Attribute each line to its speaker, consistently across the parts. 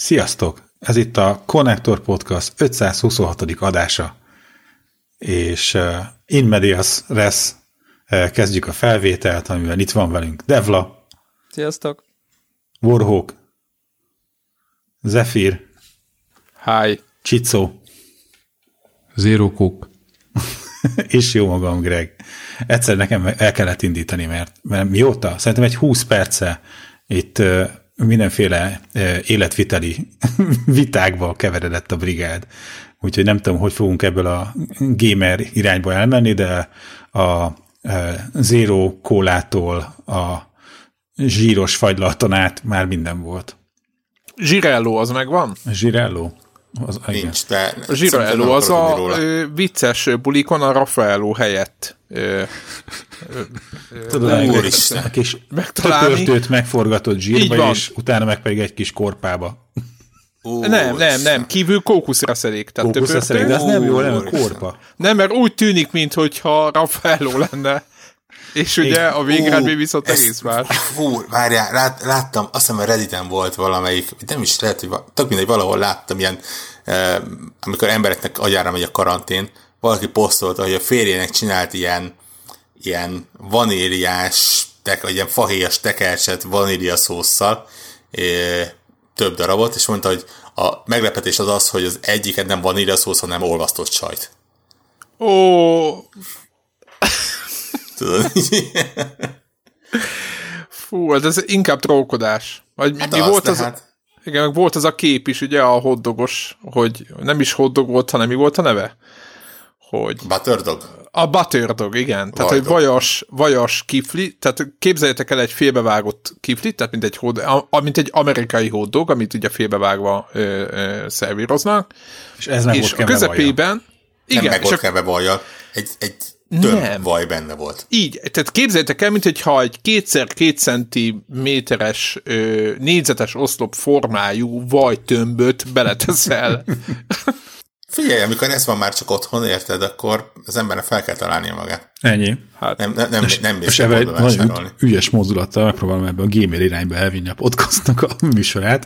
Speaker 1: Sziasztok! Ez itt a Connector Podcast 526. adása, és in medias res kezdjük a felvételt, amivel itt van velünk Devla.
Speaker 2: Sziasztok!
Speaker 1: Warhawk. Zephyr.
Speaker 2: Hi!
Speaker 1: Csicó.
Speaker 3: Zero Cook.
Speaker 1: És jó magam, Greg. Egyszer nekem el kellett indítani, mert mióta? Szerintem egy 20 perce itt mindenféle életviteli vitákba keveredett a brigád. Úgyhogy nem tudom, hogy fogunk ebből a gamer irányba elmenni, de a Zero Kólától a zsíros fagylalton át már minden volt.
Speaker 2: Zsirello az megvan?
Speaker 1: Zsirello?
Speaker 4: Nincs, de...
Speaker 2: A Zsirello az a vicces bulikon a Raffaello helyett.
Speaker 1: Tudod, a kis töpörtőt megforgatott zsírba, és utána meg pedig egy kis korpába.
Speaker 2: Nem, kívül kókuszreszelék.
Speaker 1: Kókuszreszelék, de az nem jó, nem korpa.
Speaker 2: Nem, mert úgy tűnik, mintha Raffaello lenne. És ugye a végeredmény viszont egész más.
Speaker 4: Várjál, láttam, azt hiszem a Redditen volt valamelyik, nem is lehet, hogy tök mindegy, valahol láttam ilyen, amikor embereknek agyára megy a karantén, valaki posztolta, hogy a férjének csinált ilyen vaníliás, ilyen fahéjas tekercset vaníliaszósszal, több darabot, és mondta, hogy a meglepetés az, hogy az egyiket nem vaníliaszósz, hanem olvasztott sajt. Tudod?
Speaker 2: Fú, ez inkább trókodás. Vagy hát mi az, volt az, hát... Igen, meg volt az a kép is, ugye, a hotdogos, hogy nem is hotdog volt, hanem mi volt a neve? Hogy...
Speaker 4: Butterdog?
Speaker 2: A butterdog, igen. Tehát, hogy vajas kifli, tehát képzeljétek el egy félbevágott kiflit, tehát mint egy amerikai hotdog, amit ugye félbevágva szervíroznak.
Speaker 1: És ez meg volt
Speaker 2: a közepében...
Speaker 4: Igen, nem meg volt keve vajjal. Egy több vaj benne volt.
Speaker 2: Így, tehát képzeljétek el, mintha egy 2x2 centiméteres négyzetes oszlop formájú vajtömböt beleteszel.
Speaker 4: Figyelj, amikor ez van már csak otthon, érted, akkor az embernek fel kell találnia magát.
Speaker 1: Ennyi.
Speaker 4: Hát, nem
Speaker 1: és ebben egy nagyon ügyes mozdulattal megpróbálom ebben a gamer irányba elvinni a podcastnak a műsorát.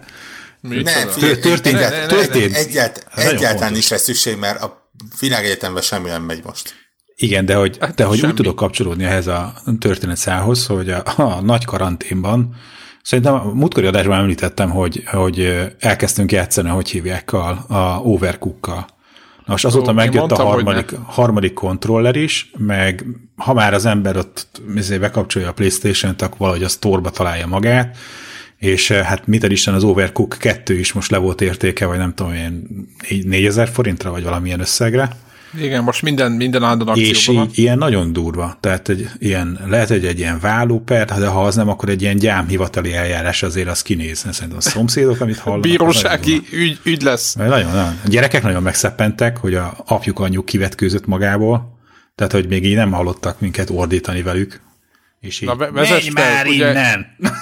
Speaker 4: Történt. Egyáltalán nincs rá szükség, mert a világegyetemben semmi nem megy most.
Speaker 1: Igen, de hogy úgy tudok kapcsolódni ehhez a történetszához, hogy a nagy karanténban, szerintem a múltkori adásban említettem, hogy elkezdtünk játszani, hogy hívják, a Overcookkal. Na most azóta megjött a harmadik kontroller is, meg ha már az ember ott bekapcsolja a PlayStation-t, akkor valahogy a store-ba találja magát, és hát mit Isten az Overcook 2 is most le volt értéke, vagy nem tudom, ilyen 4000 forintra, vagy összegre.
Speaker 2: Igen, most minden áldon akcióban
Speaker 1: és
Speaker 2: van.
Speaker 1: És ilyen nagyon durva. Tehát lehet, hogy egy ilyen vállóper, de ha az nem, akkor egy ilyen gyámhivatali eljárás azért az kinéz. Szerintem a szomszédok, amit hallanak.
Speaker 2: Bírósági ügy lesz.
Speaker 1: Nagyon. A gyerekek nagyon megszeppentek, hogy a apjuk anyjuk kivetkőzött magából, tehát hogy még így nem hallottak minket ordítani velük. És így, menj már innen!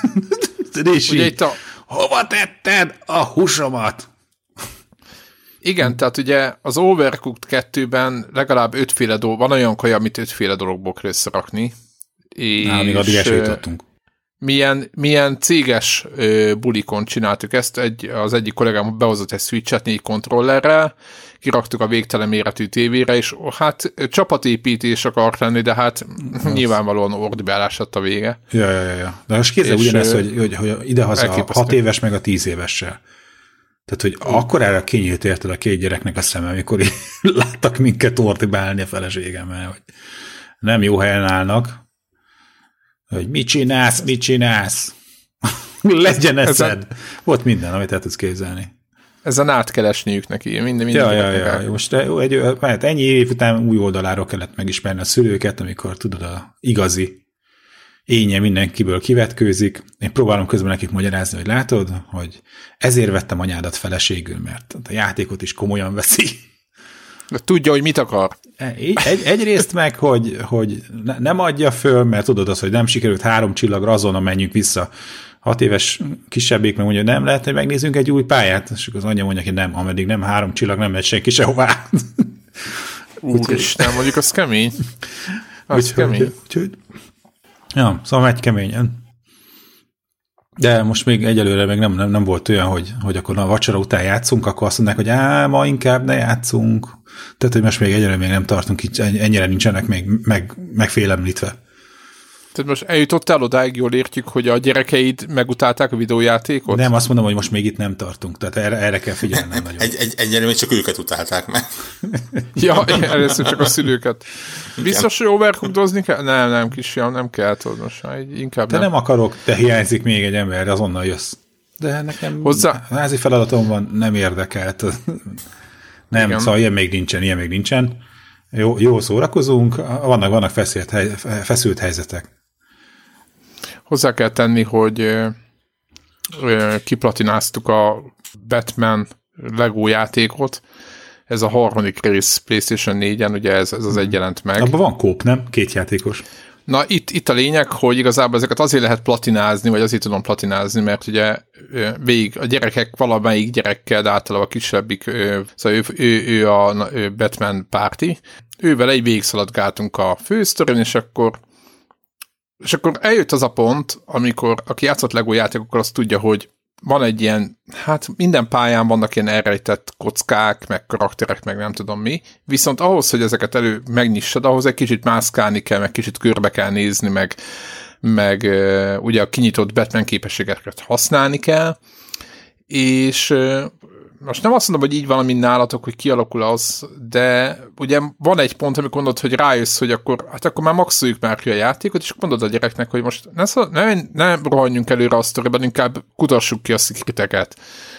Speaker 1: És így, hova tetted a húsomat?
Speaker 2: Igen, tehát ugye az Overcooked 2-ben legalább 5 féle dolog, van olyan kaja, amit 5 féle dologból kell összerakni.
Speaker 1: Még addig esélytottunk.
Speaker 2: Milyen céges bulikon csináltuk ezt, az egyik kollégám behozott egy Switch-et 4 kontrollerrel, kiraktuk a végtelen méretű tévére, és hát csapatépítés akart lenni, de hát nyilvánvalóan ordibálás lett a vége.
Speaker 1: Ja. De most képzel ugyanezt, hogy idehaza a 6 éves meg a 10 évessel. Tehát, hogy akkorára kinyílt érted a két gyereknek a szeme, amikor láttak minket ordibálni a feleségemmel, hogy nem jó helyen állnak, hogy mit csinálsz? Legyen eszed. Volt minden, amit el tudsz képzelni.
Speaker 2: Ezen át kell esniük neki. Minden.
Speaker 1: Ja. Most ennyi év után új oldaláról kellett megismerni a szülőket, amikor tudod, a igazi énje mindenkiből kivetkőzik. Én próbálom közben nekik magyarázni, hogy látod, hogy ezért vettem anyádat feleségül, mert a játékot is komolyan veszi.
Speaker 2: De tudja, hogy mit akar.
Speaker 1: Egyrészt meg, hogy nem adja föl, mert tudod azt, hogy nem sikerült 3 csillagra, azonnal menjünk vissza. 6 éves kisebbék meg mondja, hogy nem lehet, hogy megnézzünk egy új pályát, és az anyja mondja, hogy nem, ameddig nem 3 csillag, nem megy senki sehová.
Speaker 2: Úristen, mondjuk az kemény.
Speaker 1: Úgyhogy ja, szóval megy keményen. De most még egyelőre még nem volt olyan, hogy akkor a vacsora után játszunk, akkor azt mondják, hogy ma inkább ne játszunk. Tehát, hogy most még egyelőre még nem tartunk, így ennyire nincsenek még megfélemlítve.
Speaker 2: Tehát most eljutottál odáig, jól értjük, hogy a gyerekeid megutálták a videójátékot?
Speaker 1: Nem, azt mondom, hogy most még itt nem tartunk, tehát erre kell figyelnem nagyon.
Speaker 4: Egyelőre még csak őket utálták meg.
Speaker 2: Ja, először csak a szülőket. Biztos, hogy overhoodozni kell? Nem, kisfiam, nem kell, tudod most már, inkább
Speaker 1: nem. Te nem akarok, te hiányzik még egy ember, azonnal jössz. De nekem házi feladatom van, nem érdekelt. Nem, igen. Szóval ilyen még nincsen. Jó szórakozunk, vannak feszült helyzetek.
Speaker 2: Hozzá kell tenni, hogy kiplatináztuk a Batman Lego játékot. Ez a harmadik rész PlayStation 4-en, ugye ez az egy jelent meg.
Speaker 1: Abban van kóp, nem? 2 játékos.
Speaker 2: Na, itt a lényeg, hogy igazából ezeket azért lehet platinázni, vagy azért tudom platinázni, mert ugye végig a gyerekek valamelyik gyerekkel, de általában a kisebbik, szóval ő a Batman párti, ővel egy végigszaladgáltunk a fősztorin, és akkor eljött az a pont, amikor aki játszott Lego játékokkal, azt tudja, hogy van egy ilyen, hát minden pályán vannak ilyen elrejtett kockák, meg karakterek, meg nem tudom mi, viszont ahhoz, hogy ezeket megnyissad, ahhoz egy kicsit mászkálni kell, meg kicsit körbe kell nézni, meg ugye a kinyitott Batman képességeket használni kell, és most nem azt mondom, hogy így van, mint nálatok, hogy kialakul az, de ugye van egy pont, amikor mondod, hogy rájössz, hogy akkor már maxoljuk már ki a játékot, és mondod a gyereknek, hogy most ne rohanjunk előre a sztoriban, inkább kutassuk ki a szikriteket.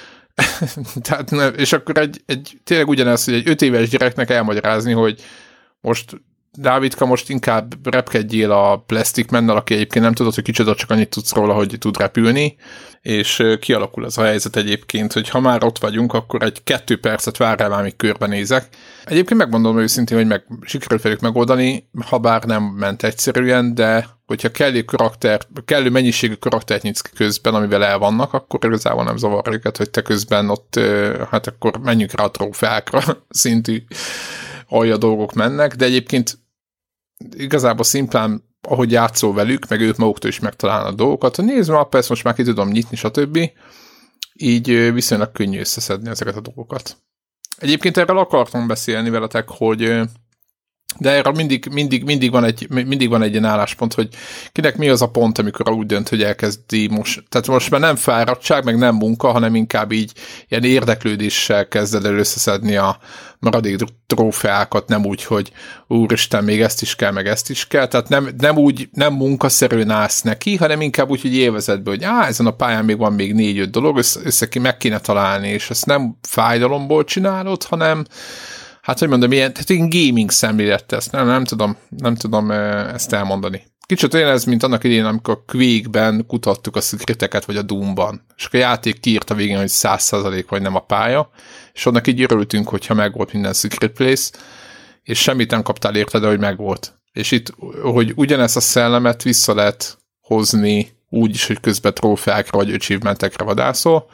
Speaker 2: Tehát, és akkor tényleg ugyanez, hogy egy 5 éves gyereknek elmagyarázni, hogy most Dávidka, most inkább repkedjél a Plastic Man-nal, aki egyébként nem tudod, hogy kicsoda, csak annyit tudsz róla, hogy tud repülni, és kialakul az a helyzet egyébként, hogy ha már ott vagyunk, akkor egy 2 percet várjál már, amíg körbenézek. Egyébként megmondom őszintén, hogy sikerült velük megoldani, ha bár nem ment egyszerűen, de hogyha kellő mennyiségű karaktert nyitsz közben, amivel el vannak, akkor igazából nem zavar őket, hogy te közben ott, hát akkor menjünk rá a trófeákra szintű alja dolgok mennek, de egyébként igazából szimplán, ahogy játszol velük, meg ők maguktól is megtalálnak dolgokat, hogy nézd már, persze most már ki tudom nyitni, stb. Így viszonylag könnyű összeszedni ezeket a dolgokat. Egyébként erről akartam beszélni veletek, hogy de erről mindig van egy ilyen álláspont, hogy kinek mi az a pont, amikor úgy dönt, hogy elkezdi most. Tehát most már nem fáradtság, meg nem munka, hanem inkább így ilyen érdeklődéssel kezded el összeszedni a maradék trófeákat, nem úgy, hogy úristen, még ezt is kell, meg ezt is kell. Tehát nem munkaszerűen állsz neki, hanem inkább úgy, hogy élvezetből, hogy ezen a pályán még van még 4-5 dolog, meg kéne találni, és ezt nem fájdalomból csinálod, hanem hát, hogy mondom, tehát ilyen gaming szemlélet ezt, nem tudom ezt elmondani. Kicsit olyan ez, mint annak idején, amikor a Quake-ben kutattuk a szikriteket, vagy a Doom-ban. És a játék kiírt a végén, hogy 100% vagy nem a pálya, és annak így örültünk, hogyha megvolt minden secret place, és semmit nem kaptál érte, de hogy megvolt. És itt, hogy ugyanezt a szellemet vissza lehet hozni úgy is, hogy közben trófeákra vagy achievementekre vadászol,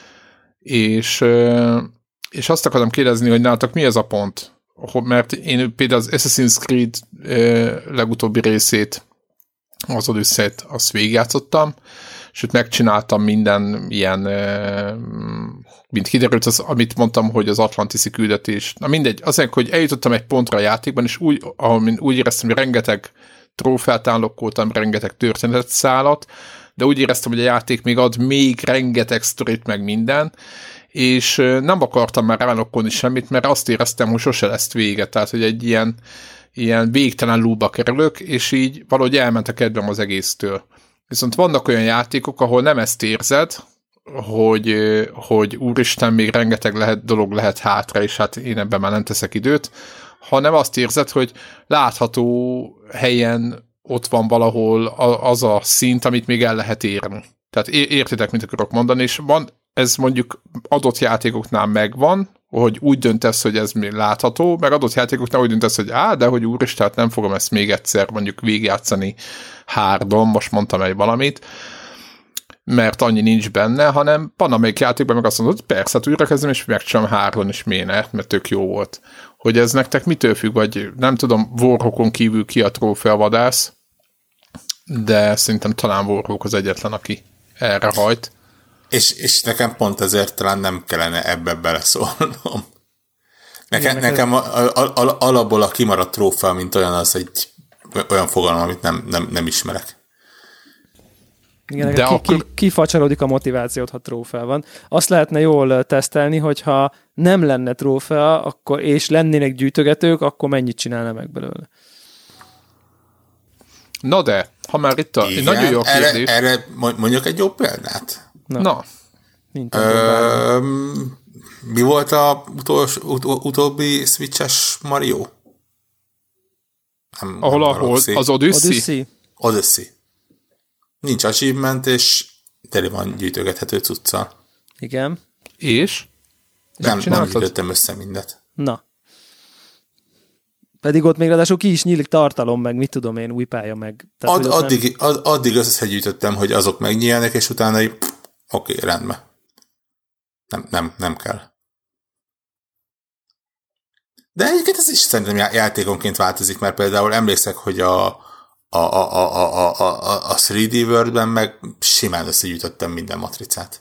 Speaker 2: és azt akarom kérdezni, hogy nálatok mi ez a pont? Mert én például az Assassin's Creed legutóbbi részét, az Odyssey-t, azt végigjátszottam, és ott megcsináltam minden ilyen, mint kiderült, az, amit mondtam, hogy az Atlantiszi küldetés. Na mindegy, azért, hogy eljutottam egy pontra a játékban, és úgy éreztem, hogy rengeteg trófeát állokkoltam, rengeteg történetszálat, de úgy éreztem, hogy a játék még ad még rengeteg sztorit, meg minden, és nem akartam már állokkolni semmit, mert azt éreztem, hogy sose lesz vége, tehát, hogy egy ilyen végtelen loopba kerülök, és így valahogy elment a kedvem az egésztől. Viszont vannak olyan játékok, ahol nem ezt érzed, hogy úristen, még rengeteg dolog lehet hátra, és hát én ebben már nem teszek időt, hanem azt érzed, hogy látható helyen ott van valahol az a szint, amit még el lehet érni. Tehát értitek, mit akarok mondani, és ez mondjuk adott játékoknál megvan, hogy úgy döntesz, hogy ez még látható, meg adott játékoknál úgy döntesz, hogy de hogy úristen, nem fogom ezt még egyszer mondjuk végigjátszani hardon, most mondtam egy valamit, mert annyi nincs benne, hanem van amelyik játékban meg azt mondod, hogy persze, hát újra kezdem, és megcsinálom hardon is miért, mert tök jó volt. Hogy ez nektek mitől függ, vagy nem tudom, Warhawkon kívül ki a trófeavadász, de szerintem talán Warhawk az egyetlen, aki erre hajt.
Speaker 4: És nekem pont ezért talán nem kellene ebbe beleszólnom. Nekem alapból a kimaradt trófea, mint olyan, az egy olyan fogalom, amit nem ismerek.
Speaker 5: Igen, de kifacsarodik a motivációt, ha trófea van. Azt lehetne jól tesztelni, hogyha nem lenne trófea, akkor, és lennének gyűjtögetők, akkor mennyit csinálna meg belőle.
Speaker 2: Na de, ha már itt a...
Speaker 4: Igen,
Speaker 2: nagyon jó kérdés.
Speaker 4: Erre mondjuk egy jó példát?
Speaker 2: Na.
Speaker 4: Mi volt a utóbbi Switch-es Mario?
Speaker 2: Ahol az Odyssey?
Speaker 4: Odyssey. Nincs achievement, és tele van gyűjtögethető cuccal.
Speaker 5: Igen.
Speaker 2: És?
Speaker 4: Nem gyűjtöttem össze mindet.
Speaker 5: Na. Pedig ott még ráadásul ki is nyílik tartalom, meg mit tudom én, új pálya meg. Tehát,
Speaker 4: addig összegyűjtöttem, hogy azok megnyíljanak, és utána oké, rendben. Nem kell. De egyébként ez is szerintem játékonként változik, mert például emlékszek, hogy a 3D World-ben meg simán összegyűjtöttem minden matricát.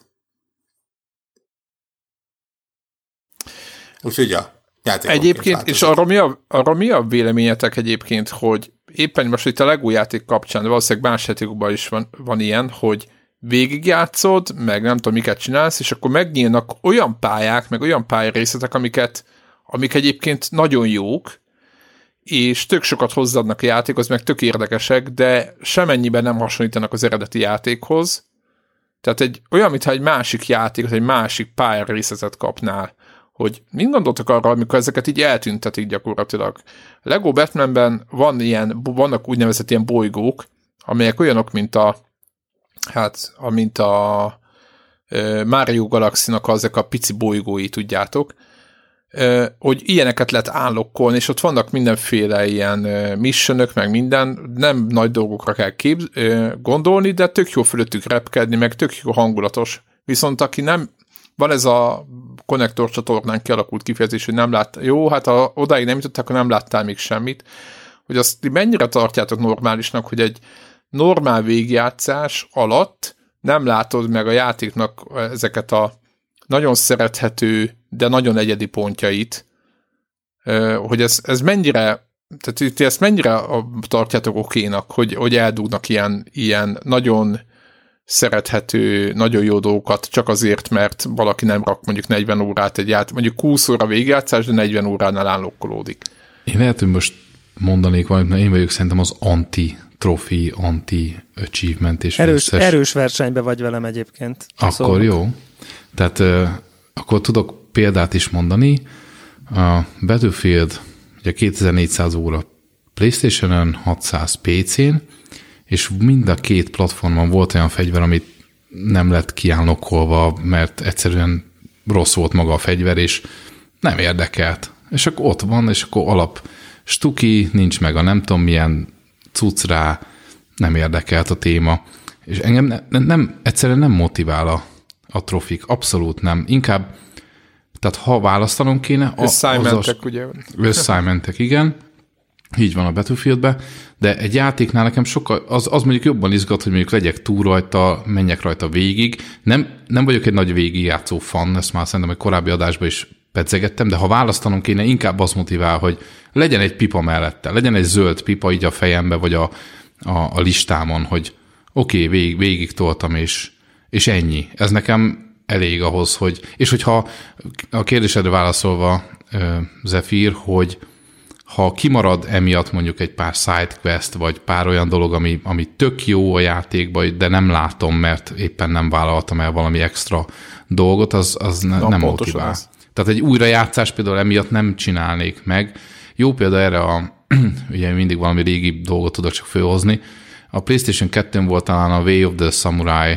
Speaker 4: Úgyhogy
Speaker 2: egyébként, változik. És arra mi a véleményetek egyébként, hogy éppen most itt a LEGO játék kapcsán, de valószínűleg más játékokban is van ilyen, hogy végigjátszod, meg nem tudom, miket csinálsz, és akkor megnyílnak olyan pályák, meg olyan pályarészletek, amik egyébként nagyon jók, és tök sokat hozzáadnak a játékhoz, meg tök érdekesek, de semennyiben nem hasonlítanak az eredeti játékhoz. Tehát olyan, mintha egy másik játékot, egy másik pályarészletet kapnál. Hogy mind gondoltok arra, amikor ezeket így eltüntetik gyakorlatilag. Lego Batmanben vannak úgynevezett ilyen bolygók, amelyek olyanok, mint a Mario Galaxy-nak ezek a pici bolygói, tudjátok, hogy ilyeneket lehet állokkolni, és ott vannak mindenféle ilyen missionök, meg minden, nem nagy dolgokra kell gondolni, de tök jó fölöttük repkedni, meg tök jó hangulatos. Viszont aki nem, van ez a konnektor csatornán kialakult kifejezés, hogy nem lát, jó, hát odáig nem jutottak, akkor nem láttál még semmit, hogy azt mennyire tartjátok normálisnak, hogy egy normál végigjátszás alatt nem látod meg a játéknak ezeket a nagyon szerethető, de nagyon egyedi pontjait, hogy ez mennyire, tehát ezt mennyire tartjátok okénak, hogy eldugnak ilyen nagyon szerethető, nagyon jó dolgokat, csak azért, mert valaki nem rak mondjuk 40 órát egy mondjuk 20 óra végigjátszás, de 40 óránál állokkolódik.
Speaker 3: Én lehet, hogy most mondanék valamit, mert én vagyok szerintem az anti-trophy, anti-achievement és
Speaker 5: erős versenybe vagy velem egyébként.
Speaker 3: Akkor szóval. Jó. Tehát akkor tudok példát is mondani. A Battlefield ugye 2400 óra PlayStation-ön, 600 PC-n, és mind a két platformon volt olyan fegyver, amit nem lett kiállokkolva, mert egyszerűen rossz volt maga a fegyver, és nem érdekelt. És akkor ott van, és akkor alap stuki, nincs meg a nem tudom milyen cucc rá, nem érdekelt a téma. És engem egyszerűen nem motivál a trofik, abszolút nem. Inkább, tehát ha választanom kéne...
Speaker 2: Assignmentek, ugye?
Speaker 3: Assignmentek, igen. Így van a Battlefieldben, de egy játéknál nekem sokkal, az mondjuk jobban izgat, hogy mondjuk legyek túl rajta, menjek rajta végig. Nem vagyok egy nagy végigjátszó fan, ezt már szerintem egy korábbi adásban is pedzegettem, de ha választanom kéne, inkább az motivál, hogy legyen egy pipa mellette, legyen egy zöld pipa így a fejembe, vagy a listámon, hogy oké, végig toltam, és ennyi. Ez nekem elég ahhoz, hogy... És hogyha a kérdésedre válaszolva, Zephyr, hogy ha kimarad emiatt mondjuk egy pár sidequest, vagy pár olyan dolog, ami tök jó a játékban, de nem látom, mert éppen nem vállaltam el valami extra dolgot, az nem motivál. Az. Tehát egy újrajátszás például emiatt nem csinálnék meg. Jó példa erre ugye mindig valami régi dolgot tudok csak fölhozni. A PlayStation 2-n volt talán a Way of the Samurai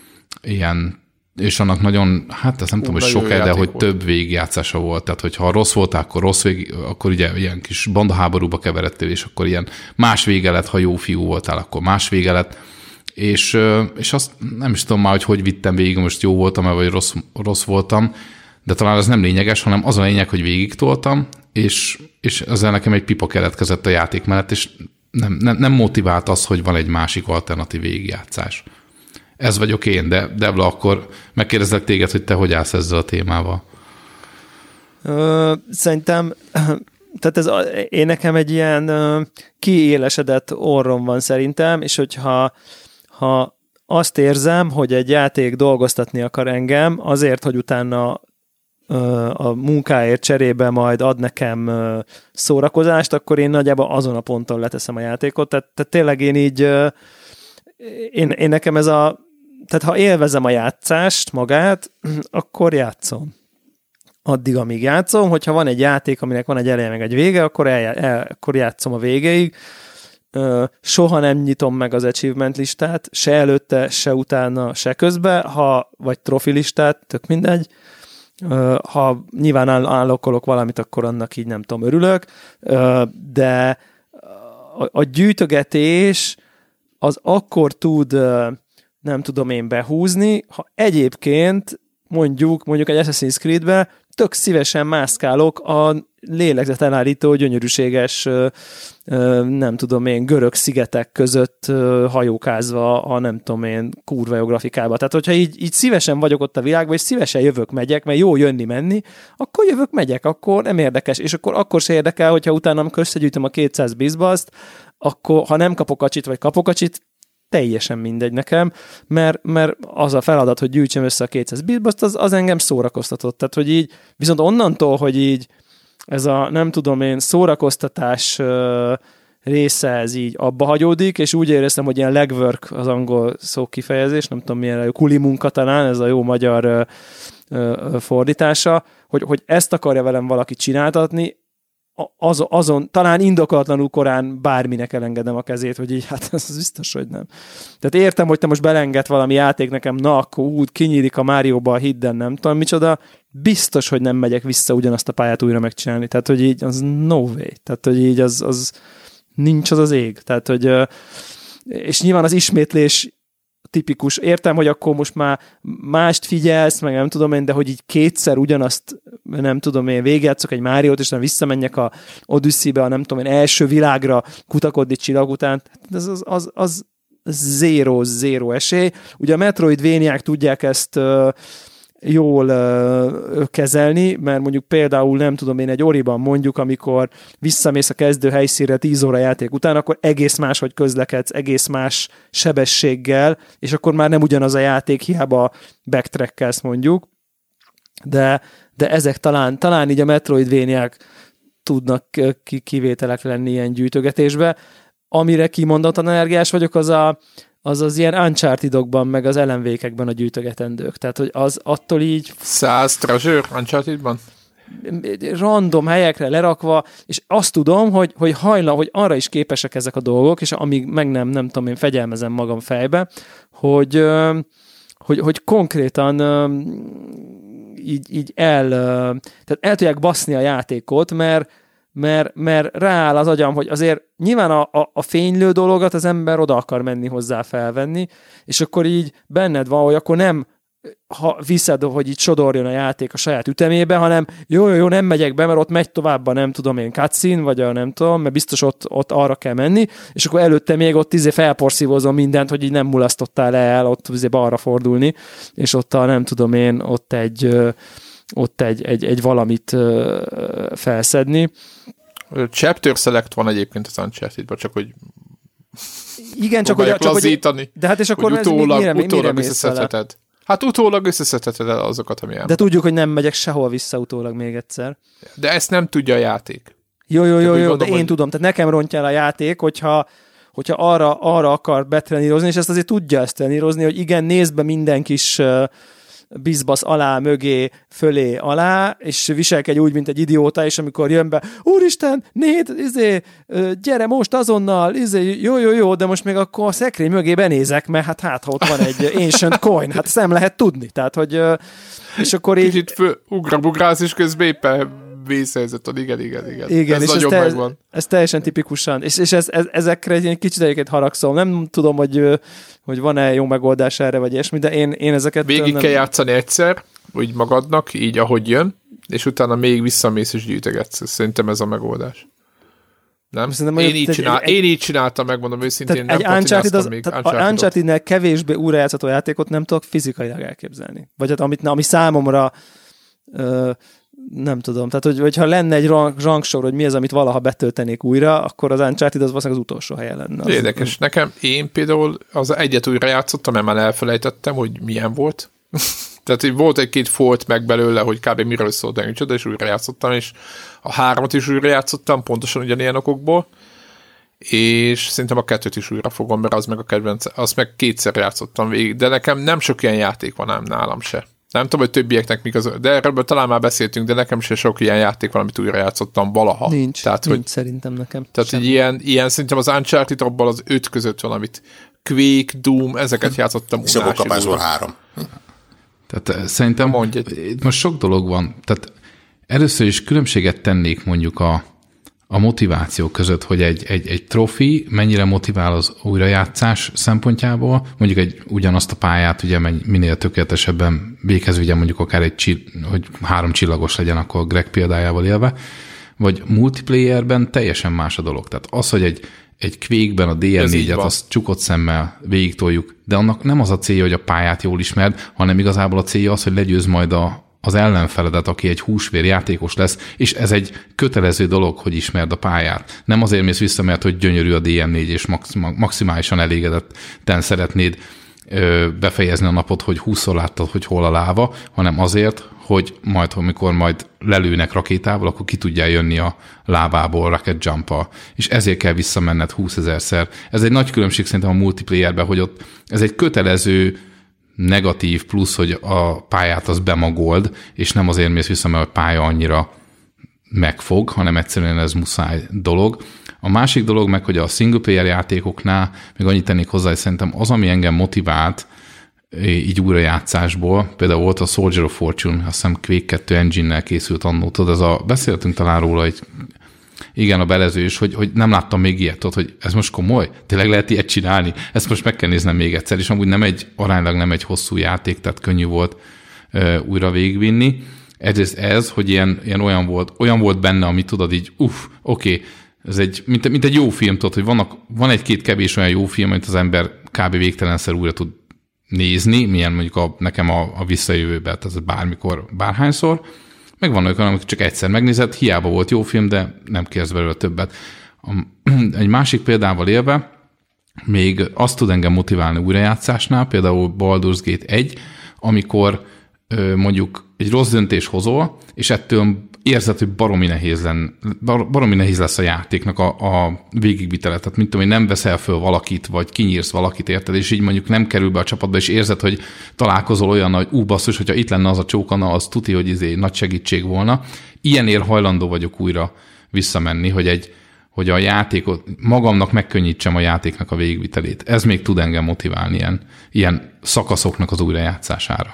Speaker 3: ilyen, és annak nagyon, hát ezt nem tudom, hogy sok-e, de hogy volt. Több végigjátszása volt. Tehát, hogyha rossz voltál, akkor akkor ugye ilyen kis bandaháborúba keveredtél, és akkor ilyen más vége lett, ha jó fiú voltál, akkor más vége lett. És azt nem is tudom már, hogy vittem végig, most jó voltam-e, vagy rossz voltam, de talán ez nem lényeges, hanem az a lényeg, hogy végig toltam, és ezzel nekem egy pipa keletkezett a játék mellett, és nem motivált az, hogy van egy másik alternatív végigjátszás. ez vagyok én, de Debla, akkor megkérdezlek téged, hogy te hogy állsz ezzel a témával.
Speaker 5: Szerintem, tehát én nekem egy ilyen kiélesedett orrom van szerintem, és hogyha azt érzem, hogy egy játék dolgoztatni akar engem, azért, hogy utána a munkáért cserébe majd ad nekem szórakozást, akkor én nagyjából azon a ponton leteszem a játékot. Tehát tényleg én így, én nekem ez tehát ha élvezem a játszást magát, akkor játszom. Addig, amíg játszom, hogyha van egy játék, aminek van egy eleje, meg egy vége, akkor játszom a végéig. Soha nem nyitom meg az achievement listát, se előtte, se utána, se közben, vagy trofi listát, tök mindegy. Ha nyilván állokolok valamit, akkor annak így nem tudom, örülök, de a gyűjtögetés az akkor tud, nem tudom én behúzni, ha egyébként mondjuk egy Assassin's Creed-be tök szívesen mászkálok a lélegzetelállító, gyönyörűséges, nem tudom én, görög szigetek között hajókázva a nem tudom én, kurva jó grafikába. Tehát, hogyha így szívesen vagyok ott a világban, és szívesen jövök-megyek, mert jó jönni-menni, akkor jövök-megyek, akkor nem érdekes. És akkor se érdekel, hogyha utána, amikor összegyűjtöm a 200 bizbaszt, akkor ha nem kapok acsit, vagy kapok acsit, teljesen mindegy nekem, mert az a feladat, hogy gyűjtsem össze a 200 bitbaszt, az engem szórakoztatott. Tehát, hogy így, viszont onnantól, hogy így ez a, nem tudom én, szórakoztatás része, ez így abba hagyódik, és úgy éreztem, hogy ilyen legwork az angol szókifejezés, nem tudom milyen, a kuli munka talán, ez a jó magyar fordítása, hogy ezt akarja velem valaki csináltatni, azon talán indokolatlanul korán bárminek elengedem a kezét, hogy így, hát ez biztos, hogy nem. Tehát értem, hogy te most belenged valami játék nekem, na akkor úgy kinyílik a Márióba a Hidden, nem tudom micsoda, biztos, hogy nem megyek vissza ugyanazt a pályát újra megcsinálni. Tehát, hogy így az no way. Tehát, hogy így az nincs az ég. Tehát, hogy és nyilván az ismétlés tipikus. Értem, hogy akkor most már mást figyelsz, meg nem tudom én, de hogy így kétszer ugyanazt, nem tudom én, végigjátszok egy Máriót, és nem visszamenjek a Odyssey-be, a nem tudom én, első világra kutakodni csillag után. Az zéro esély. Ugye a Metroidvaniák tudják ezt jól kezelni, mert mondjuk például nem tudom én egy Oriban mondjuk, amikor visszamész a kezdő helyszínre 10 óra játék után, akkor egész máshogy közlekedsz, egész más sebességgel, és akkor már nem ugyanaz a játék, hiába backtrackelsz mondjuk, de ezek talán így a Metroidvaniák tudnak kivételek lenni ilyen gyűjtögetésbe. Amire kimondottan energiás vagyok, az ilyen Uncharted-okban, meg az LMV-kekben a gyűjtögetendők. Tehát, hogy az attól így...
Speaker 2: 100 treasure Uncharted-ban?
Speaker 5: Random helyekre lerakva, és azt tudom, hogy hogy arra is képesek ezek a dolgok, és amíg meg nem tudom, én fegyelmezem magam fejbe, hogy konkrétan így tehát el tudják baszni a játékot, mert rááll az agyam, hogy azért nyilván a fénylő dologat az ember oda akar menni hozzá felvenni, és akkor így benned van, hogy akkor nem viszed, hogy így sodorjon a játék a saját ütemébe, hanem jó, nem megyek be, mert ott megy tovább a nem tudom én cutscene, vagy a nem tudom, mert biztos ott arra kell menni, és akkor előtte még ott felporszívozom mindent, hogy így nem mulasztottál el ott balra fordulni, és ott a nem tudom én, ott egy valamit felszedni.
Speaker 2: Chapter Select van egyébként az Uncharted-ban, csak hogy
Speaker 5: igen, csak
Speaker 2: lazítani,
Speaker 5: de hát és akkor
Speaker 2: utólag összeszedheted. Hát utólag összeszedheted el azokat, ami elmond.
Speaker 5: De tudjuk, hogy nem megyek sehol vissza utólag még egyszer.
Speaker 2: De ezt nem tudja a játék.
Speaker 5: Jó, de én tudom. Tehát nekem rontja el a játék, hogyha arra akar betrenírozni, és ezt azért tudja ezt trenírozni, hogy igen, nézd be minden kis bizbasz alá, mögé, fölé, alá, és viselkedj úgy, mint egy idióta, és amikor jön be, úristen, gyere most azonnal, jó, de most még akkor a szekrény mögé benézek, mert hát ha ott van egy ancient coin, hát ezt nem lehet tudni, tehát, hogy és akkor így...
Speaker 2: Kicsit ugrálsz, és közben éppen vészhelyzet, igen.
Speaker 5: Igen, ez és ez teljesen tipikusan, és ezekre egy kicsit egyébként haragszom. Nem tudom, hogy van-e jó megoldás erre, vagy ilyesmi, de én ezeket...
Speaker 2: Végig kell játszani egyszer, úgy magadnak, így ahogy jön, és utána még visszamész és gyűjtögetsz. Szerintem ez a megoldás. Nem? Én így csináltam, megmondom őszintén.
Speaker 5: Tehát nem platináztam még Uncharted-nél kevésbé újrajátszható játékot nem tudok fizikailag elképzelni. Vagy hát ami számomra nem tudom. Tehát, hogyha lenne egy rangsor, hogy mi az, amit valaha betöltenék újra, akkor az Uncharted az valószínűleg az utolsó helyen lenne.
Speaker 2: Érdekes. Nekem én például az egyet újra játszottam, mert már elfelejtettem, hogy milyen volt. Tehát volt egy-két folt meg belőle, hogy kb. Miről szólt micsoda, és újra játszottam, és a 3-at is újra játszottam, pontosan ugyanilyen okokból, és szerintem a 2-t is újra fogom, mert az meg a kedvenc, azt meg 2-szer játszottam végig, de nekem nem sok ilyen játék van, nem nálam se. Nem tudom, hogy többieknek mik az, de erről talán már beszéltünk, de nekem se sok ilyen játék van, amit újra játszottam valaha.
Speaker 5: Nincs
Speaker 2: hogy,
Speaker 5: szerintem nekem.
Speaker 2: Tehát ilyen szerintem az Uncharted abban az 5 között van, amit Quake, Doom, ezeket játszottam.
Speaker 4: És abból kapásból 3.
Speaker 3: Tehát szerintem most sok dolog van. Tehát először is különbséget tennék mondjuk a motiváció között, hogy egy trofi mennyire motivál az újrajátszás szempontjából, mondjuk ugyanazt a pályát ugye minél tökéletesebben véghez vigyen, mondjuk akár hogy 3 csillagos legyen, akkor Greg példájával élve, vagy multiplayerben teljesen más a dolog. Tehát az, hogy egy Quake-ben a DL4-et azt csukott szemmel végigtoljuk, de annak nem az a célja, hogy a pályát jól ismerd, hanem igazából a célja az, hogy legyőz majd az ellenfeledet, aki egy húsvér játékos lesz, és ez egy kötelező dolog, hogy ismerd a pályát. Nem azért mész vissza, mert hogy gyönyörű a DM4, és maximálisan elégedetten szeretnéd befejezni a napot, hogy 20-szor láttad, hogy hol a láva, hanem azért, hogy majd, amikor majd lelőnek rakétával, akkor ki tudjál jönni a lábából rocket jump-al. És ezért kell visszamenned 20 000-szer. Ez egy nagy különbség szerintem a multiplayerben, hogy ott ez egy kötelező negatív plusz, hogy a pályát az bemagold, és nem azért mész vissza, mert a pálya annyira megfog, hanem egyszerűen ez muszáj dolog. A másik dolog meg, hogy a single player játékoknál, még annyit tennék hozzá, hogy szerintem az, ami engem motivált így újrajátszásból, például volt a Soldier of Fortune, azt hiszem Quake 2 engine-nel készült annó, tudod, beszéltünk talán róla, hogy igen, a belezős, hogy nem láttam még ilyet, tudod, hogy ez most komoly? Tényleg lehet ilyet csinálni? Ezt most meg kell néznem még egyszer, és amúgy aránylag nem egy hosszú játék, tehát könnyű volt újra végigvinni. Egyrészt ez, hogy ilyen olyan volt benne, ami tudod így, oké, ez mint egy jó film, tudod, hogy van egy-két kevés olyan jó film, amit az ember kb. Végtelenszer újra tud nézni, milyen mondjuk nekem a visszajövőben, tehát bármikor, bárhányszor, meg van olyan, amit csak egyszer megnézed, hiába volt jó film, de nem kérsz belőle többet. Egy másik példával élve, még azt tud engem motiválni újrajátszásnál, például Baldur's Gate 1, amikor mondjuk egy rossz döntés hozol, és ettől érzed, hogy baromi nehéz lesz a játéknak a végigvitele. Tehát mint tudom, hogy nem veszel föl valakit, vagy kinyírsz valakit, érted, és így mondjuk nem kerül be a csapatba, és érzed, hogy találkozol olyan, hogy basszus, hogyha itt lenne az a csókana, az tuti, hogy nagy segítség volna. Ilyenért hajlandó vagyok újra visszamenni, hogy a játékot, magamnak megkönnyítsem a játéknak a végigvitelét. Ez még tud engem motiválni ilyen szakaszoknak az újrajátszására.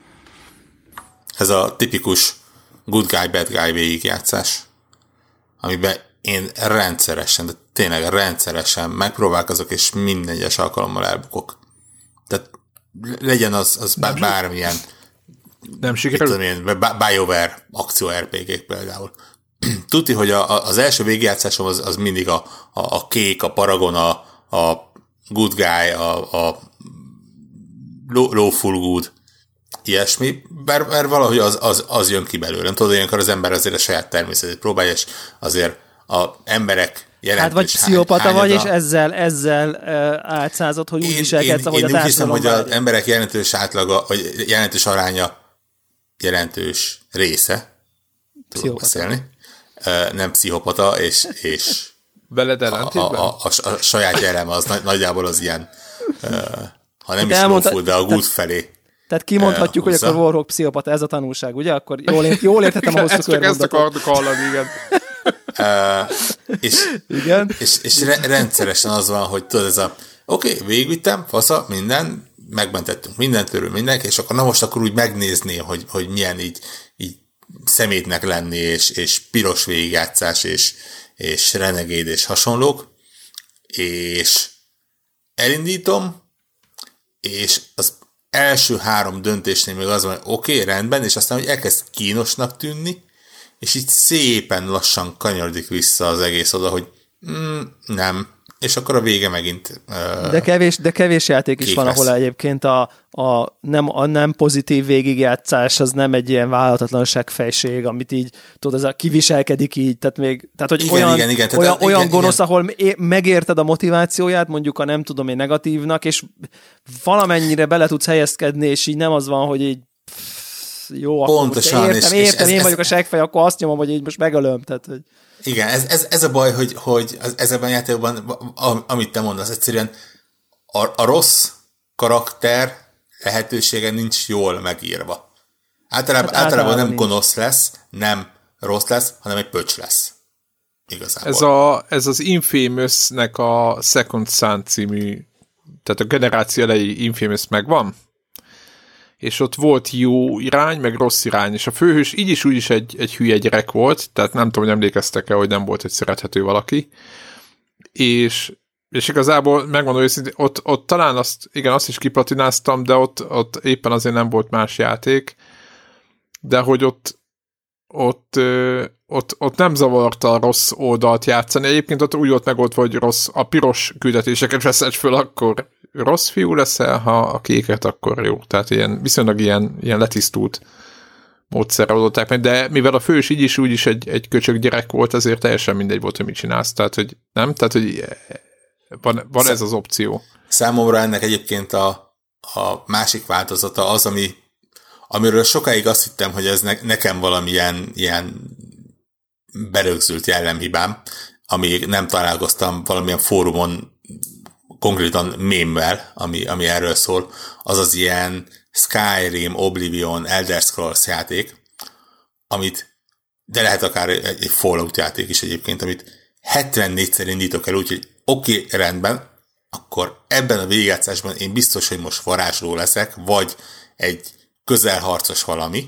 Speaker 4: Ez a tipikus good guy, bad guy végigjátszás, amiben én rendszeresen, de tényleg rendszeresen megpróbálkozok, és minden egyes alkalommal elbukok. Tehát legyen az bármilyen
Speaker 2: nem sikerül?
Speaker 4: BioWare akció RPG-k például. Tudni, hogy az első végigjátszásom az mindig a kék, a paragon, a good guy, a lawful good, ilyesmi, bár valahogy az jön ki belőle. Nem tudod, ilyenkor az ember azért a saját természetét próbálja, és azért az emberek jelentős
Speaker 5: hát vagy pszichopata vagy, és ezzel álcázott, hogy úgy viselkedsz, ahogy a társadalom.
Speaker 4: Én úgy hiszem, hogy az emberek jelentős átlaga, vagy jelentős aránya, jelentős része, tudok beszélni, nem pszichopata, és a saját jelleme az nagyjából az ilyen, ha nem is lawful, de a good felé.
Speaker 5: Tehát kimondhatjuk, hogy akkor Warhawk pszichopata, ez a tanulság, ugye? Akkor jól értettem a hosszú körmondatot.
Speaker 2: Ezt akartuk hallani, igen.
Speaker 4: És rendszeresen az van, hogy tudod, ez oké, végigvittem, fasza, minden, megmentettünk mindent, körül mindenki, és akkor most úgy megnézni, hogy milyen így szemétnek lenni, és piros végigjátszás, és renegéd, és hasonlók, és elindítom, és az első 3 döntésnél még az van, hogy oké, rendben, és aztán, hogy elkezd kínosnak tűnni, és így szépen lassan kanyarodik vissza az egész oda, hogy Nem. És akkor a vége megint...
Speaker 5: De kevés játék is van, ahol egyébként a nem pozitív végigjátszás az nem egy ilyen vállalhatatlanság fejség, amit így, tudod, ez kiviselkedik így, tehát hogy igen. olyan gonosz, ahol megérted a motivációját, mondjuk a nem tudom én negatívnak, és valamennyire bele tudsz helyezkedni, és így nem az van, hogy így jó,
Speaker 4: pontosan,
Speaker 5: akkor értem, én vagyok a seggfej, akkor azt nyomom, hogy így most megölöm, tehát hogy...
Speaker 4: Igen, ez a baj, hogy ezekben a játékokban, amit te mondasz, egyszerűen a rossz karakter lehetősége nincs jól megírva. Általában nem gonosz lesz, nem rossz lesz, hanem egy pöcs lesz. Igazából.
Speaker 2: Ez az Infamous-nek a Second Son című, tehát a generáció elejé Infamous megvan, és ott volt jó irány, meg rossz irány, és a főhős így is úgy is egy hülye gyerek volt, tehát nem tudom, hogy emlékeztek-e, hogy nem volt egy szerethető valaki, és igazából megmondom őszintén, ott talán azt is kiplatináztam, de ott éppen azért nem volt más játék, de hogy ott nem zavarta a rossz oldalt játszani. Egyébként ott úgy volt megoldva, hogy a piros küldetéseket veszed föl, akkor rossz fiú leszel, ha a kéket, akkor jó. Tehát viszonylag ilyen letisztult módszerrel oldották meg, de mivel a fős így is úgy is egy köcsög gyerek volt, ezért teljesen mindegy volt, hogy mit csinálsz. Tehát, hogy nem? Tehát, hogy van ez az opció.
Speaker 4: Számomra ennek egyébként a másik változata az, amiről sokáig azt hittem, hogy ez nekem valamilyen ilyen berögzült jellemhibám, amíg nem találkoztam valamilyen fórumon konkrétan mémmel, ami erről szól, az az ilyen Skyrim, Oblivion, Elder Scrolls játék, de lehet akár egy Fallout játék is egyébként, amit 74-szer indítok el, úgyhogy oké, rendben, akkor ebben a végigjátszásban én biztos, hogy most varázsló leszek, vagy egy közelharcos valami,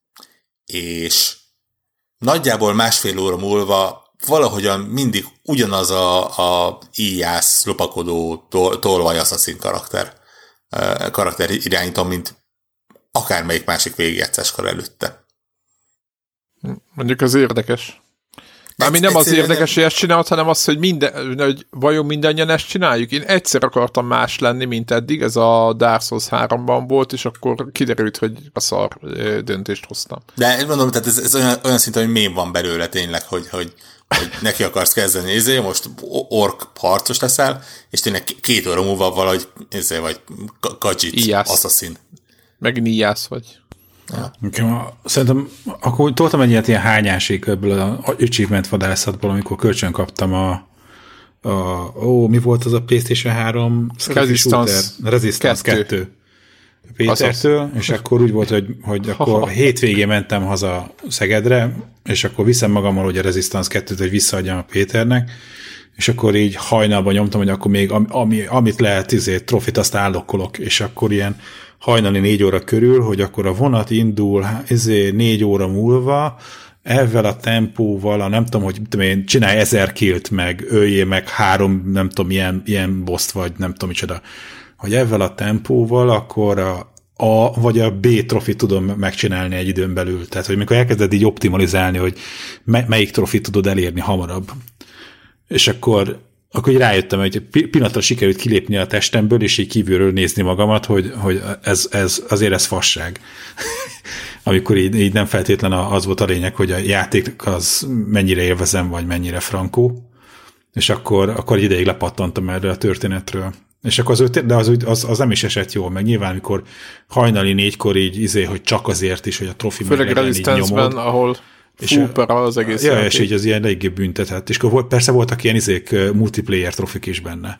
Speaker 4: és nagyjából másfél óra múlva valahogyan mindig ugyanaz a íjász, lopakodó, tolvaj asszaszín karakter irányítom, mint akármelyik másik végigjátszáskor előtte.
Speaker 2: Mondjuk az érdekes. Mármint nem az érdekes, hogy ezt csinálod, hanem az, hogy vajon mindannyian ezt csináljuk. Én egyszer akartam más lenni, mint eddig, ez a Dark Souls 3-ban volt, és akkor kiderült, hogy a szar döntést hoztam.
Speaker 4: De mondom, tehát ez olyan szinten, hogy mém van belőle tényleg, hogy neki akarsz kezdeni, most ork harcos leszel, és tényleg 2 óra múlva valahogy vagy Khajiit asszaszín.
Speaker 2: Meg Níjász vagy.
Speaker 1: Ja. Szerintem akkor toltam egy ilyen hányásig ebből a achievement vadászatból, amikor kölcsön kaptam mi volt az a PlayStation 3 Resistance 2 Pétertől, és akkor úgy volt, hogy akkor hétvégén mentem haza Szegedre, és akkor viszem magammal ugye a Resistance 2-t, hogy visszaadjam a Péternek, és akkor így hajnalban nyomtam, hogy akkor még amit lehet, trofit, azt állokkolok, és akkor ilyen hajnali 4 óra körül, hogy akkor a vonat indul 4 óra múlva, ezzel a tempóval, nem tudom, hogy csinálj 1000 killt, meg öljél meg 3, nem tudom, ilyen boszt, vagy nem tudom micsoda, hogy ezzel a tempóval akkor a vagy a B trofit tudom megcsinálni egy időn belül. Tehát, hogy mikor elkezded így optimalizálni, hogy melyik trofit tudod elérni hamarabb. És akkor így rájöttem, hogy pillanatra sikerült kilépni a testemből, és így kívülről nézni magamat, hogy ez azért ez fasság. Amikor így nem feltétlen az volt a lényeg, hogy a játék az mennyire élvezem, vagy mennyire frankó. És akkor egy ideig lepattantam erről a történetről. És akkor az nem is esett jól, meg nyilván, amikor hajnali 4-kor így hogy csak azért is, hogy a trofi meg legyen így nyomod.
Speaker 2: Ahol fúper az egész
Speaker 1: játék. És így az ilyen eléggé büntetett. És akkor persze voltak ilyen multiplayer trofik is benne.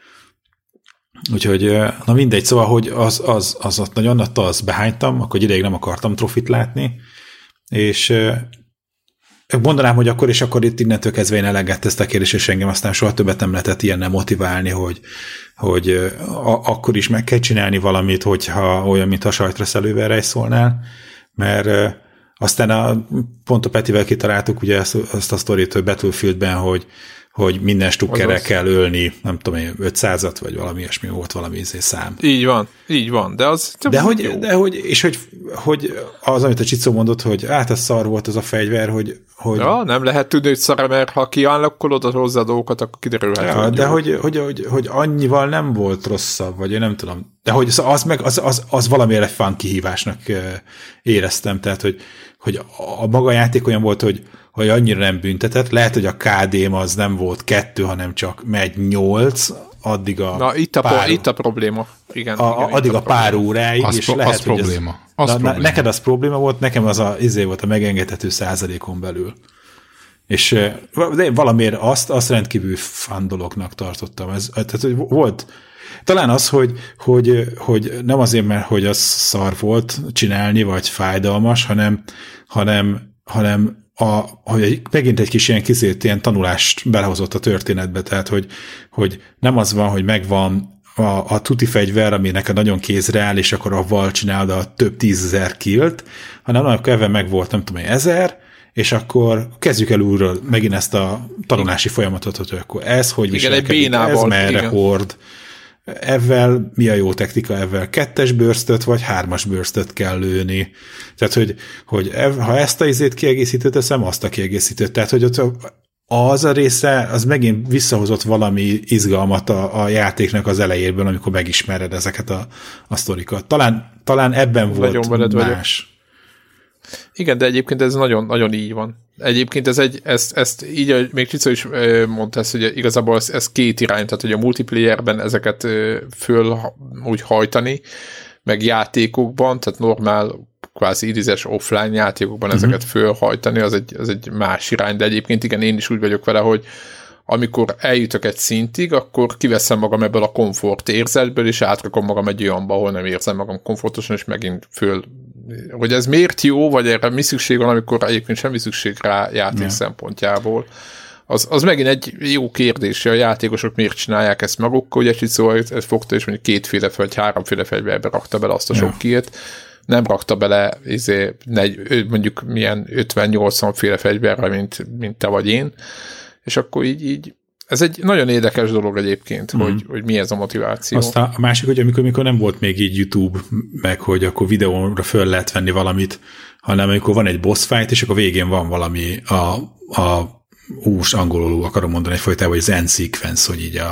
Speaker 1: Úgyhogy, na mindegy, szóval, hogy az nagyon adta, azt behánytam, akkor egy ideig nem akartam trofit látni, és mondanám, hogy akkor itt innentől kezdve én elengedte ezt a kérdést, és engem aztán soha többet nem lehetett ilyennel motiválni, hogy akkor is meg kell csinálni valamit, hogyha olyan, mint a sajtreszelővel rejszolnál, mert aztán pont a Petivel kitaláltuk ugye azt a sztorit, hogy Battlefieldben, hogy minden stukkerre kell ölni, nem tudom én, 500-at, vagy valami ilyesmi volt, valami szám.
Speaker 2: Így van, de az...
Speaker 1: hogy az, amit a Csicó mondott, hogy ez szar volt az a fegyver, hogy...
Speaker 2: Ja, nem lehet tudni, hogy szar, mert ha kiállakkolod hozzá a dolgokat, akkor kiderülhet.
Speaker 1: Ja, de hogy annyival nem volt rosszabb, vagy én nem tudom. De hogy az valamire fun kihívásnak éreztem, tehát hogy a maga játék olyan volt, hogy annyira nem büntetett. Lehet, hogy a KD-m az nem volt 2, hanem csak megy 8, addig a...
Speaker 2: Na, itt a probléma. Igen,
Speaker 1: addig a pár óráig,
Speaker 3: és lehet, hogy probléma.
Speaker 1: Neked az probléma volt, nekem az volt a megengedhető százalékon belül. És de valamiért azt rendkívül fun dolognak tartottam. Tehát, hogy volt... Talán az, hogy nem azért, mert hogy az szar volt csinálni, vagy fájdalmas, hanem hogy megint egy kis ilyen tanulást belehozott a történetbe, tehát hogy nem az van, hogy megvan a tuti fegyver, ami neked nagyon kézre áll, és akkor avval csinálod a több 10 000 killt, hanem akkor ebben meg volt, nem tudom, 1000, és akkor kezdjük el újra megint ezt a tanulási folyamatot, hogy akkor ez, hogy viselkedik, ez merre hord, ezzel mi a jó technika, ezzel 2-es bőrztöt, vagy 3-as bőrztöt kell lőni. Tehát, hogy ha ezt a izét kiegészítőt teszem, azt a kiegészítőt. Tehát, hogy az a része, az megint visszahozott valami izgalmat a játéknak az elejéből, amikor megismered ezeket a sztorikat. Talán ebben volt más. Vagyok.
Speaker 2: Igen, de egyébként ez nagyon, nagyon így van. Egyébként ezt így, ahogy még Csicó is mondta ezt, hogy igazából ez két irány, tehát hogy a multiplayerben ezeket föl úgy hajtani, meg játékokban, tehát normál, kvázi idézes offline játékokban ezeket fölhajtani, az egy más irány, de egyébként igen, én is úgy vagyok vele, hogy amikor eljutok egy szintig, akkor kiveszem magam ebből a komfort érzetből, és átrakom magam egy olyanba, ahol nem érzem magam komfortosan, és megint hogy ez miért jó, vagy erre mi szükség van, amikor egyébként semmi szükség rá játék szempontjából. Az megint egy jó kérdés, hogy a játékosok miért csinálják ezt magukkal, ugye Csicó ezt fogta, és mondjuk 2 vagy 3 fegyverbe rakta bele azt a sok killt, nem rakta bele mondjuk milyen 50-80 fegyverre, mint te vagy én, és akkor így ez egy nagyon érdekes dolog egyébként, hogy mi ez a motiváció.
Speaker 1: Aztán a másik, hogy amikor nem volt még így YouTube, meg hogy akkor videóra föl lehet venni valamit, hanem amikor van egy boss fight, és akkor végén van valami angolul akarom mondani egyfajtában, hogy az end sequence, hogy így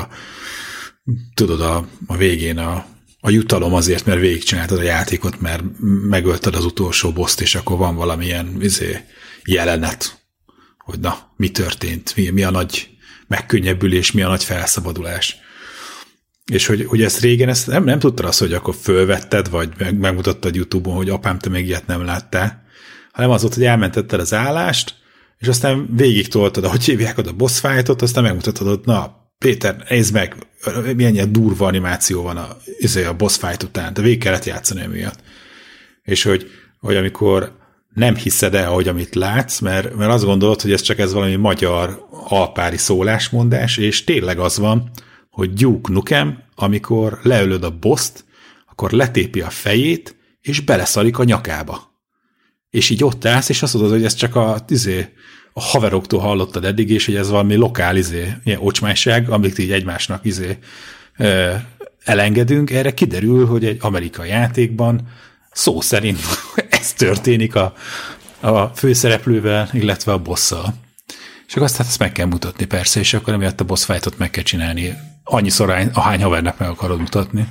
Speaker 1: a végén a jutalom azért, mert végigcsináltad a játékot, mert megölted az utolsó bosst, és akkor van valamilyen jelenet, hogy na, mi történt, mi a nagy megkönnyebbülés, mi a nagy felszabadulás. És hogy ezt régen nem tudtad azt, hogy akkor fölvetted, vagy megmutattad YouTube-on, hogy apám, te még ilyet nem láttál, hanem az volt, hogy elmentetted az állást, és aztán végig toltad, ahogy hívják a boss fight-ot, aztán megmutatod, hogy na, Péter, nézd meg, milyen durva animáció van a boss fight után, de végig kellett játszani emiatt. És hogy amikor nem hiszed el, hogy amit látsz, mert azt gondolod, hogy ez valami magyar alpári szólásmondás, és tényleg az van, hogy Duke Nukem, amikor leölöd a bosst, akkor letépi a fejét, és beleszarik a nyakába. És így ott állsz, és azt mondod, hogy ez csak a haveroktól hallottad eddig, és hogy ez valami lokál ilyen ocsmányság, amit így egymásnak elengedünk. Erre kiderül, hogy egy amerikai játékban szó szerint ez történik a főszereplővel, illetve a bosszal. És akkor azt meg kell mutatni persze, és akkor emiatt a boss fightot meg kell csinálni annyiszor, ahány havernek meg akarod mutatni.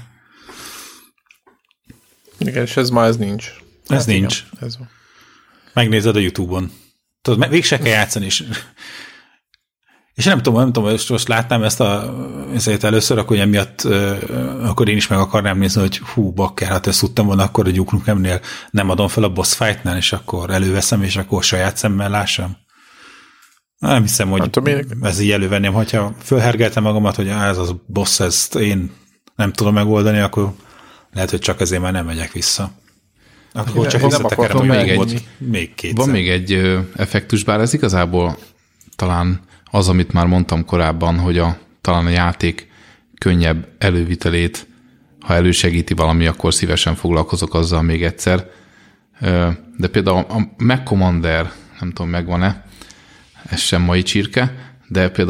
Speaker 2: Igen, és ez nincs.
Speaker 1: Ez nincs. Igen, ez van. Megnézed a YouTube-on. Tudod, végig se kell játszani is. És nem tudom, most látnám ezt először, akkor emiatt akkor én is meg akarnám nézni, hogy bakker, hát ezt tudtam volna, akkor a Duke Nukemnél nem adom fel a boss fightnál, és akkor előveszem, és akkor saját szemmel lássam. Nem hiszem, hogy ez így elővenném, hogyha fölhergeltem magamat, hogy ez az boss, ezt én nem tudom megoldani, akkor lehet, hogy csak ezért már nem megyek vissza. Akkor csak visszatekerem, még kétszer.
Speaker 3: Van még egy effektus, bár ez igazából talán az, amit már mondtam korábban, hogy talán a játék könnyebb elővitelét, ha elősegíti valami, akkor szívesen foglalkozok azzal még egyszer. De például a Mac Commander, nem tudom, megvan-e, ez sem mai csirke, de például ott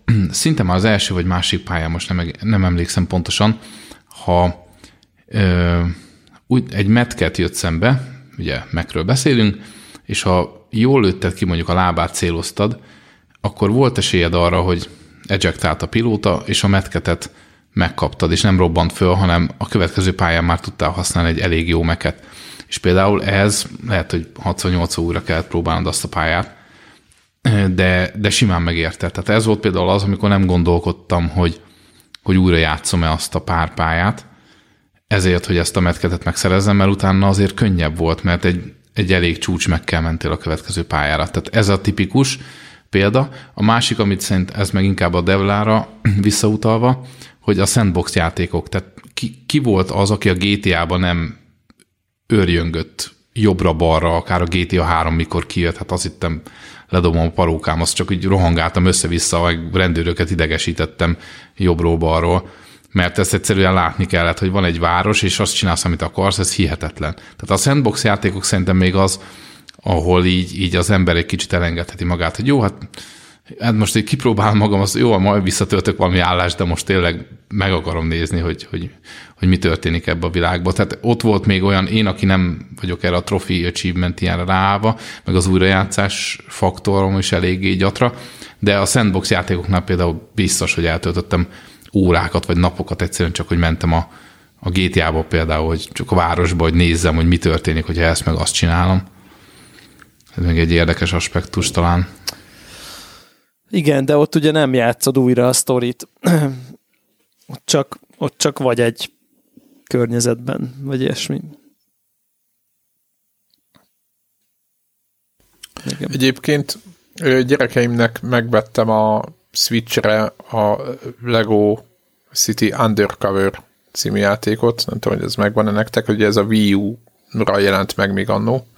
Speaker 3: szinte már az első vagy másik pályán, most nem emlékszem pontosan, ha úgy egy metket jött szembe, ugye Macről beszélünk, és ha jól lőtted ki, mondjuk a lábát céloztad, akkor volt esélyed arra, hogy ejectált a pilóta, és a metketet megkaptad, és nem robbant föl, hanem a következő pályán már tudtál használni egy elég jó meket. És például ehhez lehet, hogy 6-8 újra kellett próbálnod azt a pályát, de simán megérte. Tehát ez volt például az, amikor nem gondolkodtam, hogy újra játszom-e azt a pár pályát, ezért, hogy ezt a metketet megszerezzem, mert utána azért könnyebb volt, mert egy elég csúcs meg kell mentél a következő pályára. Tehát ez a tipikus példa. A másik, amit szerint ez meg inkább a Devlára visszautalva, hogy a sandbox játékok, tehát ki volt az, aki a GTA-ban nem őrjöngött jobbra-balra, akár a GTA 3 mikor kijött, hát azt hittem ledobom a parókám, azt csak úgy rohangáltam össze-vissza, meg rendőröket idegesítettem jobbról-balról, mert ezt egyszerűen látni kellett, hogy van egy város, és azt csinálsz, amit akarsz, ez hihetetlen. Tehát a sandbox játékok szerintem még az, ahol így az ember egy kicsit elengedheti magát, hogy jó, hát most így kipróbálom magam, az jó, majd visszatöltök valami állást, de most tényleg meg akarom nézni, hogy mi történik ebbe a világban. Tehát ott volt még olyan, én, aki nem vagyok erre a trophy achievement ilyenre ráállva, meg az újrajátszás faktorom is eléggé gyatra, de a sandbox játékoknál például biztos, hogy eltöltöttem órákat vagy napokat egyszerűen csak, hogy mentem a GTA-ba például, hogy csak a városba, hogy nézzem, hogy mi történik, hogyha ezt meg azt csinálom. Ez még egy érdekes aspektus talán.
Speaker 5: Igen, de ott ugye nem játszod újra a sztorit. Ott csak vagy egy környezetben, vagy ilyesmi.
Speaker 2: Igen. Egyébként gyerekeimnek megvettem a Switchre a Lego City Undercover című játékot. Nem tudom, hogy ez megvan-e nektek, hogy ez a Wii U-ra jelent meg még annó.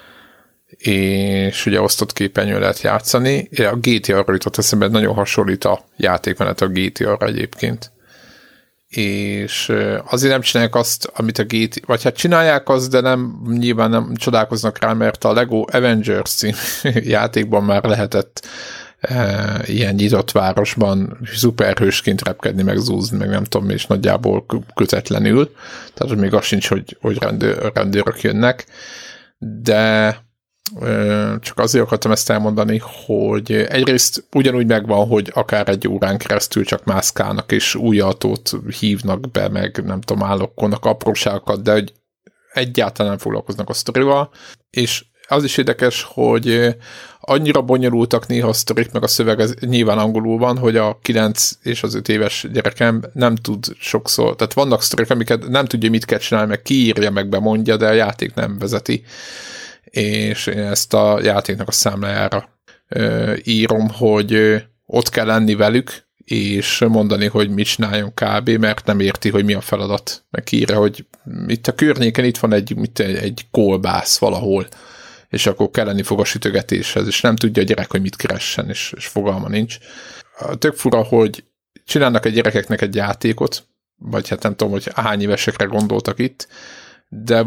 Speaker 2: És ugye osztott képernyőn lehet játszani. A GTA-ra jutott eszembe, nagyon hasonlít a játékmenet a GTA-ra egyébként. És azért nem csinálják azt, amit a GTA, vagy hát csinálják azt, de nyilván nem csodálkoznak rá, mert a Lego Avengers című játékban már lehetett ilyen nyitott városban szuperhősként repkedni, meg zúzni, meg nem tudom, és nagyjából kötetlenül. Tehát még az sincs, hogy rendőrök jönnek. De csak azért akartam ezt elmondani, hogy egyrészt ugyanúgy megvan, hogy akár egy órán keresztül csak mászkálnak, és új autót hívnak be, meg nem tudom, állokkolnak apróságokat, de hogy egyáltalán nem foglalkoznak a sztorival, és az is érdekes, hogy annyira bonyolultak néha a sztorik, meg a szöveg ez nyilván angolul van, hogy a 9 és az 5 éves gyerekem nem tud sokszor, tehát vannak sztorik, amiket nem tudja, mit kell csinálni, meg kiírja, meg bemondja, de a játék nem vezeti. És én ezt a játéknak a számlájára írom, hogy ott kell lenni velük, és mondani, hogy mit csináljon kb., mert nem érti, hogy mi a feladat. Meg írja, hogy itt a környéken itt van egy kolbász valahol, és akkor kelleni fog a sütögetéshez, és nem tudja a gyerek, hogy mit keressen, és fogalma nincs. Tök fura, hogy csinálnak a gyerekeknek egy játékot, vagy hát nem tudom, hogy hány évesekre gondoltak itt, de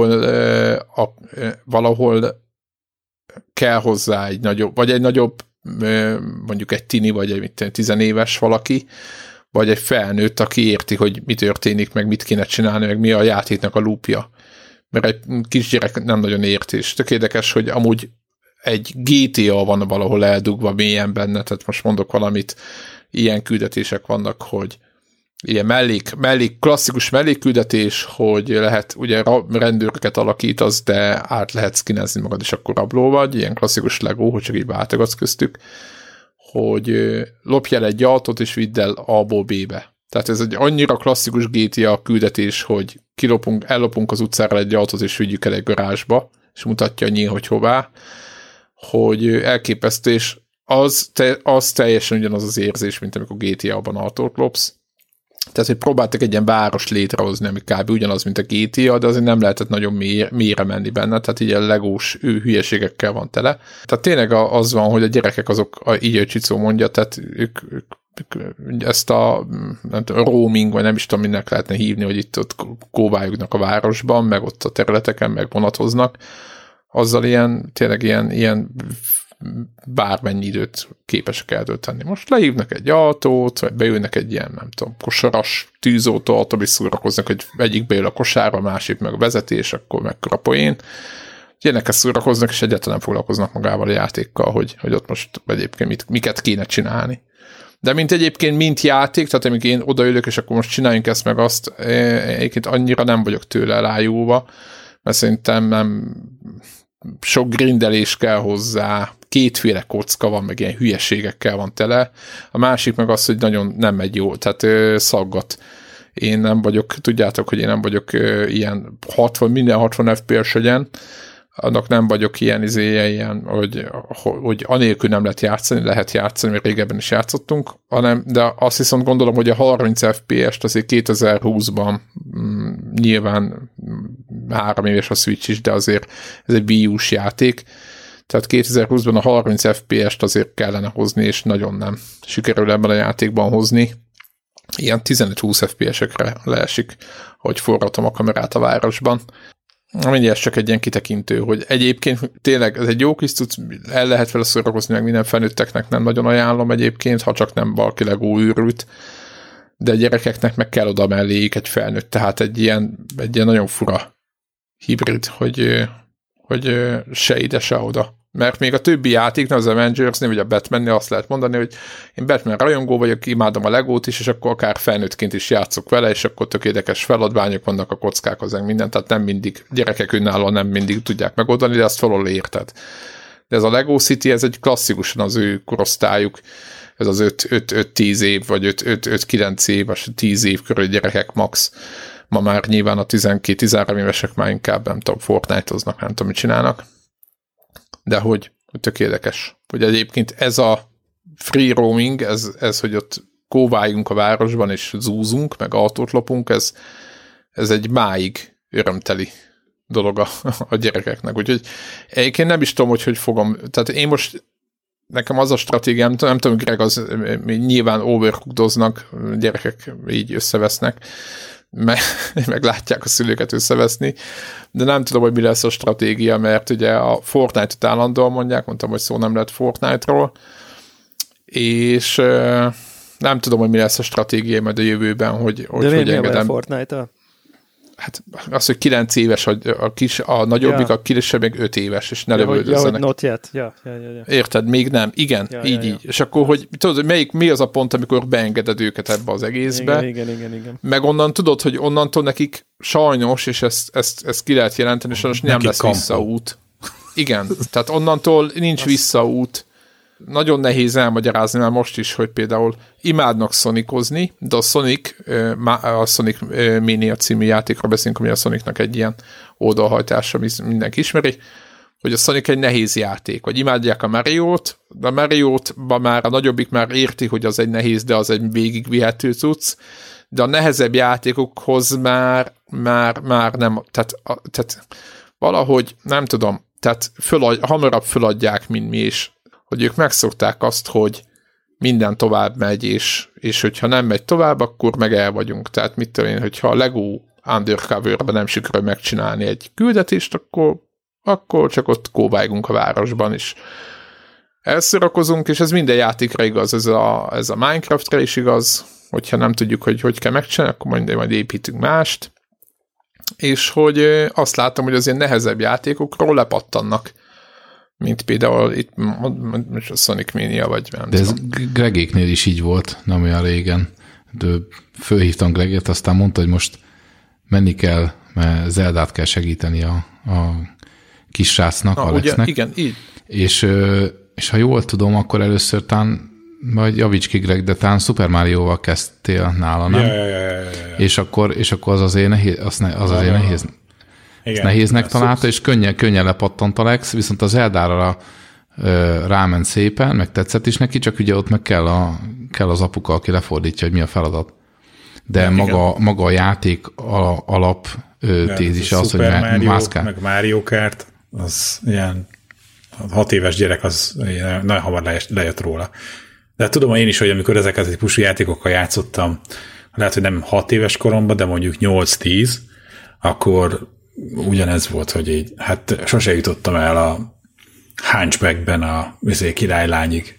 Speaker 2: valahol kell hozzá egy nagyobb, mondjuk egy tini, vagy egy 10 éves valaki, vagy egy felnőtt, aki érti, hogy mi történik, meg mit kéne csinálni, meg mi a játéknak a loopja. Mert egy kisgyerek nem nagyon érti, és tök érdekes, hogy amúgy egy GTA van valahol eldugva mélyen benne, tehát most mondok valamit, ilyen küldetések vannak, hogy ilyen klasszikus mellékküldetés, hogy lehet, ugye rendőröket alakítasz, de át lehet skinezni magad, és akkor rabló vagy, ilyen klasszikus Lego, hogy csak így váltogatsz köztük, hogy lopj el egy autót, és vidd el A-ból B-be. Tehát ez egy annyira klasszikus GTA küldetés, hogy ellopunk az utcára egy autót, és vigyük el egy garázsba, és mutatja nyíl, hogy hová, hogy elképesztő, és az teljesen ugyanaz az érzés, mint amikor GTA-ban autót lopsz. Tehát, hogy próbáltak egy ilyen város létrehozni, ami kb. Ugyanaz, mint a GTA, de azért nem lehetett nagyon mélyre menni benne, tehát így a legós hülyeségekkel van tele. Tehát tényleg az van, hogy a gyerekek azok, így a Csicó mondja, tehát ők ezt a roaming, vagy nem is tudom, minek lehetne hívni, hogy itt kóvályognak a városban, meg ott a területeken, meg vonatoznak, azzal tényleg ilyen bármennyi időt képesek eltölteni. Most lehívnak egy autót, vagy beülnek egy ilyen, nem tudom, kosaras tűzoltót, ami szórakoznak, hogy egyik beül a kosárba, másik meg a vezetés, akkor mekkora poén. Ilyenekkel szórakoznak, és egyáltalán nem foglalkoznak magával a játékkal, hogy ott most egyébként miket kéne csinálni. De mint játék, tehát amikor én odaülök, és akkor most csináljunk ezt meg azt, egyébként annyira nem vagyok tőle elájulva, mert szerintem nem sok grindelés kell hozzá, kétféle kocka van, meg ilyen hülyeségekkel van tele. A másik meg az, hogy nagyon nem megy jó, tehát szaggat. Én nem vagyok, tudjátok, hogy én nem vagyok ilyen 60 FPS legyen, annak nem vagyok ilyen, hogy anélkül nem lehet játszani, mert régebben is játszottunk, de azt viszont gondolom, hogy a 30 FPS-t azért 2020-ban nyilván 3 éves a Switch is, de azért ez egy Wii U-s játék, tehát 2020-ban a 30 FPS-t azért kellene hozni, és nagyon nem sikerül ebben a játékban hozni. Ilyen 15-20 FPS-ekre leesik, hogy forgatom a kamerát a városban. Mindjárt csak egy ilyen kitekintő, hogy egyébként tényleg ez egy jó kis cucc, el lehet vele szórakozni, meg minden felnőtteknek nem nagyon ajánlom egyébként, ha csak nem valaki Lego őrült, de a gyerekeknek meg kell oda melléjük egy felnőtt, tehát egy ilyen nagyon fura hibrid, hogy se ide, se oda. Mert még a többi játéknál, az Avengers-nél, vagy a Batman-nél azt lehet mondani, hogy én Batman rajongó vagyok, imádom a Legót is, és akkor akár felnőttként is játszok vele, és akkor tök érdekes feladványok vannak a kockák, az minden, tehát nem mindig, gyerekek önállóan nem mindig tudják megoldani, de azt valahol érted. De ez a Lego City, ez egy klasszikusan az ő korosztályuk, ez az 5-10 év, vagy 5-9 év, vagy 10 év körül gyerekek max. Ma már nyilván a 12-13 évesek már inkább, nem tudom, Fortnite-oznak, nem tudom, mit csinálnak. De hogy tök érdekes. Hogy egyébként ez a free roaming, ez hogy ott kóváljunk a városban, és zúzunk, meg autót lopunk, ez egy máig örömteli dolog a gyerekeknek. Úgyhogy egyébként nem is tudom, hogy fogom, tehát én most nekem az a stratégiám, nem tudom, Greg, az nyilván overcookdoznak, gyerekek így összevesznek, meg látják a szülőket összeveszni, de nem tudom, hogy mi lesz a stratégia, mert ugye a Fortnite-ot állandóan mondtam, hogy szó nem lett Fortnite-ról, és nem tudom, hogy mi lesz a stratégia majd a jövőben, hogy engedem.
Speaker 5: A Fortnite-a?
Speaker 2: Hát az, hogy 9 éves, a nagyobbik, a kisebb még 5 éves, és ne lövöldözzenek.
Speaker 5: Hogy not yet. Ja.
Speaker 2: Érted? Még nem. Igen, így. És akkor, hogy tudod, hogy mi az a pont, amikor beengeded őket ebbe az egészbe.
Speaker 5: Igen.
Speaker 2: Meg onnan tudod, hogy onnantól nekik sajnos, és ezt ki lehet jelenteni, sajnos nem lesz visszaút. Igen, tehát onnantól nincs visszaút. Nagyon nehéz elmagyarázni már most is, hogy például imádnak Sonicozni, de a Sonic Mania című játékra beszélünk, ami a Sonicnak egy ilyen oldalhajtása, mindenki ismeri, hogy a Sonic egy nehéz játék, vagy imádják a Mario-t, de a Mario-t már a nagyobbik már érti, hogy az egy nehéz, de az egy végigvihető cucc, de a nehezebb játékokhoz már nem, tehát valahogy nem tudom, tehát hamarabb föladják, mint mi is, hogy ők megszokták azt, hogy minden tovább megy, és hogyha nem megy tovább, akkor meg el vagyunk. Tehát mit tudom én, hogyha a Lego Undercover-ben nem sikerül megcsinálni egy küldetést, akkor csak ott kóváljunk a városban is. Elszórakozunk, és ez minden játékra igaz, ez a Minecraftra is igaz, hogyha nem tudjuk, hogy kell megcsinálni, akkor majd építünk mást. És hogy azt látom, hogy az ilyen nehezebb játékokról lepattannak, mint például itt a Sonic Mania, vagy nem
Speaker 3: de ez Gregéknél is így volt, nem olyan régen. De fölhívtam Greget, aztán mondta, hogy most menni kell, mert Zeldát kell segíteni a kis srácnak, Alexnek.
Speaker 2: Ugye, igen, így.
Speaker 3: És ha jól tudom, akkor először talán, majd javíts ki, Greg, de talán Super Mario-val kezdtél nála, nem?
Speaker 1: Ja.
Speaker 3: És akkor az azért nehéz, azért nehéz. Igen, nehéznek találta, és könnyen lepattant Alex, viszont az Zeldára ráment szépen, meg tetszett is neki, csak ugye ott meg kell az apuka, aki lefordítja, hogy mi a feladat. De maga a játék alap tézise az, hogy mászkál.
Speaker 1: Meg Mario Kart, az ilyen 6 éves gyerek, az nagyon hamar lejött róla. De tudom én is, hogy amikor ezeket a típusú játékokkal játszottam, lehet, hogy nem 6 éves koromban, de mondjuk 8-10, akkor ugyanez volt, hogy így, hát sose jutottam el Hunchbackben a királylányig.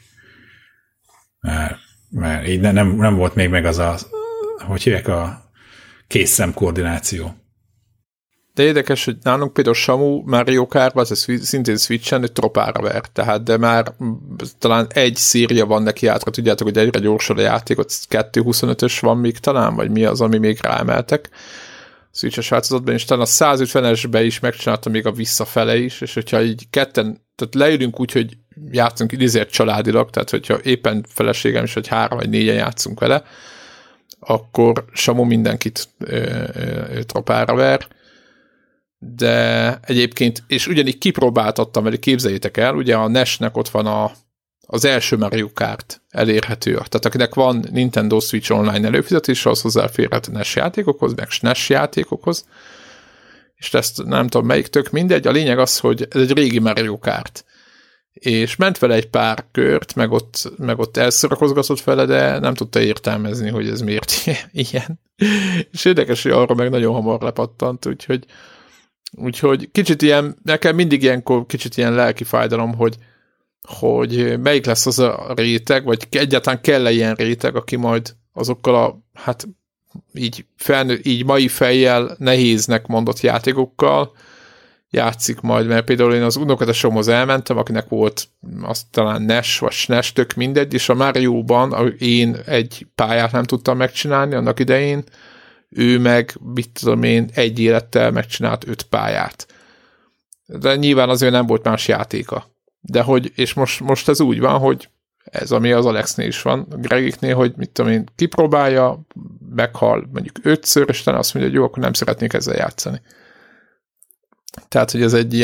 Speaker 1: Mert így nem volt még meg az a, hogy hívják, a készszem koordináció.
Speaker 2: De érdekes, hogy nálunk például Samu Mario Kart, az szintén Switchen, tropára ver, tehát de már talán egy széria van neki átra, tudjátok, hogy egyre gyorsul a játék, ott 2.25-ös van még talán, vagy mi az, ami még ráemeltek Switches változatban, és talán a 150-esbe is megcsinálta még a visszafele is, és hogyha így ketten, tehát leülünk úgy, hogy játszunk idézért családilag, tehát hogyha éppen feleségem is, hogy 3 vagy 4-en játszunk vele, akkor Samu mindenkit tropára ver, de egyébként, és ugyanígy kipróbáltattam, mert képzeljétek el, ugye a NES-nek ott van az első Mario Kart elérhető. Tehát akinek van Nintendo Switch Online előfizetés, az hozzáférhet NES játékokhoz, meg SNES játékokhoz, és ezt nem tudom melyik, tök mindegy. A lényeg az, hogy ez egy régi Mario Kart. És ment vele egy pár kört, meg ott elszorakozgatott vele, de nem tudta értelmezni, hogy ez miért ilyen. És érdekes, hogy arra meg nagyon hamar lepattant, úgyhogy kicsit ilyen, nekem mindig ilyenkor kicsit ilyen lelki fájdalom, hogy melyik lesz az a réteg, vagy egyáltalán kell-e ilyen réteg, aki majd azokkal hát így mai fejjel nehéznek mondott játékokkal játszik majd, mert például én az unokatesomhoz elmentem, akinek volt azt talán NES vagy SNES, tök mindegy, és a Mario-ban én egy pályát nem tudtam megcsinálni annak idején, ő meg, mit tudom én, egy élettel megcsinált 5 pályát. De nyilván azért nem volt más játéka. De hogy, és most ez úgy van, hogy ez, ami az Alexnél is van, Gregiknél, hogy mit tudom én, kipróbálja, meghal mondjuk 5-ször, és talán azt mondja, hogy jó, akkor nem szeretnék ezzel játszani. Tehát, hogy ez egy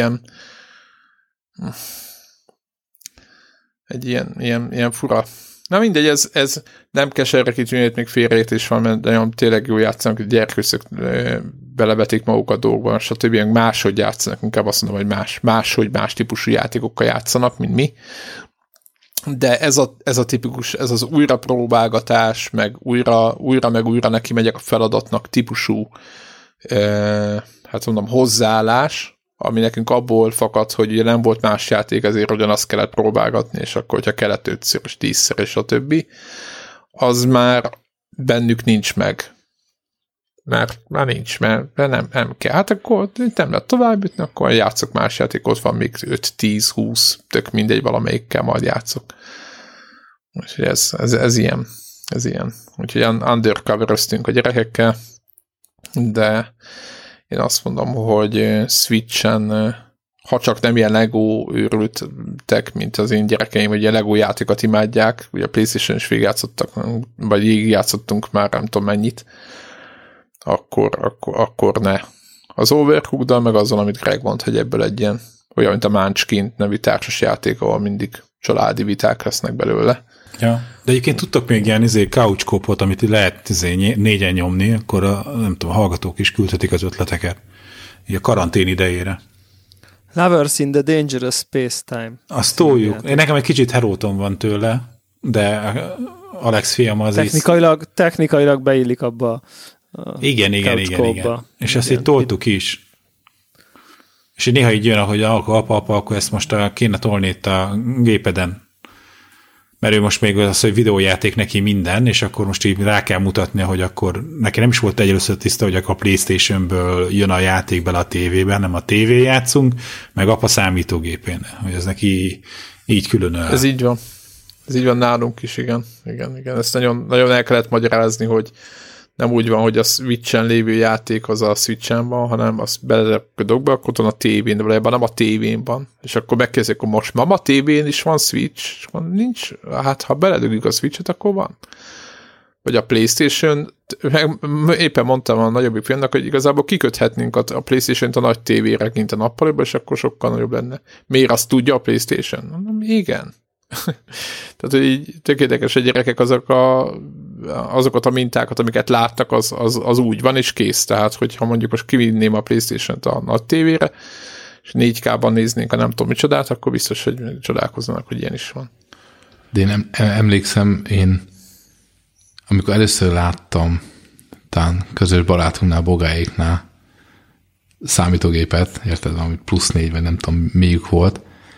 Speaker 2: ilyen fura. Na mindegy, ez nem keserrekítőnyét, még félreértés van, mert nagyon tényleg jó játszanak, hogy gyerkőszök belevetik magukat dolgokban, stb. Máshogy játszanak, inkább azt mondom, hogy máshogy más típusú játékokkal játszanak, mint mi. De ez a tipikus, ez az újrapróbálgatás, meg újra neki megyek a feladatnak típusú hát mondom, hozzáállás, ami nekünk abból fakad, hogy ugye nem volt más játék, ezért ugyanazt kellett próbálgatni, és akkor, hogyha kellett 5-ször, és 10-szer, és a többi, az már bennük nincs meg. Mert már nincs, mert nem kell. Hát akkor nem lehet tovább jutni, akkor játszok más játékot, van még 5-10-20, tök mindegy, valamelyikkel majd játszok. Úgyhogy ez ilyen. Ez ilyen. Úgyhogy undercover-öztünk a gyerekekkel, de én azt mondom, hogy Switchen, ha csak nem ilyen Lego őrültek, mint az én gyerekeim, vagy ilyen Lego játékokat imádják, ugye a PlayStation is végigjátszottak, vagy végigjátszottunk már nem tudom mennyit, akkor ne. Az Overcooked-dal, meg azzal, amit Greg mond, hogy ebből egy ilyen, olyan, mint a Munchkin nevű társas játék, ahol mindig családi viták lesznek belőle.
Speaker 1: Ja. De egyébként tudtok még ilyen couch co-opot, amit lehet 4-en nyomni, akkor nem tudom, a hallgatók is küldhetik az ötleteket. Így a karantén idejére.
Speaker 5: Lovers in the Dangerous Space-Time.
Speaker 1: Azt toljuk. Nekem egy kicsit heróton van tőle, de Alex fiam az
Speaker 5: technikailag beillik abba
Speaker 1: igen. És ezt így toltuk is. És így néha így jön, hogy apa, akkor ezt most kéne tolni itt a gépeden. Mert ő most még az, hogy videójáték neki minden, és akkor most így rá kell mutatnia, hogy akkor neki nem is volt először tiszta, hogy a PlayStation-ből jön a játék bele a tévében, nem a tévén játszunk, meg apa számítógépén, hogy ez neki így külön.
Speaker 2: Ez így van. Ez így van nálunk is, igen. Ezt nagyon, nagyon el kellett magyarázni, hogy nem úgy van, hogy a Switchen lévő játék az a Switchen van, hanem azt beledobok be, akkor a tévén, de valójában nem a tévén van. És akkor megkezdik, hogy most a tévén is van Switch, és nincs. Hát ha beledugjuk a Switchet, akkor van. Vagy a PlayStation, éppen mondtam a nagyobbik filmnek, hogy igazából kiköthetnénk a PlayStation-t a nagy tévére kint a nappaliba, és akkor sokkal nagyobb lenne. Miért azt tudja a PlayStation? Mondom, igen. Tehát, hogy így tök érdekes, a gyerekek azokat a mintákat, amiket láttak, az úgy van, és kész. Tehát, hogyha mondjuk most kivinném a PlayStation-t a nagy tévére, és 4K-ban néznénk a nem tudom micsodát, akkor biztos, hogy csodálkoznak, hogy ilyen is van.
Speaker 3: De én emlékszem, amikor először láttam talán közös barátunknál, Bogáéknál számítógépet, érted, ami +4, vagy nem tudom, miük volt,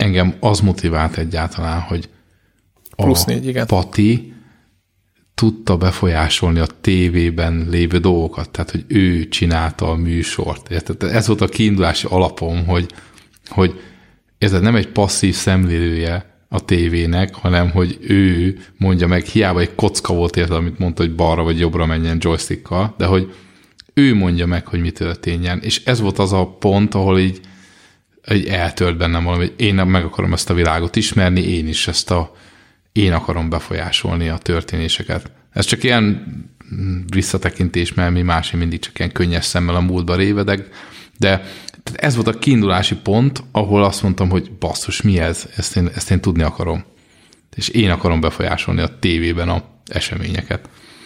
Speaker 3: engem az motivált egyáltalán, hogy
Speaker 2: +4, igen.
Speaker 3: Pati tudta befolyásolni a tévében lévő dolgokat, tehát, hogy ő csinálta a műsort. Érted? Ez volt a kiindulási alapom, hogy ez nem egy passzív szemlélője a tévének, hanem hogy ő mondja meg, hiába egy kocka volt, érted, amit mondta, hogy balra vagy jobbra menjen joystickkal, de hogy ő mondja meg, hogy mi történjen. És ez volt az a pont, ahol így eltört bennem valami, hogy én meg akarom ezt a világot ismerni, én akarom befolyásolni a történéseket. Ez csak ilyen visszatekintés, mert mi más, mindig csak ilyen könnyes szemmel a múltba révedek, de ez volt a kiindulási pont, ahol azt mondtam, hogy basszus, mi ez? Ezt én tudni akarom. És én akarom befolyásolni a tévében a eseményeket.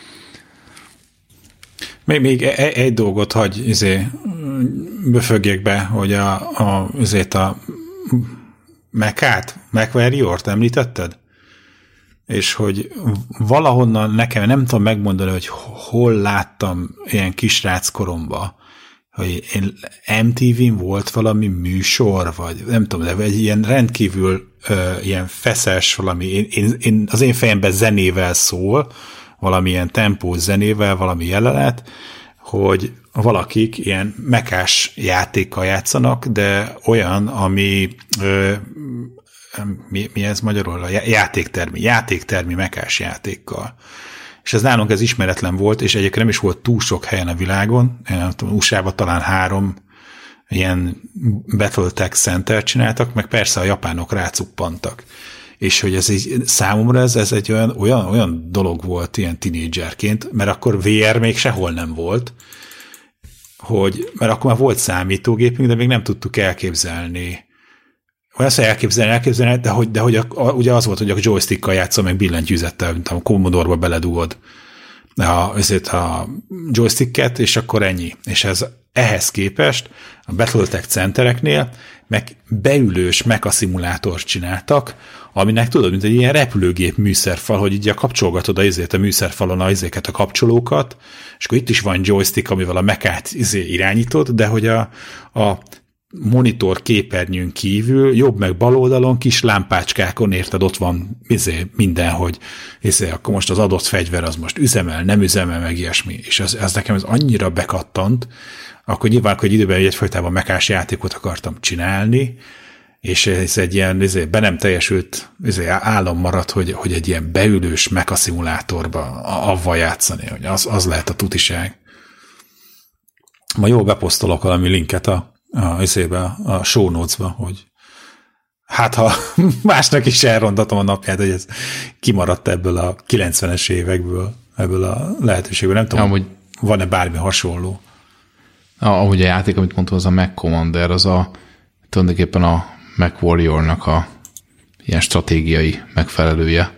Speaker 1: Még egy dolgot hagy befögjek be, hogy a MacWarrior-t említetted? És hogy valahonnan nekem nem tudom megmondani, hogy hol láttam ilyen kisrác koromban, hogy MTV-n volt valami műsor, vagy nem tudom, de egy ilyen rendkívül ilyen feszes valami, az én fejemben zenével szól, valamilyen tempó zenével, valami jelenet, hogy valakik ilyen mekás játékkal játszanak, de olyan, ami mi ez magyarul? Játéktermi mekás játékkal. És ez nálunk ez ismeretlen volt, és egyébként nem is volt túl sok helyen a világon. USA-ban talán 3 ilyen Battletech Center csináltak, meg persze a japánok rácuppantak. És hogy ez így, számomra ez egy olyan dolog volt ilyen tinédzserként, mert akkor VR még sehol nem volt, mert akkor már volt számítógépünk, de még nem tudtuk elképzelni. Olyan azt elképzelni, de hogy ugye az volt, hogy a joystickkal játszol, meg billentyűzettel, mint a Commodore-ba beledugod a joysticket, és akkor ennyi. És ehhez képest a Battletech Centereknél meg beülős mecha-szimulátort csináltak, aminek tudod, mint egy ilyen repülőgép műszerfal, hogy így kapcsolgatod a műszerfalon a kapcsolókat, és akkor itt is van joystick, amivel a mechát irányítod, de hogy a monitor képernyőn kívül, jobb meg bal oldalon kis lámpácskákon, érted, ott van minden, hogy akkor most az adott fegyver az most üzemel, nem üzemel, meg ilyesmi. És ez nekem annyira bekattant, akkor nyilván, hogy időben egyfajtában mekás játékot akartam csinálni, és ez egy ilyen be nem teljesült álom maradt, hogy egy ilyen beülős mecha szimulátorba avval játszani, hogy az lehet a tutiság. Ma jól beposztolok valami linket a show notes-ba, hogy hát ha másnak is elrondatom a napját, hogy ez kimaradt ebből a 90-es évekből, ebből a lehetőségből. Nem tudom, hogy van-e bármi hasonló.
Speaker 3: Ahogy a játék, amit mondtam, az a Mac Commander, az tulajdonképpen a MacWarrior-nak a ilyen stratégiai megfelelője.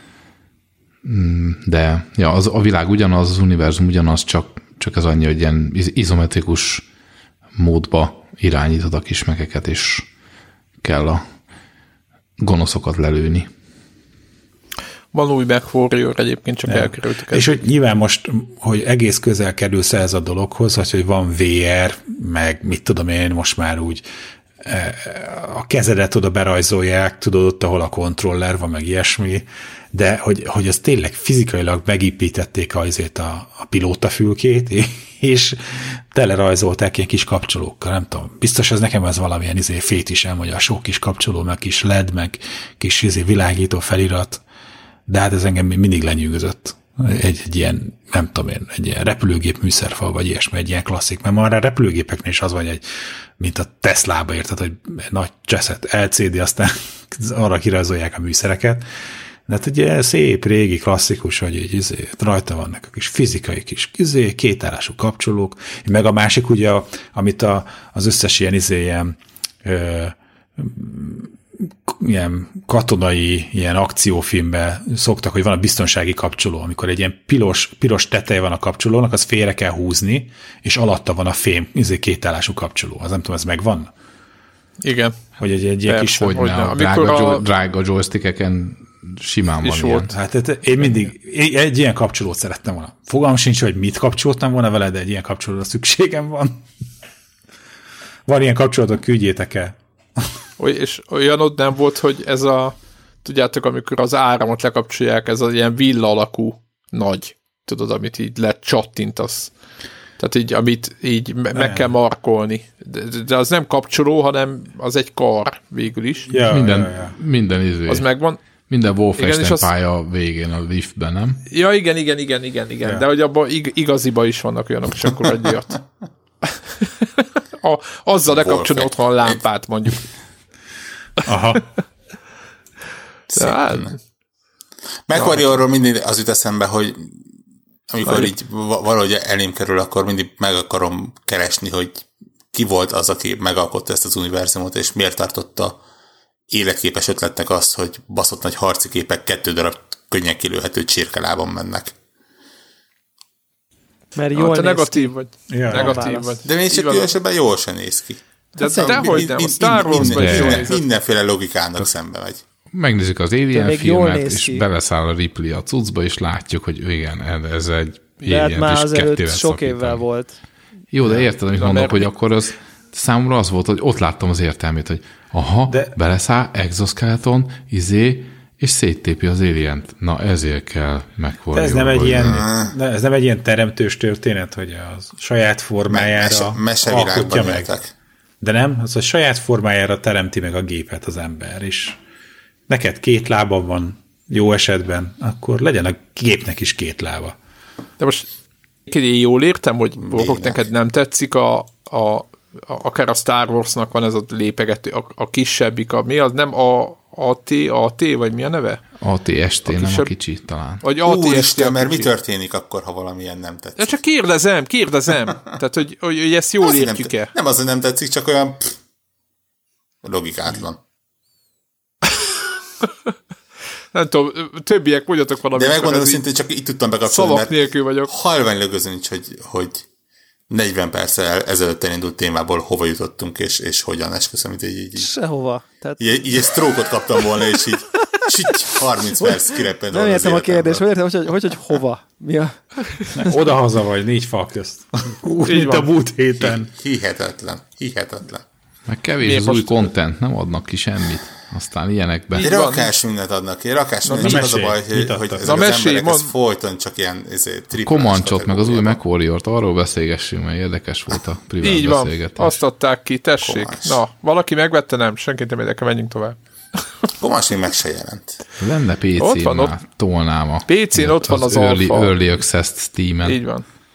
Speaker 3: De ja, a világ ugyanaz, az univerzum ugyanaz, csak ez annyi, hogy ilyen izometrikus módba irányítod a kismekeket, és kell a gonoszokat lelőni.
Speaker 2: Van új MacWarrior, egyébként csak elkerültük.
Speaker 1: És hogy nyilván most, hogy egész közel kerülsz ez a dologhoz, hogy van VR, meg mit tudom én, most már úgy a kezedet oda berajzolják, tudod ott, ahol a kontroller van, meg ilyesmi, de hogy az tényleg fizikailag megépítették a pilótafülkét, és telerajzolták ilyen kis kapcsolókkal, nem tudom. Biztos ez nekem ez valamilyen fétisem, hogy a sok kis kapcsoló, meg kis LED, meg kis világító felirat, de hát ez engem mindig lenyűgözött. Egy ilyen, nem tudom én, egy ilyen repülőgép műszerfal, vagy ilyesmi, egy ilyen klasszik, mert már a repülőgépeknél is az vagy mint a Teslába, érted, hogy nagy cseszet LCD, aztán arra kirajzolják a műszereket. De hát ugye szép, régi, klasszikus, hogy így rajta vannak a kis fizikai kis kétállású kapcsolók, meg a másik ugye, amit az összes ilyen katonai, ilyen akciófilmben szoktak, hogy van a biztonsági kapcsoló, amikor egy ilyen piros teteje van a kapcsolónak, az félre kell húzni, és alatta van a fém, kétállású kapcsoló. Az nem tudom, ez megvan?
Speaker 2: Igen.
Speaker 1: Hogy egy ilyen kis...
Speaker 3: Drága joystickeken simán van
Speaker 2: volt.
Speaker 1: Hát én mindig egy ilyen kapcsolót szerettem volna. Fogalmam sincs, hogy mit kapcsoltam volna vele, de egy ilyen kapcsolóra szükségem van. Van ilyen kapcsolatok, küldjétek el.
Speaker 2: És olyanod nem volt, hogy ez tudjátok, amikor az áramot lekapcsolják, ez az ilyen villa alakú nagy, tudod, amit így lecsattintasz. Tehát így, amit így meg kell markolni. De az nem kapcsoló, hanem az egy kar végül is.
Speaker 3: Minden izé.
Speaker 2: Az megvan.
Speaker 3: Minden Wolfenstein pálya végén a liftben, nem?
Speaker 2: Ja, igen. Ja. De hogy abban igaziban is vannak olyanok, és akkor egy olyat. Azzal lekapcsolni otthon a lámpát, mondjuk.
Speaker 1: Aha.
Speaker 4: MechWarriorról mindig az jut eszembe, hogy amikor így valahogy elém kerül, akkor mindig meg akarom keresni, hogy ki volt az, aki megalkotta ezt az univerzumot, és miért tartotta életképes ötletnek azt, hogy baszott nagy harci képek 2 darab könnyen kilőhető csirkelában mennek.
Speaker 5: Mert jól
Speaker 2: negatív vagy. Ja, negatív vagy.
Speaker 4: De még csak különösebben jól sem néz ki.
Speaker 2: Dehogy nem, a Star Wars-ban is jól nézett.
Speaker 4: Mindenféle logikának szembe megy.
Speaker 3: Megnézzük az Alien filmet, és beleszáll a Ripley a cuccba, és látjuk, hogy igen, ez egy
Speaker 5: de hát már azelőtt sok évvel volt.
Speaker 3: Jó, de érted, amit mondok, hogy akkor az számomra az volt, hogy ott láttam az értelmét, hogy beleszáll, exoskeleton, és széttépi az Alient. Na, ezért kell MechWarrior.
Speaker 1: Ez nem egy ilyen teremtős történet, hogy a saját formájára alkotja meg. De nem, az a saját formájára teremti meg a gépet az ember, és neked 2 lába van jó esetben, akkor legyen a gépnek is 2 lába.
Speaker 2: De most én jól értem, hogy neked nem tetszik akár a Star Warsnak van ez a lépegető, a kisebbik, mi az, nem AT, vagy mi a neve?
Speaker 3: ATST, nem a kicsi talán.
Speaker 2: Vagy ATST,
Speaker 4: mert mi történik akkor, ha valamilyen nem tetszik?
Speaker 2: Ja, csak kérdezem. Tehát, hogy ezt jól értjük-e?
Speaker 4: Nem az, hogy nem tetszik, csak olyan logikátlan.
Speaker 2: Nem tudom, többiek mondjatok valamit.
Speaker 4: De megmondom szintén, csak itt tudtam bekapcsolni,
Speaker 2: szavak nélkül vagyok.
Speaker 4: Halványlögöző nincs, hogy 40 perccel ezelőtt elindult témából hova jutottunk, és hogyan esküszöm, mint így.
Speaker 5: Sehova. Tehát...
Speaker 4: Így egy stroke-ot kaptam volna, és így 30 perc kireppent.
Speaker 5: Nem értem a kérdést, hogy hova? Mi a...
Speaker 1: Oda-haza vagy, 4 fal közt. Mint a múlt héten.
Speaker 4: Hihetetlen.
Speaker 3: Meg kevés az új content, nem adnak ki semmit. Aztán ilyenekben.
Speaker 4: Egy rakás mindent adnak ki, csak az a baj, hogy ezek az emberek ez folyton csak ilyen
Speaker 3: Comanchot, meg az új MechWarrior-t, arról beszélgessünk, mert érdekes volt a privát
Speaker 2: így
Speaker 3: beszélgetés.
Speaker 2: Van, azt adták ki, tessék. Comanche. Na, valaki megvette, nem? Senkit nem érdekel, menjünk tovább.
Speaker 4: Comanche még meg se jelent.
Speaker 3: Lenne PC-n már tolnám a
Speaker 2: PC-n ott van az
Speaker 3: Early Access Steam-en.
Speaker 2: Így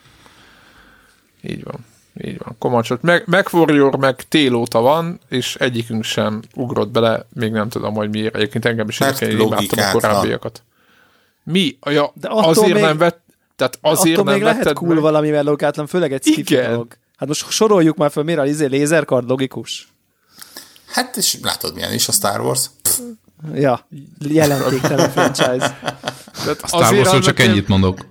Speaker 2: van. Comanche-ot. MechWarrior meg tél óta van, és egyikünk sem ugrott bele, még nem tudom, hogy miért. Egyébként engem is érdekel, én imádtam a korábbiakat. Mi? Ja, azért még, nem vett, tehát azért
Speaker 5: attól
Speaker 2: nem
Speaker 5: még lehet cool valamivel logikátlan, főleg egy skifi dolog. Hát most soroljuk már fel, miért a lézerkard logikus?
Speaker 4: Hát, és látod, milyen is a Star Wars.
Speaker 5: Ja, jelentéktelen franchise.
Speaker 3: A Star Warsról csak ennyit mondok.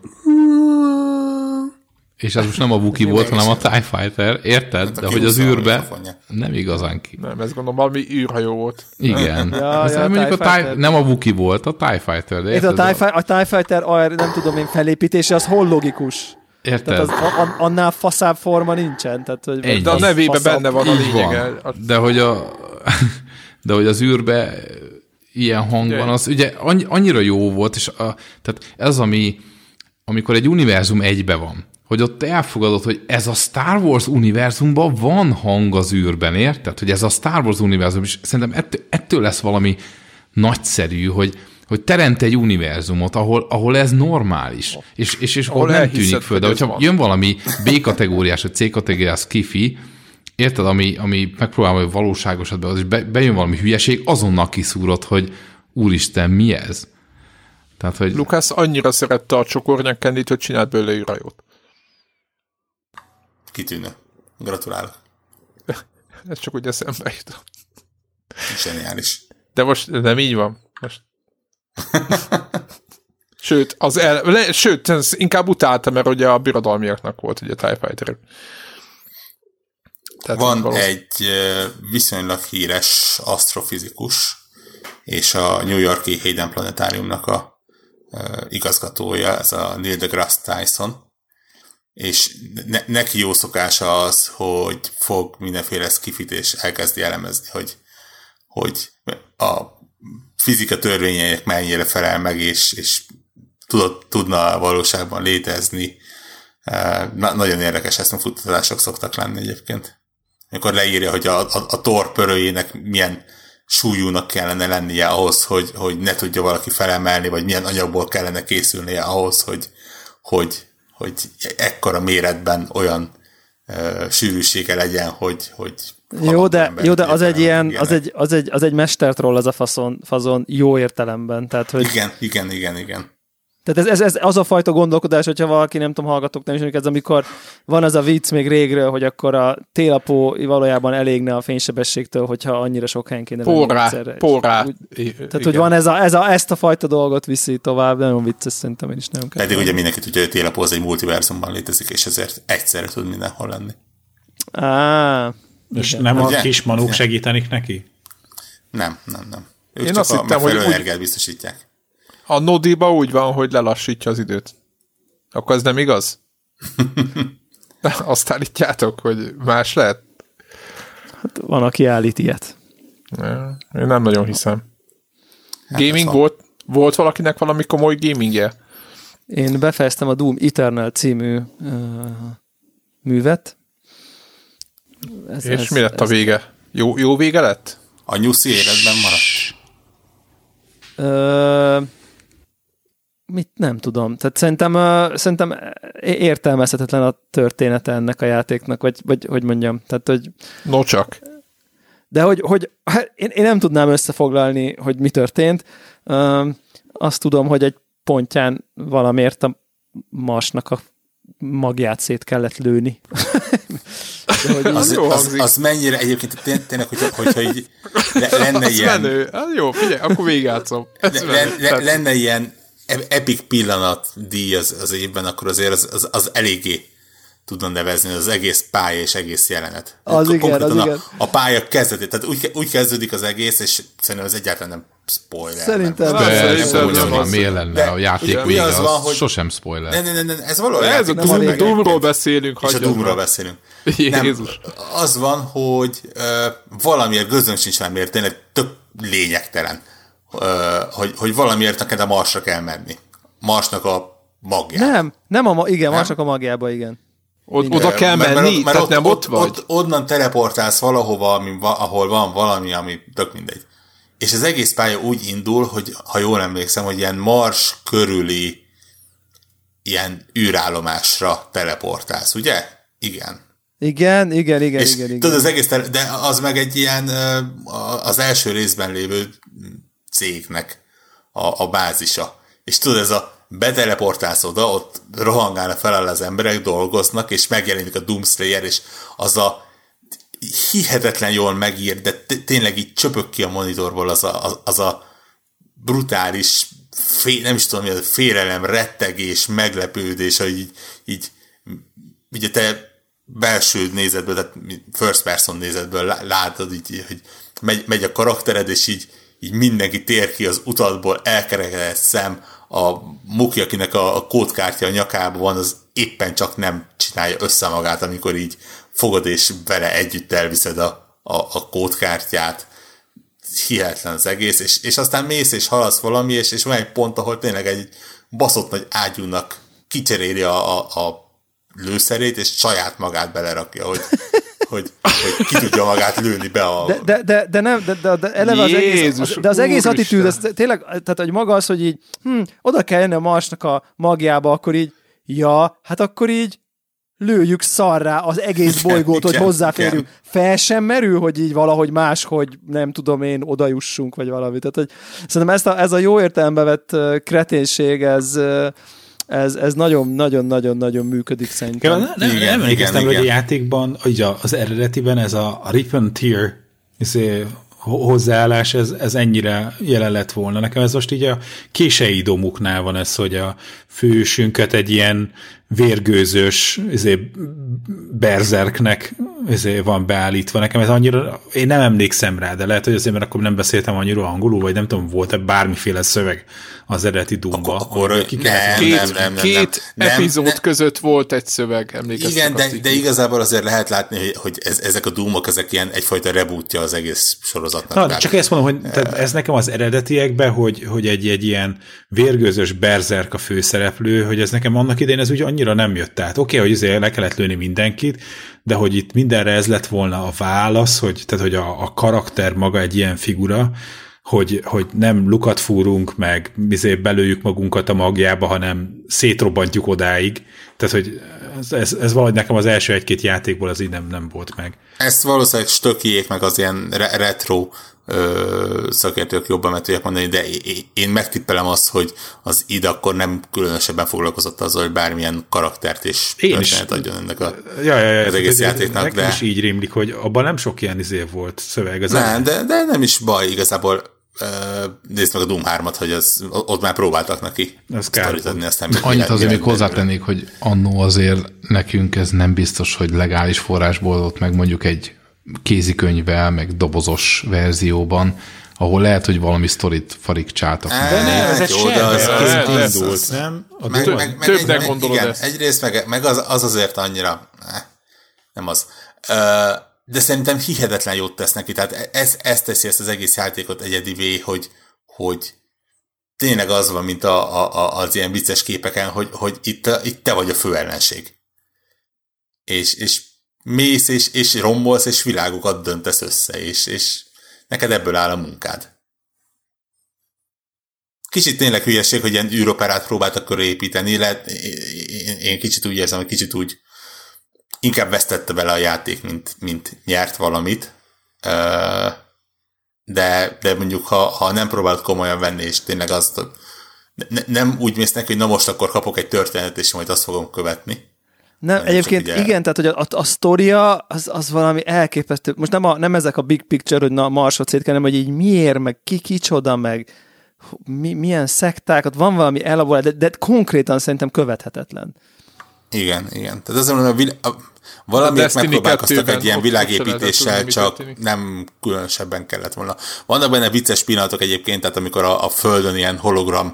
Speaker 3: És ez most nem a Wookiee volt, hanem a TIE Fighter, érted? De hogy az űrbe nem igazán ki.
Speaker 2: Nem, ezt gondolom, valami űrhajó volt.
Speaker 3: Igen. Mondjuk nem a Wookiee volt, a TIE Fighter. De
Speaker 5: érted, a TIE Fighter, nem tudom én, felépítése, az hol logikus?
Speaker 3: Érted?
Speaker 5: Tehát annál faszább forma nincsen. Tehát, hogy
Speaker 2: de a nevében benne van a lényege.
Speaker 3: De hogy az űrbe ilyen hang van, az ugye annyira jó volt, és tehát ez, amikor egy univerzum egybe van, hogy ott elfogadod, hogy ez a Star Wars univerzumban van hang az űrben, érted? Hogy ez a Star Wars univerzum, és szerintem ettől lesz valami nagyszerű, hogy teremt egy univerzumot, ahol ez normális, és ahol nem tűnik föl. De hogyha jön valami B-kategóriás, vagy C-kategóriás skifi, érted, ami megpróbál, hogy valóságosat be, és bejön valami hülyeség, azonnal kiszúrod, hogy úristen, mi ez? Tehát, hogy...
Speaker 2: Lucas annyira szerette a csokornyak kendit, hogy csinált belőle űrhajót.
Speaker 4: Kitűnő. Gratulálok.
Speaker 2: Ez csak úgy eszembe jutott.
Speaker 4: Zseniális.
Speaker 2: De most nem így van. Most. Sőt, inkább utáltam, mert ugye a birodalmiaknak volt ugye a TIE Fighter.
Speaker 4: Van egy viszonylag híres asztrofizikus, és a New York-i Hayden Planetáriumnak a igazgatója, ez a Neil deGrasse Tyson, és neki jó szokása az, hogy fog mindenféle skifit, és elkezdi elemezni, hogy a fizika törvényeinek mennyire felel meg, és tudna a valóságban létezni. Nagyon érdekes, ezt a futtatások szoktak lenni egyébként. Amikor leírja, hogy a torpörőjének milyen súlyúnak kellene lennie ahhoz, hogy ne tudja valaki felemelni, vagy milyen anyagból kellene készülnie ahhoz, hogy ekkora méretben olyan sűrűsége legyen, hogy
Speaker 5: jó, de az egy ilyen, az egy mestertroll az a fazon jó értelemben. Tehát, hogy...
Speaker 4: Igen.
Speaker 5: Tehát ez az a fajta gondolkodás, hogyha valaki, nem tudom, hallgatók, nem is ez, amikor van az a vicc még régről, hogy akkor a télapó valójában elégne a fénysebességtől, hogyha annyira sok helyen kéne
Speaker 2: lenni
Speaker 5: egyszerre. Tehát, hogy van ezt a fajta dolgot viszi tovább, nagyon vicces, szerintem én is nem kell.
Speaker 4: Pedig ugye mindenki tudja, hogy a télapó az egy multiverzumban létezik, és ezért egyszerre tud mindenhol lenni.
Speaker 1: És nem a kis manók segítenik neki?
Speaker 4: Nem. Ők
Speaker 2: én
Speaker 4: csak
Speaker 2: azt hittem,
Speaker 4: megfelelő energiát biztosítják.
Speaker 2: A Nodiba úgy van, hogy lelassítja az időt. Akkor ez nem igaz? Azt állítjátok, hogy más lehet?
Speaker 5: Hát van, aki állít ilyet.
Speaker 2: Én nem nagyon hiszem. Gaming volt valakinek valami komoly gamingje?
Speaker 5: Én befejeztem a Doom Eternal című művet.
Speaker 2: És mi lett a vége? Jó vége lett?
Speaker 4: A nyuszi életben maradt?
Speaker 5: Mit nem tudom. Tehát szerintem értelmezhetetlen a története ennek a játéknak, vagy hogy mondjam. Tehát, hogy...
Speaker 2: No csak.
Speaker 5: De hogy én nem tudnám összefoglalni, hogy mi történt. Azt tudom, hogy egy pontján valamiért a Marsnak a magját szét kellett lőni.
Speaker 4: Az mennyire egyébként tényleg, hogyha így lenne ilyen...
Speaker 2: Menő. Jó, figyelj, akkor végigjátszom.
Speaker 4: Lenne ilyen epic pillanat díj az évben, akkor azért az eléggé tudna nevezni az egész pálya és egész jelenet.
Speaker 5: Az igen.
Speaker 4: A pálya kezdetét, tehát úgy kezdődik az egész, és szerintem ez egyáltalán nem spoiler.
Speaker 5: Szerintem.
Speaker 3: Miért lenne a játék vége, az sosem spoiler.
Speaker 4: Nem, ez valóban. Ez
Speaker 2: a Doomról beszélünk.
Speaker 4: És a Doomról beszélünk.
Speaker 2: Jézus.
Speaker 4: Nem, az van, hogy valamiért közönk sincs már miért, tényleg tök lényegtelen, hogy valamiért neked a Marsra kell menni. Marsnak a magjába.
Speaker 5: Igen, Marsnak a magjába, igen.
Speaker 2: Oda kell menni? Tehát nem ott vagy?
Speaker 4: Onnan teleportálsz valahova, ahol van valami, ami tök mindegy. És az egész pálya úgy indul, hogy ha jól emlékszem, hogy ilyen Mars körüli ilyen űrállomásra teleportálsz, ugye? Igen.
Speaker 5: Igen.
Speaker 4: Tudod, az egész, de az meg egy ilyen az első részben lévő cégnek a bázisa. És tudod, ez a beteleportálsz oda, ott rohangálnak fel az emberek, dolgoznak, és megjelenik a Doomslayer, és az a hihetetlen jól megír, de tényleg így csöpök ki a monitorból az a brutális nem is tudom, mi félelem, rettegés, meglepődés, hogy így ugye te belső nézetből, tehát first person nézetből látod, így, hogy megy a karaktered, és így mindenki tér ki az utadból, elkerekedett szem, a Muki, akinek a kódkártya a nyakában van, az éppen csak nem csinálja össze magát, amikor így fogod és vele együtt elviszed a kódkártyát. Hihetetlen az egész, és aztán mész és haladsz valami, és van egy pont, ahol tényleg egy baszott nagy ágyúnak kicseréli a lőszerét, és saját magát belerakja, hogy ki tudja magát lőni be a...
Speaker 5: De eleve az egész attitűd, ez tényleg, tehát hogy maga az, hogy így oda kell jönni a Marsnak a magjába, akkor így, hát akkor így lőjük szarrá az egész bolygót, hogy hozzáférjünk. Fel sem merül, hogy így valahogy máshogy, nem tudom én, odajussunk, vagy valami. Tehát, hogy szerintem ez a jó értelembe vett kreténség, ez nagyon-nagyon-nagyon működik szerintem.
Speaker 1: Nem emlékeztem, hogy a játékban, az eredetiben ez a Rip and Tear hozzáállás, ez ennyire jelen lett volna. Nekem ez most így a kései domuknál van ez, hogy a fősünket egy ilyen vérgőzős berzerknek van beállítva. Nekem ez annyira, én nem emlékszem rá, de lehet, hogy azért, mert akkor nem beszéltem annyira angolul, vagy nem tudom, volt-e bármiféle szöveg az eredeti Doom-ba.
Speaker 4: Akkor
Speaker 2: két epizód között volt egy szöveg, emlékeztek.
Speaker 4: Igen, de igazából azért lehet látni, hogy ezek a Doom-ok, ezek ilyen egyfajta rebootja az egész sorozatnak.
Speaker 1: Na, csak ezt mondom, hogy ez nekem az eredetiekben, hogy egy ilyen vérgőzös berzerk a főszereplő, hogy ez nekem annak idején ez úgy annyira nem jött át. Oké, hogy azért le kellett lőni mindenkit, de hogy itt mindenre ez lett volna a válasz, hogy a karakter maga egy ilyen figura, hogy nem lukat fúrunk, meg belőjük magunkat a magjába, hanem szétrobbantjuk odáig. Tehát, hogy ez valahogy nekem az első egy-két játékból az így nem volt meg.
Speaker 4: Ezt valószínűleg Stökiék, meg az ilyen retro szakértők jobban meg tudják mondani, de én megtippelem azt, hogy az id akkor nem különösebben foglalkozott azzal, hogy bármilyen karaktert és történet adjon ennek az egész játéknak.
Speaker 1: Nekem is így rémlik, hogy abban nem sok ilyen volt szöveg.
Speaker 4: Nem, de nem is baj, igazából nézd meg a Doom 3-at, hogy ott már próbáltak neki sztorit adni.
Speaker 3: Annyit azért még hozzátennék, hogy annó azért nekünk ez nem biztos, hogy legális forrásból ott meg mondjuk egy kézikönyvvel, meg dobozos verzióban, ahol lehet, hogy valami sztorit farigcsáltak.
Speaker 1: De nem, ez egy indult, nem?
Speaker 2: Többnek gondolod ezt.
Speaker 4: Egyrészt meg az azért annyira nem az. De szerintem hihetetlen jót tesz neki, tehát ez teszi ezt az egész játékot egyedivé, hogy tényleg az van, mint az ilyen vicces képeken, hogy itt te vagy a főellenség. És mész, és rombolsz, és világokat döntesz össze, és neked ebből áll a munkád. Kicsit tényleg hülyeség, hogy ilyen űroperát próbáltak köré építeni, én kicsit úgy érzem, hogy kicsit úgy inkább vesztette bele a játék, mint nyert valamit, de mondjuk, ha nem próbált komolyan venni, és tényleg azt nem úgy mész neki, hogy na most akkor kapok egy történetet, és majd azt fogom követni.
Speaker 5: Nem, egyébként igen, tehát hogy a sztoria az valami elképesztő. Most nem ezek a big picture, hogy na Marsot szét kell, hanem, hogy így miért, meg kicsoda, meg milyen szektákat, van valami elaborál, de konkrétan szerintem követhetetlen.
Speaker 4: Igen. Tehát azért mondom, valamiért megpróbálkoztak egy ilyen világépítéssel, csak nem különösebben kellett volna. Vannak benne vicces pillanatok egyébként, tehát amikor a Földön ilyen hologram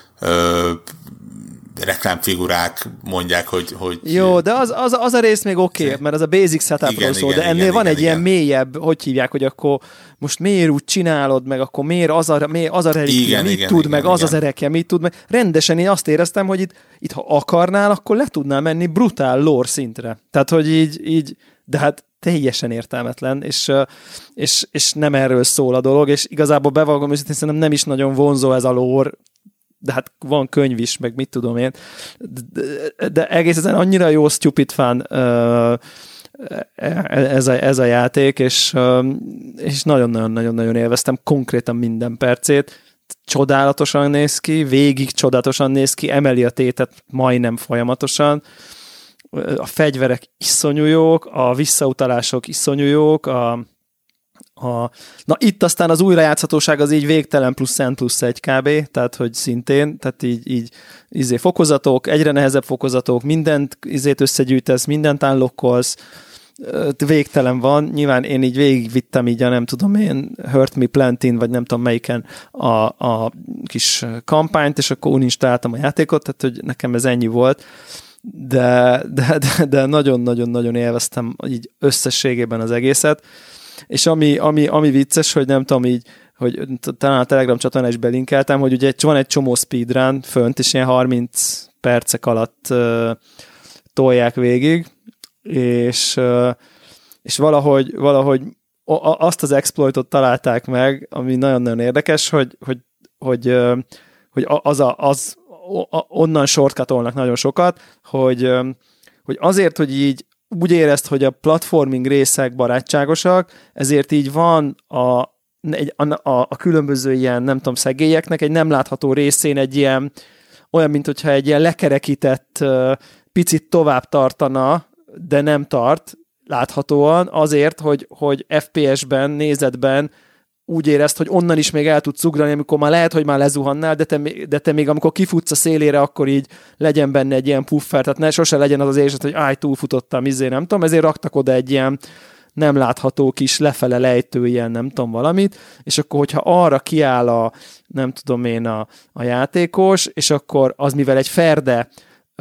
Speaker 4: reklámfigurák mondják, hogy...
Speaker 5: Jó, de az a rész még oké, mert az a basic setupról szól, de ennél van egy ilyen mélyebb, hogy hívják, hogy akkor most miért úgy csinálod, meg akkor miért az a relikvia, mit tud, meg az az erekje, mit tud, meg rendesen én azt éreztem, hogy itt ha akarnál, akkor le tudnál menni brutál lore szintre. Tehát, hogy így de hát teljesen értelmetlen, és nem erről szól a dolog, és igazából bevallom őszintén, szerintem nem is nagyon vonzó ez a lore, de hát van könyv is, meg mit tudom én, de egész ezen annyira jó stupid fun ez a játék, és nagyon-nagyon élveztem konkrétan minden percét, csodálatosan néz ki, végig csodálatosan néz ki, emeli a tétet majdnem folyamatosan, a fegyverek iszonyú jók, a visszautalások iszonyú jók, na itt aztán az újrajátszhatóság az így végtelen plusz N plusz 1 kb, tehát hogy szintén, tehát így fokozatok, egyre nehezebb fokozatok, mindent összegyűjtesz, mindent unlockolsz, végtelen van, nyilván én így végigvittem így a nem tudom én Hurt Me Plantin, vagy nem tudom melyiken a kis kampányt, és akkor uninstaláltam a játékot, tehát hogy nekem ez ennyi volt, de nagyon-nagyon-nagyon élveztem így összességében az egészet, és ami vicces, hogy nem tudom így, hogy talán a Telegram csatornán is belinkeltem, hogy ugye van egy csomó speedrun fönt, és ilyen 30 percek alatt tolják végig, és valahogy azt az exploitot találták meg, ami nagyon-nagyon érdekes, hogy onnan shortcutolnak nagyon sokat, hogy azért, hogy így úgy érezt, hogy a platforming részek barátságosak, ezért így van a különböző ilyen, nem tudom, szegélyeknek egy nem látható részén egy ilyen, olyan, mint hogyha egy ilyen lekerekített picit tovább tartana, de nem tart láthatóan, azért, hogy FPS-ben, nézetben úgy érezd, hogy onnan is még el tudsz ugrani, amikor már lehet, hogy már lezuhannál, de te még amikor kifutsz a szélére, akkor így legyen benne egy ilyen puffer, tehát ne sose legyen az érzet, hogy túlfutottam, nem tudom, ezért raktak oda egy ilyen nem látható kis lefele lejtő ilyen, nem tudom, valamit, és akkor, hogyha arra kiáll a játékos, és akkor az, mivel egy ferde,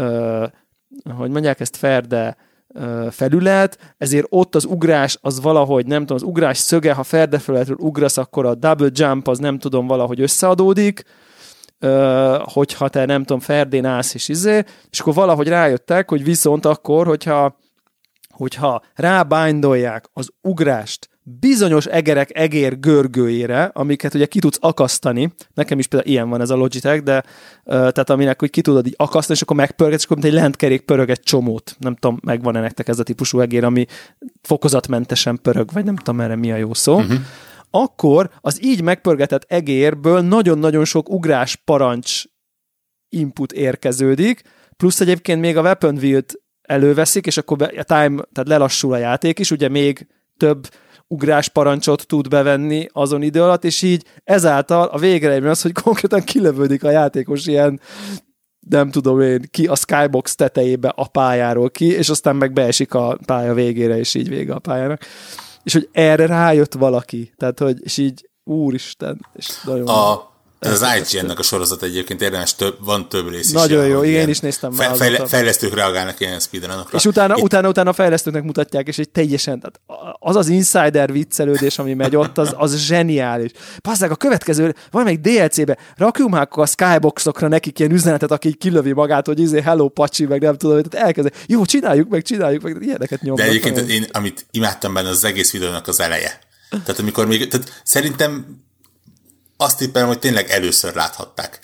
Speaker 5: hogy mondják ezt, ferde felület, ezért ott az ugrás az valahogy, nem tudom, az ugrás szöge, ha ferde felületről ugrasz, akkor a double jump az nem tudom, valahogy összeadódik, hogyha te nem tudom, ferdén állsz és akkor valahogy rájöttek, hogy viszont akkor, hogyha rábándolják az ugrást bizonyos egér görgőjére, amiket ugye ki tudsz akasztani, nekem is például ilyen van ez a Logitech, de tehát aminek hogy ki tudod így akasztani, és akkor megpörget, és akkor mint egy lentkerék pörög egy csomót. Nem tudom, megvan-e nektek ez a típusú egér, ami fokozatmentesen pörög, vagy nem tudom erre mi a jó szó. Akkor az így megpörgetett egérből nagyon-nagyon sok ugrás parancs input érkeződik, plusz egyébként még a Weapon Wheel-t előveszik, és akkor a time, tehát lelassul a játék is, ugye még több ugrásparancsot tud bevenni azon idő alatt, és így ezáltal a végeredmény az, hogy konkrétan kilövődik a játékos ilyen, nem tudom én, ki a skybox tetejébe a pályáról ki, és aztán meg beesik a pálya végére, és így vége a pályának. És hogy erre rájött valaki, tehát hogy, és így úristen, és nagyon...
Speaker 4: Ez az IGN-nek a sorozat egyébként érdemes, van több rész is.
Speaker 5: Nagyon jó, én is néztem már.
Speaker 4: Fejlesztők reagálnak ilyen speedrunokra.
Speaker 5: És utána a fejlesztőknek mutatják, és egy teljesen, tehát az insider viccelődés, ami megy ott, az zseniális. Passzák, a következő, valamelyik DLC-be rakjunk már a skyboxokra nekik ilyen üzenetet, aki kilövi magát, hogy hello pacsi, meg nem tudom, tehát elkezd. Jó, csináljuk meg, ilyeneket nyomnak.
Speaker 4: De egyébként én, amit imádtam benne, az egész videónak az eleje. Tehát amikor még, tehát szerintem azt tippelem, hogy tényleg először láthatták.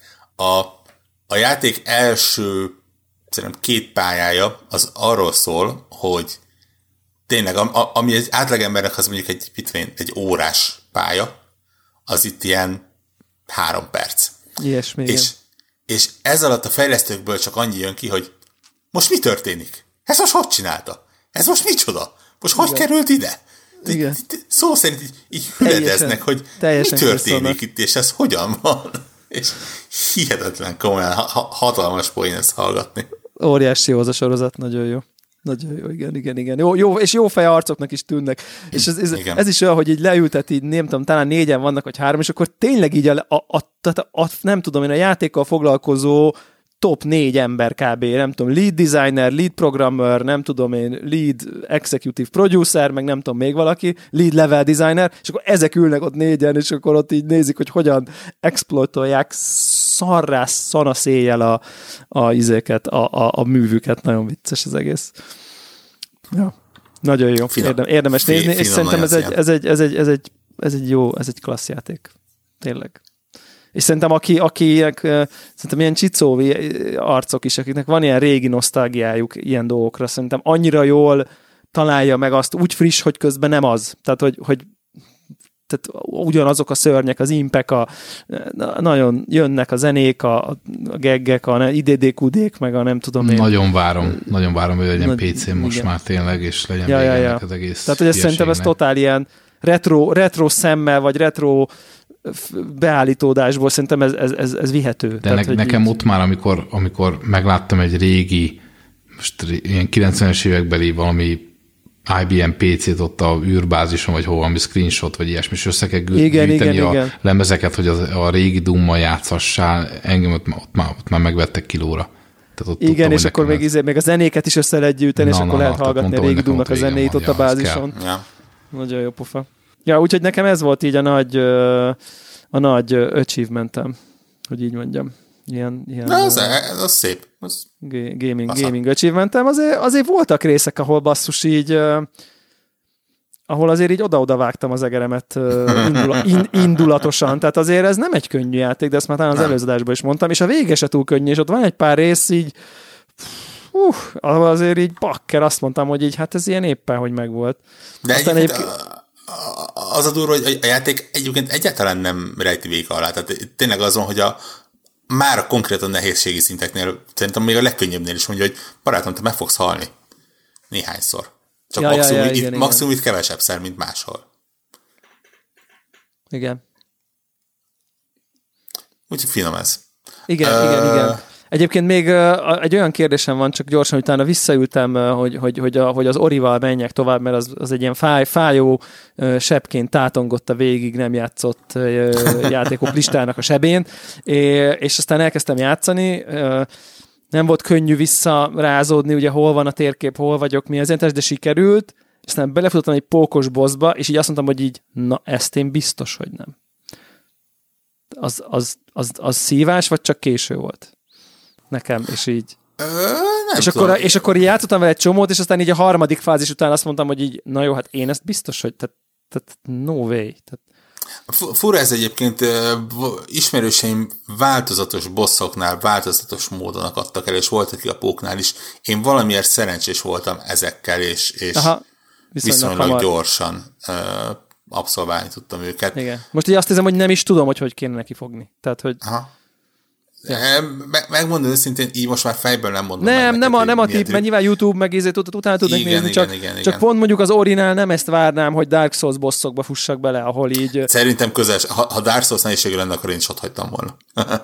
Speaker 4: A játék első szerintem 2 pályája az arról szól, hogy tényleg, ami egy átlagembernek az mondjuk egy órás pálya, az itt ilyen 3 perc.
Speaker 5: Ilyesmi.
Speaker 4: És ez alatt a fejlesztőkből csak annyi jön ki, hogy most mi történik? Ez most hogy csinálta? Ez most micsoda? Most hogy került ide?
Speaker 5: Igen.
Speaker 4: Szó szerint így hüledeznek, hogy mi történik itt, és ez hogyan van. És hihetetlen komolyan, hatalmas poén ezt hallgatni.
Speaker 5: Óriási jó az a sorozat, nagyon jó. Nagyon jó, igen. Jó, és jó fej arcoknak is tűnnek. És ez is olyan, hogy így leültet, így nem tudom, talán 4-en vannak, vagy 3, és akkor tényleg így nem tudom én, a játékkal foglalkozó top 4 ember kb. Nem tudom, lead designer, lead programmer, nem tudom én, lead executive producer, meg nem tudom még valaki, lead level designer, és akkor ezek ülnek ott 4-en, és akkor ott így nézik, hogy hogyan exploitolják szana széjjel a művüket. Nagyon vicces az egész. Ja, nagyon jó. Érdemes nézni, és szerintem ez egy klassz játék. Tényleg. És szerintem szerintem ilyen csicóvi arcok is, akiknek van ilyen régi nosztalgiájuk ilyen dolgokra, szerintem annyira jól találja meg azt, úgy friss, hogy közben nem az. Tehát, hogy ugyanazok a szörnyek, az impek, nagyon jönnek a zenék, a geggek, a IDDQD-k, meg a nem tudom én.
Speaker 3: Nagyon várom, hogy legyen PC-n most igen. Már tényleg, és legyen vége az egész.
Speaker 5: Tehát, hogy szerintem ez totál ilyen retro szemmel, vagy retro beállítódásból szerintem ez vihető.
Speaker 3: De
Speaker 5: tehát,
Speaker 3: nekem így... ott már, amikor megláttam egy régi, most ilyen 90-es évekbeli valami IBM PC-t ott a űrbázison, vagy hol valami screenshot, vagy ilyesmi, és össze kell gyűjteni a lemezeket, hogy a régi Doom-mal játszassál, engem ott már megvettek kilóra. Tehát
Speaker 5: igen, és akkor még a zenéket is össze lehet gyűjteni, és akkor lehet hallgatni a régi Doom-nak a zenét ott a bázison. Ja. Nagyon jó pofa. Ja, úgyhogy nekem ez volt így a nagy achievement-em, hogy így mondjam. Ilyen
Speaker 4: az szép.
Speaker 5: Gaming achievement-em. Azért voltak részek, ahol basszus így, ahol azért így oda-oda vágtam az egeremet indulatosan. Tehát azért ez nem egy könnyű játék, de ezt már talán az előző adásban is mondtam, és a vége se túl könnyű, és ott van egy pár rész így, azért így bakker, azt mondtam, hogy így hát ez ilyen éppen, hogy megvolt.
Speaker 4: De az a durva, hogy a játék egyáltalán nem rejti véka alá. Tehát tényleg az van, hogy már a konkrétan nehézségi szinteknél, szerintem még a legkönnyűbbnél is mondja, hogy barátom, te meg fogsz halni. Néhányszor. Csak maximum itt kevesebbszer, mint máshol.
Speaker 5: Igen.
Speaker 4: Úgyhogy finom ez.
Speaker 5: Igen. Egyébként még egy olyan kérdésem van, csak gyorsan, utána visszaültem, hogy az Orival menjek tovább, mert az egy ilyen fájó sebként tátongott a végig nem játszott játékok listának a sebén, és aztán elkezdtem játszani. Nem volt könnyű visszarázódni, ugye hol van a térkép, hol vagyok, mi azért, de sikerült, aztán belefutottam egy pókos bossba, és így azt mondtam, hogy így, na ezt én biztos, hogy nem. Az szívás, vagy csak késő volt? Nekem, és így. És akkor így játszottam vele egy csomót, és aztán így a harmadik fázis után azt mondtam, hogy így, na jó, hát én ezt biztos, hogy tehát no way.
Speaker 4: Fura ez egyébként, ismerőseim változatos bosszoknál változatos módon akadtak el, és voltak ki a póknál is. Én valamiért szerencsés voltam ezekkel, és viszonylag gyorsan abszolválni tudtam őket.
Speaker 5: Igen. Most így azt hiszem, hogy nem is tudom, hogy kéne neki fogni. Tehát, hogy...
Speaker 4: Aha. Ja. Megmondom őszintén, így most már fejből nem mondom.
Speaker 5: Nem a tipp, mert nyilván YouTube meg utána tudnék nézni, csak pont mondjuk az Orinál nem ezt várnám, hogy Dark Souls bosszokba fussak bele, ahol így...
Speaker 4: Szerintem közel, ha Dark Souls nehézségű lenne, akkor én is ott hagytam volna.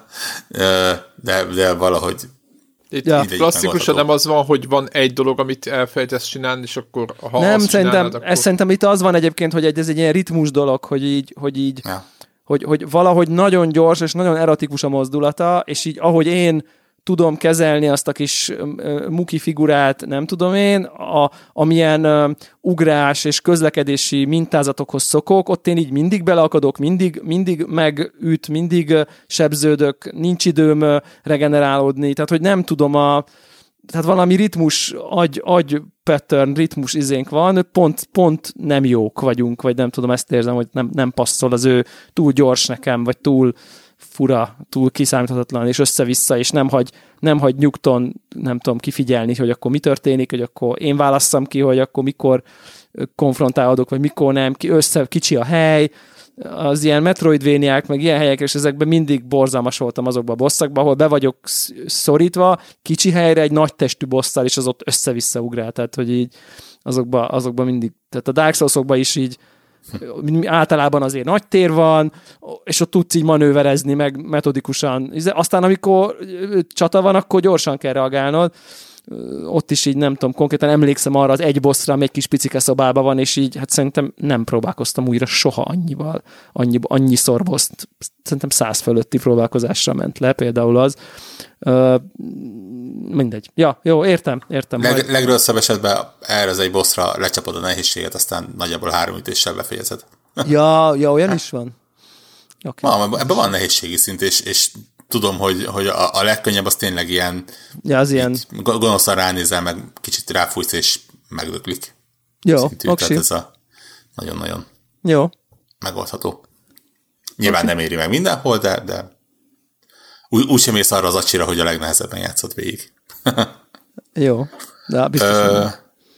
Speaker 4: de valahogy...
Speaker 2: Itt klasszikusan nem az van, hogy van egy dolog, amit elfelejtesz csinálni, és akkor ha
Speaker 5: nem,
Speaker 2: azt csinálnád, akkor...
Speaker 5: szerintem itt az van egyébként, hogy ez egy ilyen ritmus dolog, hogy így ja. hogy valahogy nagyon gyors és nagyon erotikus a mozdulata, és így ahogy én tudom kezelni azt a kis muki figurát, nem tudom én, amilyen ugrás és közlekedési mintázatokhoz szokok, ott én így mindig beleakadok, mindig megüt, mindig sebződök, nincs időm regenerálódni, tehát hogy nem tudom tehát valami ritmus, agy pattern, ritmus izénk van, pont nem jók vagyunk, vagy nem tudom, ezt érzem, hogy nem passzol az ő túl gyors nekem, vagy túl fura, túl kiszámíthatatlan, és össze-vissza, és nem hagy nyugton, nem tudom kifigyelni, hogy akkor mi történik, hogy akkor én válasszam ki, hogy akkor mikor konfrontálódok, vagy mikor nem, kicsi a hely, az ilyen Metroidvaniák, meg ilyen helyekre, és ezekben mindig borzalmas voltam azokban a bosszakban, ahol be vagyok szorítva, kicsi helyre egy nagy testű bosszal, és az ott össze-vissza ugrál, tehát hogy így azokban mindig, tehát a Dark Souls-okban is így általában azért nagy tér van, és ott tudsz így manőverezni, meg metodikusan. Aztán amikor csata van, akkor gyorsan kell reagálnod. Ott is így nem tudom, konkrétan emlékszem arra az egy bosszra, még kis picike szobában van, és így hát szerintem nem próbálkoztam újra soha annyiszor boszt. Szerintem 100 fölötti próbálkozásra ment le, például az. Mindegy. Ja, jó, értem.
Speaker 4: Legrosszabb esetben erre az egy bosszra lecsapod a nehézséget, aztán nagyjából 3 ütéssel befejezed.
Speaker 5: Ja, olyan is van.
Speaker 4: Okay. Ebben van nehézségi szint, és tudom, hogy a legkönnyebb az tényleg ilyen,
Speaker 5: az ilyen.
Speaker 4: Gonoszan ránézel, meg kicsit ráfújsz, és megdöklik.
Speaker 5: Jó,
Speaker 4: tehát ez a nagyon-nagyon
Speaker 5: jó
Speaker 4: megoldható. Nyilván nem éri meg mindenhol, de úgy sem mész arra az acsira, hogy a legnehezebben játszott végig.
Speaker 5: Jó, de biztos.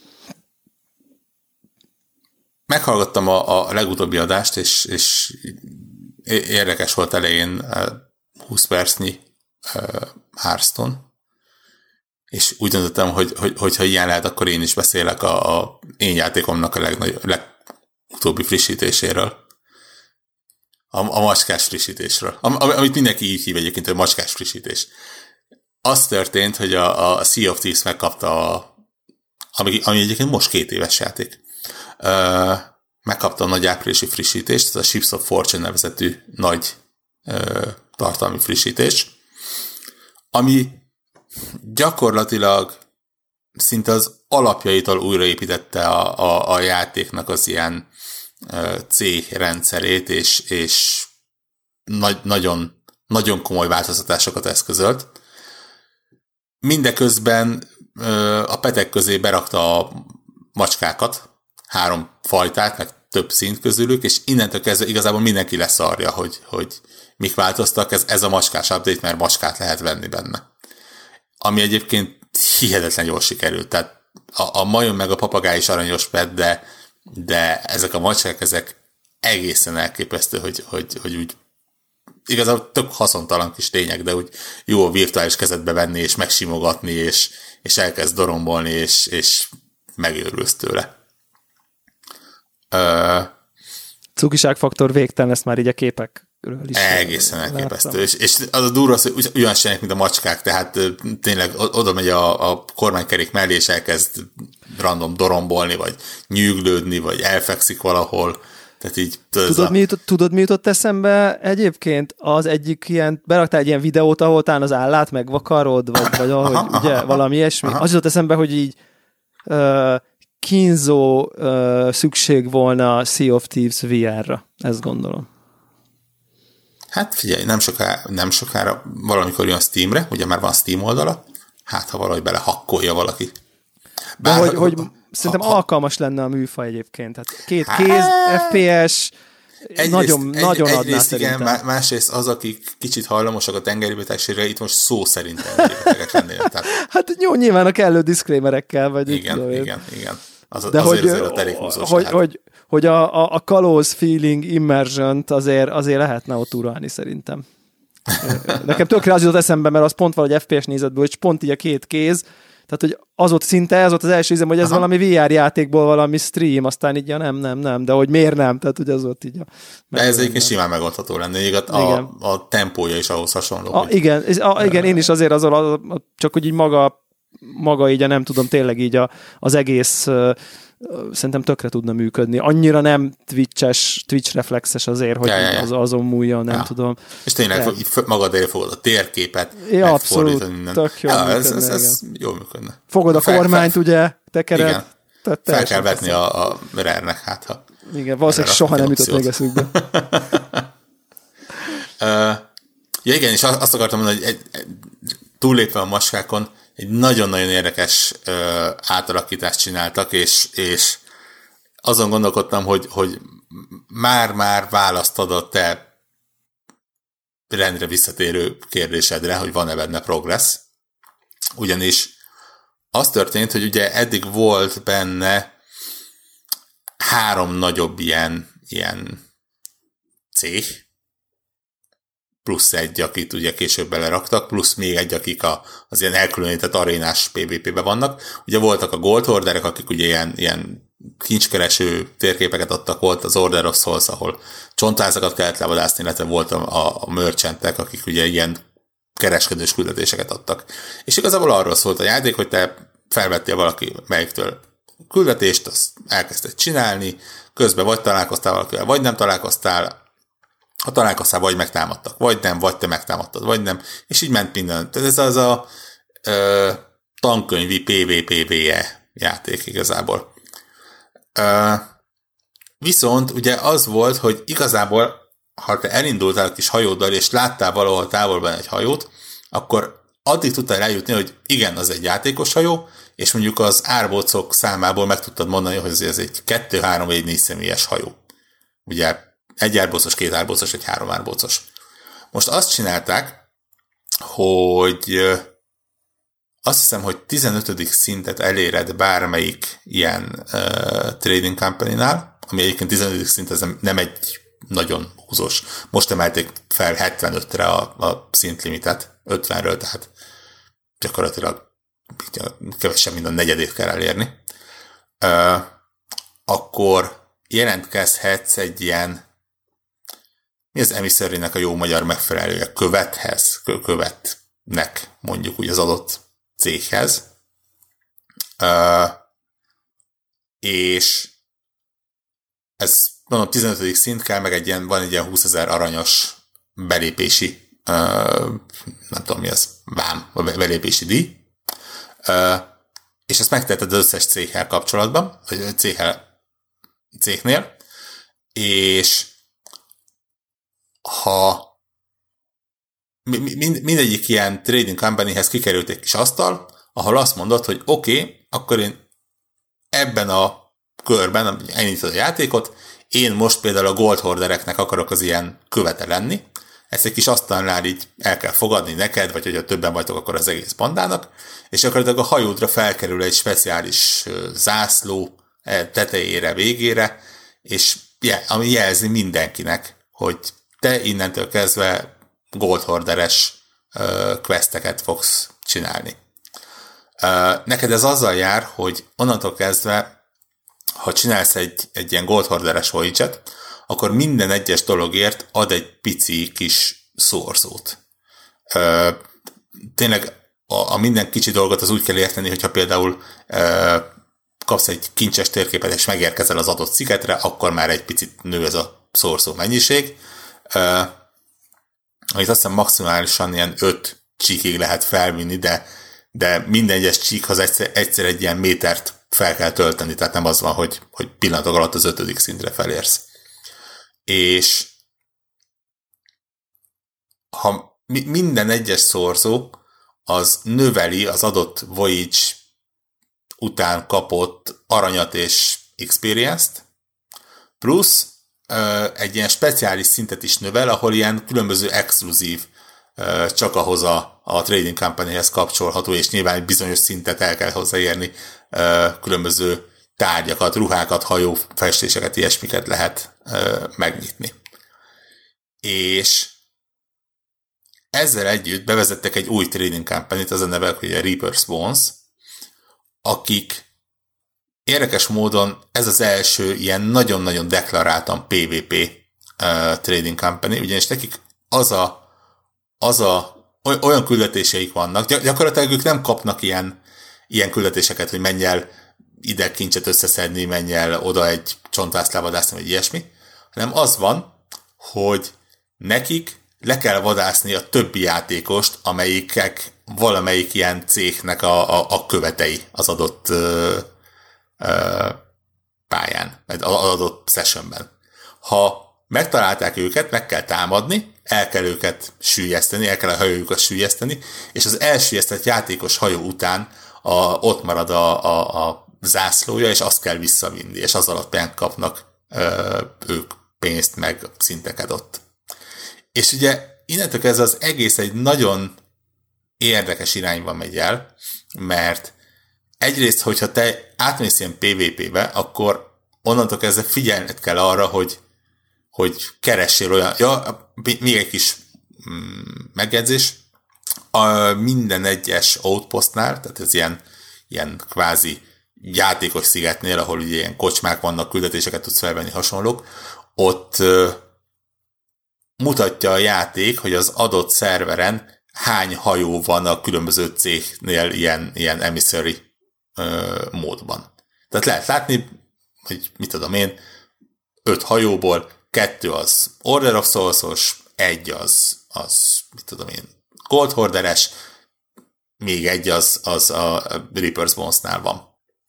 Speaker 4: Meghallgattam a legutóbbi adást, és érdekes volt elején 20 percnyi Hearthstone, és úgy döntöttem, hogy ha ilyen lehet, akkor én is beszélek a én játékomnak a legutóbbi frissítéséről. A macskás frissítésről. Amit mindenki így hív egyébként, hogy macskás frissítés. Az történt, hogy a Sea of Thieves megkapta ami egyébként most 2 éves játék. Megkapta a nagy áprilisi frissítést, ez a Ships of Fortune nevezetű nagy tartalmi frissítés, ami gyakorlatilag szinte az alapjaitól újraépítette a játéknak az ilyen C rendszerét, és nagyon, nagyon komoly változtatásokat eszközölt. Mindeközben a petek közé berakta a macskákat, 3 fajtát, meg több szint közülük, és innentől kezdve igazából mindenki leszarja, hogy mik változtak, ez a macskás update, mert macskát lehet venni benne. Ami egyébként hihetetlen jól sikerült, tehát a majom meg a papagáj is aranyos pet, de ezek a macskák, ezek egészen elképesztő, hogy úgy igazából tök haszontalan kis lények, de úgy jó a virtuális kezedbe venni, és megsimogatni, és elkezd dorombolni, és megőrülsz tőle.
Speaker 5: cukiságfaktor végtelen lesz már így a képekről is.
Speaker 4: Egészen elképesztő. És az a durva, hogy ugyan csinálják, mint a macskák, tehát tényleg oda megy a kormánykerék mellé, és elkezd random dorombolni, vagy nyűglődni, vagy elfekszik valahol. Tehát így,
Speaker 5: tudod, mi jutott eszembe egyébként? Az egyik ilyen, beraktál egy ilyen videót, ahol talán az állát megvakarod, vagy ahogy, ugye, valami ilyesmi. Az jutott eszembe, hogy így kínzó szükség volna Sea of Thieves VR-ra. Ezt gondolom.
Speaker 4: Hát figyelj, nem sokára valamikor jön Steamre, ugye már van Steam oldala, hát ha valahogy belehakkolja valaki.
Speaker 5: Bár, de hogy szerintem alkalmas lenne a műfaj egyébként. Tehát két kéz, FPS, nagyon adná szerintem.
Speaker 4: Igen, másrészt az, akik kicsit hajlamosak a tengeri betegségre, itt most szó szerint tengeri betegek lennének. Tehát...
Speaker 5: Hát jó, nyilván a kellő diszklémerekkel. Vagy
Speaker 4: igen. De azért a terékhúzós
Speaker 5: hogy a kalóz feeling immersion-t azért lehetne ott uralni szerintem. Nekem tökre az jutott eszembe, mert az pont valahogy FPS nézetből, és pont így a két kéz, tehát, hogy az ott szinte, ez volt az első ízem, hogy ez valami VR játékból valami stream, aztán így nem, de hogy miért nem, tehát hogy az ott így
Speaker 4: de ez egyébként simán megoldható lenne, még a tempója is ahhoz hasonló.
Speaker 5: Igen, én is azért csak hogy így maga így, nem tudom, tényleg így az egész szerintem tökre tudna működni. Annyira nem Twitch reflexes azért, hogy azon múlja, nem tudom.
Speaker 4: És tényleg magad elfogod a térképet,
Speaker 5: abszolút, tök jól működne.
Speaker 4: Ez jól működne.
Speaker 5: Fogod a kormányt, ugye, tekered.
Speaker 4: Igen, fel kell vetni a Rare-nek, hát ha.
Speaker 5: Igen, valószínűleg soha nem jutott még eszükbe.
Speaker 4: Ja igen, és azt akartam mondani, hogy túllépve a maskákon, egy nagyon-nagyon érdekes átalakítást csináltak, és azon gondolkodtam, hogy már választ adott te rendre visszatérő kérdésedre, hogy van-e benne progress. Ugyanis az történt, hogy ugye eddig volt benne 3 nagyobb ilyen cég, plusz egy, akit ugye később beleraktak, plusz még egy, akik az ilyen elkülönített arénás PvP-be vannak. Ugye voltak a Gold Orderek, akik ugye ilyen kincskereső térképeket adtak, volt az Order of Souls, ahol csontvázakat kellett levadászni, illetve volt a merchantek, akik ugye ilyen kereskedős küldetéseket adtak. És igazából arról szólt a játék, hogy te felvettél valaki melyiktől küldetést, azt elkezdted csinálni, közben vagy találkoztál valakivel, vagy nem találkoztál, ha találkoztál, vagy megtámadtak, vagy nem, vagy te megtámadtad, vagy nem, és így ment minden. Tehát ez az a tankönyvi PvPvE játék igazából. Viszont ugye az volt, hogy igazából, ha te elindultál a kis hajóddal, és láttál valahol távolban egy hajót, akkor addig tudtál eljutni, hogy igen, az egy játékos hajó, és mondjuk az árbócok számából meg tudtad mondani, hogy ez egy 2, 3 vagy 4 személyes hajó. Ugye 1 árbócos, 2 árbócos, vagy 3 árbócos. Most azt csinálták, hogy azt hiszem, hogy 15. szintet eléred bármelyik ilyen trading company-nál, ami egyébként 15. szint, ez nem egy nagyon húzós. Most emelték fel 75-re a szintlimitet, 50-ről, tehát gyakorlatilag kevesebb, mint a negyedét kell elérni. Akkor jelentkezhetsz egy ilyen, mi az emisszarynek a jó magyar megfelelője? Követnek mondjuk úgy az adott céghez. És ez mondom 15. szint kell, meg van egy ilyen 20 000 aranyos belépési nem tudom mi az, vám, vagy belépési díj. És ezt megtetted az összes céggel kapcsolatban, vagy cégnél, és ha mindegyik ilyen trading companyhez kikerült egy kis asztal, ahol azt mondod, hogy oké, akkor én ebben a körben elindítod a játékot, én most például a Gold Ordereknek akarok az ilyen követe lenni, ezt egy kis asztalnál így el kell fogadni neked, vagy hogyha többen vagytok, akkor az egész bandának, és akkor a hajódra felkerül egy speciális zászló tetejére, végére, és ami jelzi mindenkinek, hogy te innentől kezdve Gold Orderes questeket fogsz csinálni. Neked ez azzal jár, hogy onnantól kezdve, ha csinálsz egy ilyen Gold Orderes voyage-et, akkor minden egyes dologért ad egy pici kis szorzót. Tényleg a minden kicsi dolgot az úgy kell érteni, hogyha például kapsz egy kincses térképet, és megérkezel az adott szigetre, akkor már egy picit nő ez a szorzó mennyiség. Amit azt hiszem maximálisan ilyen 5 csíkig lehet felvinni, de minden egyes csíkhoz egyszer egy ilyen métert fel kell tölteni, tehát nem az van, hogy pillanatok alatt az 5. szintre felérsz. És ha minden egyes szorzó az növeli az adott Voyage után kapott aranyat és experience-t, plusz egy ilyen speciális szintet is növel, ahol ilyen különböző exkluzív, csak ahhoz a Trading Companyhez kapcsolható, és nyilván egy bizonyos szintet el kell hozzáérni, különböző tárgyakat, ruhákat, hajófestéseket, ilyesmiket lehet megnyitni. És ezzel együtt bevezettek egy új Trading Company-t, az a neve, hogy a Reaper's Bones, akik érdekes módon ez az első ilyen nagyon-nagyon deklaráltan PvP Trading Company, ugyanis nekik olyan küldetéseik vannak, gyakorlatilag ők nem kapnak ilyen küldetéseket, hogy menj el ide kincset összeszedni, menj el oda egy csontvászlát vadászni, vagy ilyesmi, hanem az van, hogy nekik le kell vadászni a többi játékost, amelyikek valamelyik ilyen cégnek a követei az adott pályán, vagy az adott sessionben. Ha megtalálták őket, meg kell támadni, el kell őket süllyeszteni, el kell a hajójukat süllyeszteni, és az elsüllyesztett játékos hajó után ott marad a zászlója, és azt kell visszavinni, és az alapján kapnak ők pénzt, meg szinteket ott. És ugye innentől kezdve az egész egy nagyon érdekes irányba megy el, mert egyrészt, hogyha te átmész ilyen PvP-be, akkor onnantól kezdve figyelned kell arra, hogy keressél olyan... Ja, még egy kis megjegyzés. Minden egyes outpostnál, tehát ez ilyen kvázi játékos szigetnél, ahol ugye ilyen kocsmák vannak, küldetéseket tudsz felvenni, hasonlók, ott mutatja a játék, hogy az adott szerveren hány hajó van a különböző cégnél ilyen emissary módban. Tehát lehet látni, hogy mit tudom én, 5 hajóból 2 az Order of Souls-os, 1 az mit tudom én, Gold Hoarderes, még 1 az a Reaper's Bones-nál van.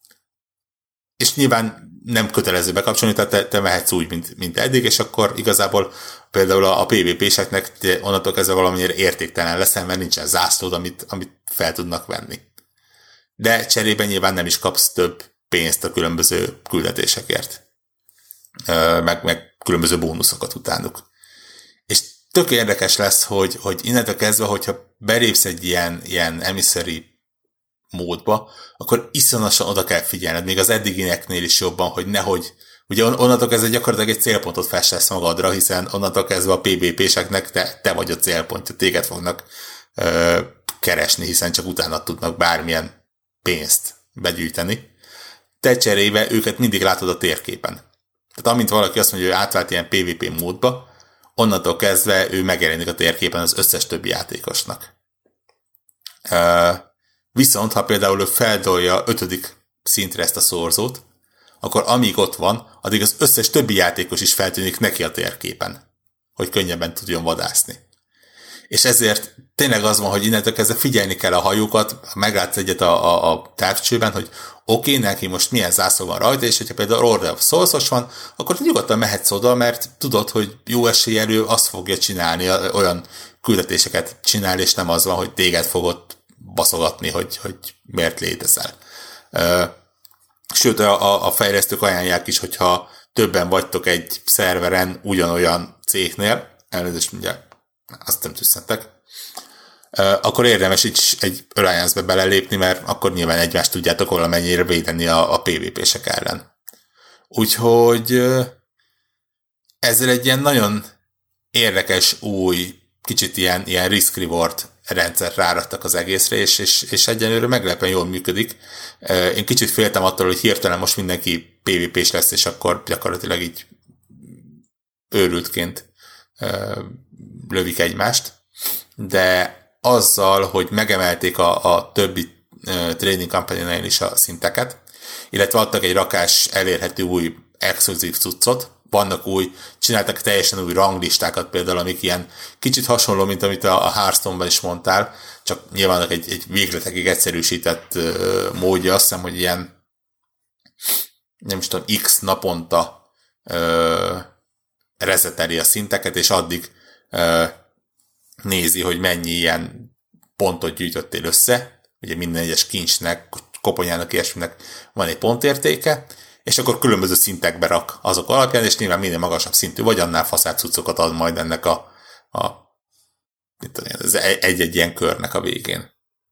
Speaker 4: És nyilván nem kötelező bekapcsolni, tehát te mehetsz úgy, mint eddig, és akkor igazából például a PvP-seknek onnantól kezdve valamennyire értéktelen leszel, mert nincsen zászlód, amit fel tudnak venni. De cserében nyilván nem is kapsz több pénzt a különböző küldetésekért. Meg különböző bónuszokat utánuk. És tök érdekes lesz, hogy innentől kezdve, hogyha belépsz egy ilyen emissary módba, akkor iszonyatosan oda kell figyelned, még az eddigineknél is jobban, hogy nehogy, ugye onnantól kezdve gyakorlatilag egy célpontot festesz magadra, hiszen onnantól kezdve a PvP-seknek te vagy a célpontja, téged fognak keresni, hiszen csak utána tudnak bármilyen pénzt begyűjteni. Te cserébe őket mindig látod a térképen. Tehát amint valaki azt mondja, hogy átvált ilyen PvP módba, onnantól kezdve ő megjelenik a térképen az összes többi játékosnak. Viszont, ha például ő feldolja 5. szintre ezt a szorzót, akkor amíg ott van, addig az összes többi játékos is feltűnik neki a térképen, hogy könnyebben tudjon vadászni. És ezért tényleg az van, hogy innentől kezdve figyelni kell a hajókat, meglátsz egyet a távcsőben, hogy oké, neki most milyen zászló van rajta, és hogyha például Order of Souls-os van, akkor nyugodtan mehetsz oda, mert tudod, hogy jó eséllyel ő azt fogja csinálni, olyan küldetéseket csinál, és nem az van, hogy téged fogod baszogatni, hogy miért létezel. Sőt, a fejlesztők ajánlják is, hogyha többen vagytok egy szerveren ugyanolyan cégnél, elnézést mindjárt, azt nem tűzszettek, akkor érdemes így egy alliance-be belelépni, mert akkor nyilván egymást tudjátok valamennyire védeni a PvP-sek ellen. Úgyhogy ezzel egy ilyen nagyon érdekes, új, kicsit ilyen risk-reward rendszert ráraktak az egészre, és egyenlőre meglepően jól működik. Én kicsit féltem attól, hogy hirtelen most mindenki PvP-s lesz, és akkor gyakorlatilag így őrültként lövik egymást, de azzal, hogy megemelték a többi trading company-nél is a szinteket, illetve adtak egy rakás elérhető új exkluzív cuccot, csináltak teljesen új ranglistákat például, amik ilyen kicsit hasonló, mint amit a Hearthstone-ban is mondtál, csak nyilván egy végletekig egyszerűsített módja, azt hiszem, hogy ilyen nem is tudom, x naponta rezeteli a szinteket, és addig nézi, hogy mennyi ilyen pontot gyűjtöttél össze, ugye minden egyes kincsnek, koponyának, ilyesminek van egy pontértéke, és akkor különböző szintekbe rak azok alapján, és nyilván minél magasabb szintű vagy, annál faszább cuccokat ad majd ennek egy-egy ilyen körnek a végén.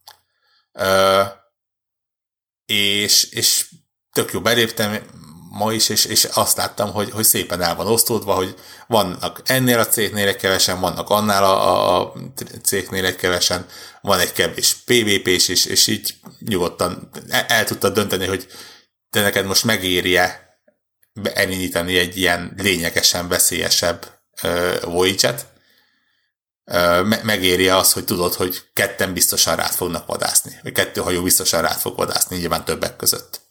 Speaker 4: És tök jó beléptem ma is, és azt láttam, hogy szépen el van osztódva, hogy vannak ennél a cégnél egy kevesen, vannak annál a cégnél egy kevesen, van egy kevés PvP-s, és így nyugodtan el tudtad dönteni, hogy te neked most megéri-e elindítani egy ilyen lényegesen veszélyesebb Voyage-et, megéri az, hogy tudod, hogy ketten biztosan rád fognak vadászni, vagy 2 hajó biztosan rád fog vadászni, nyilván többek között.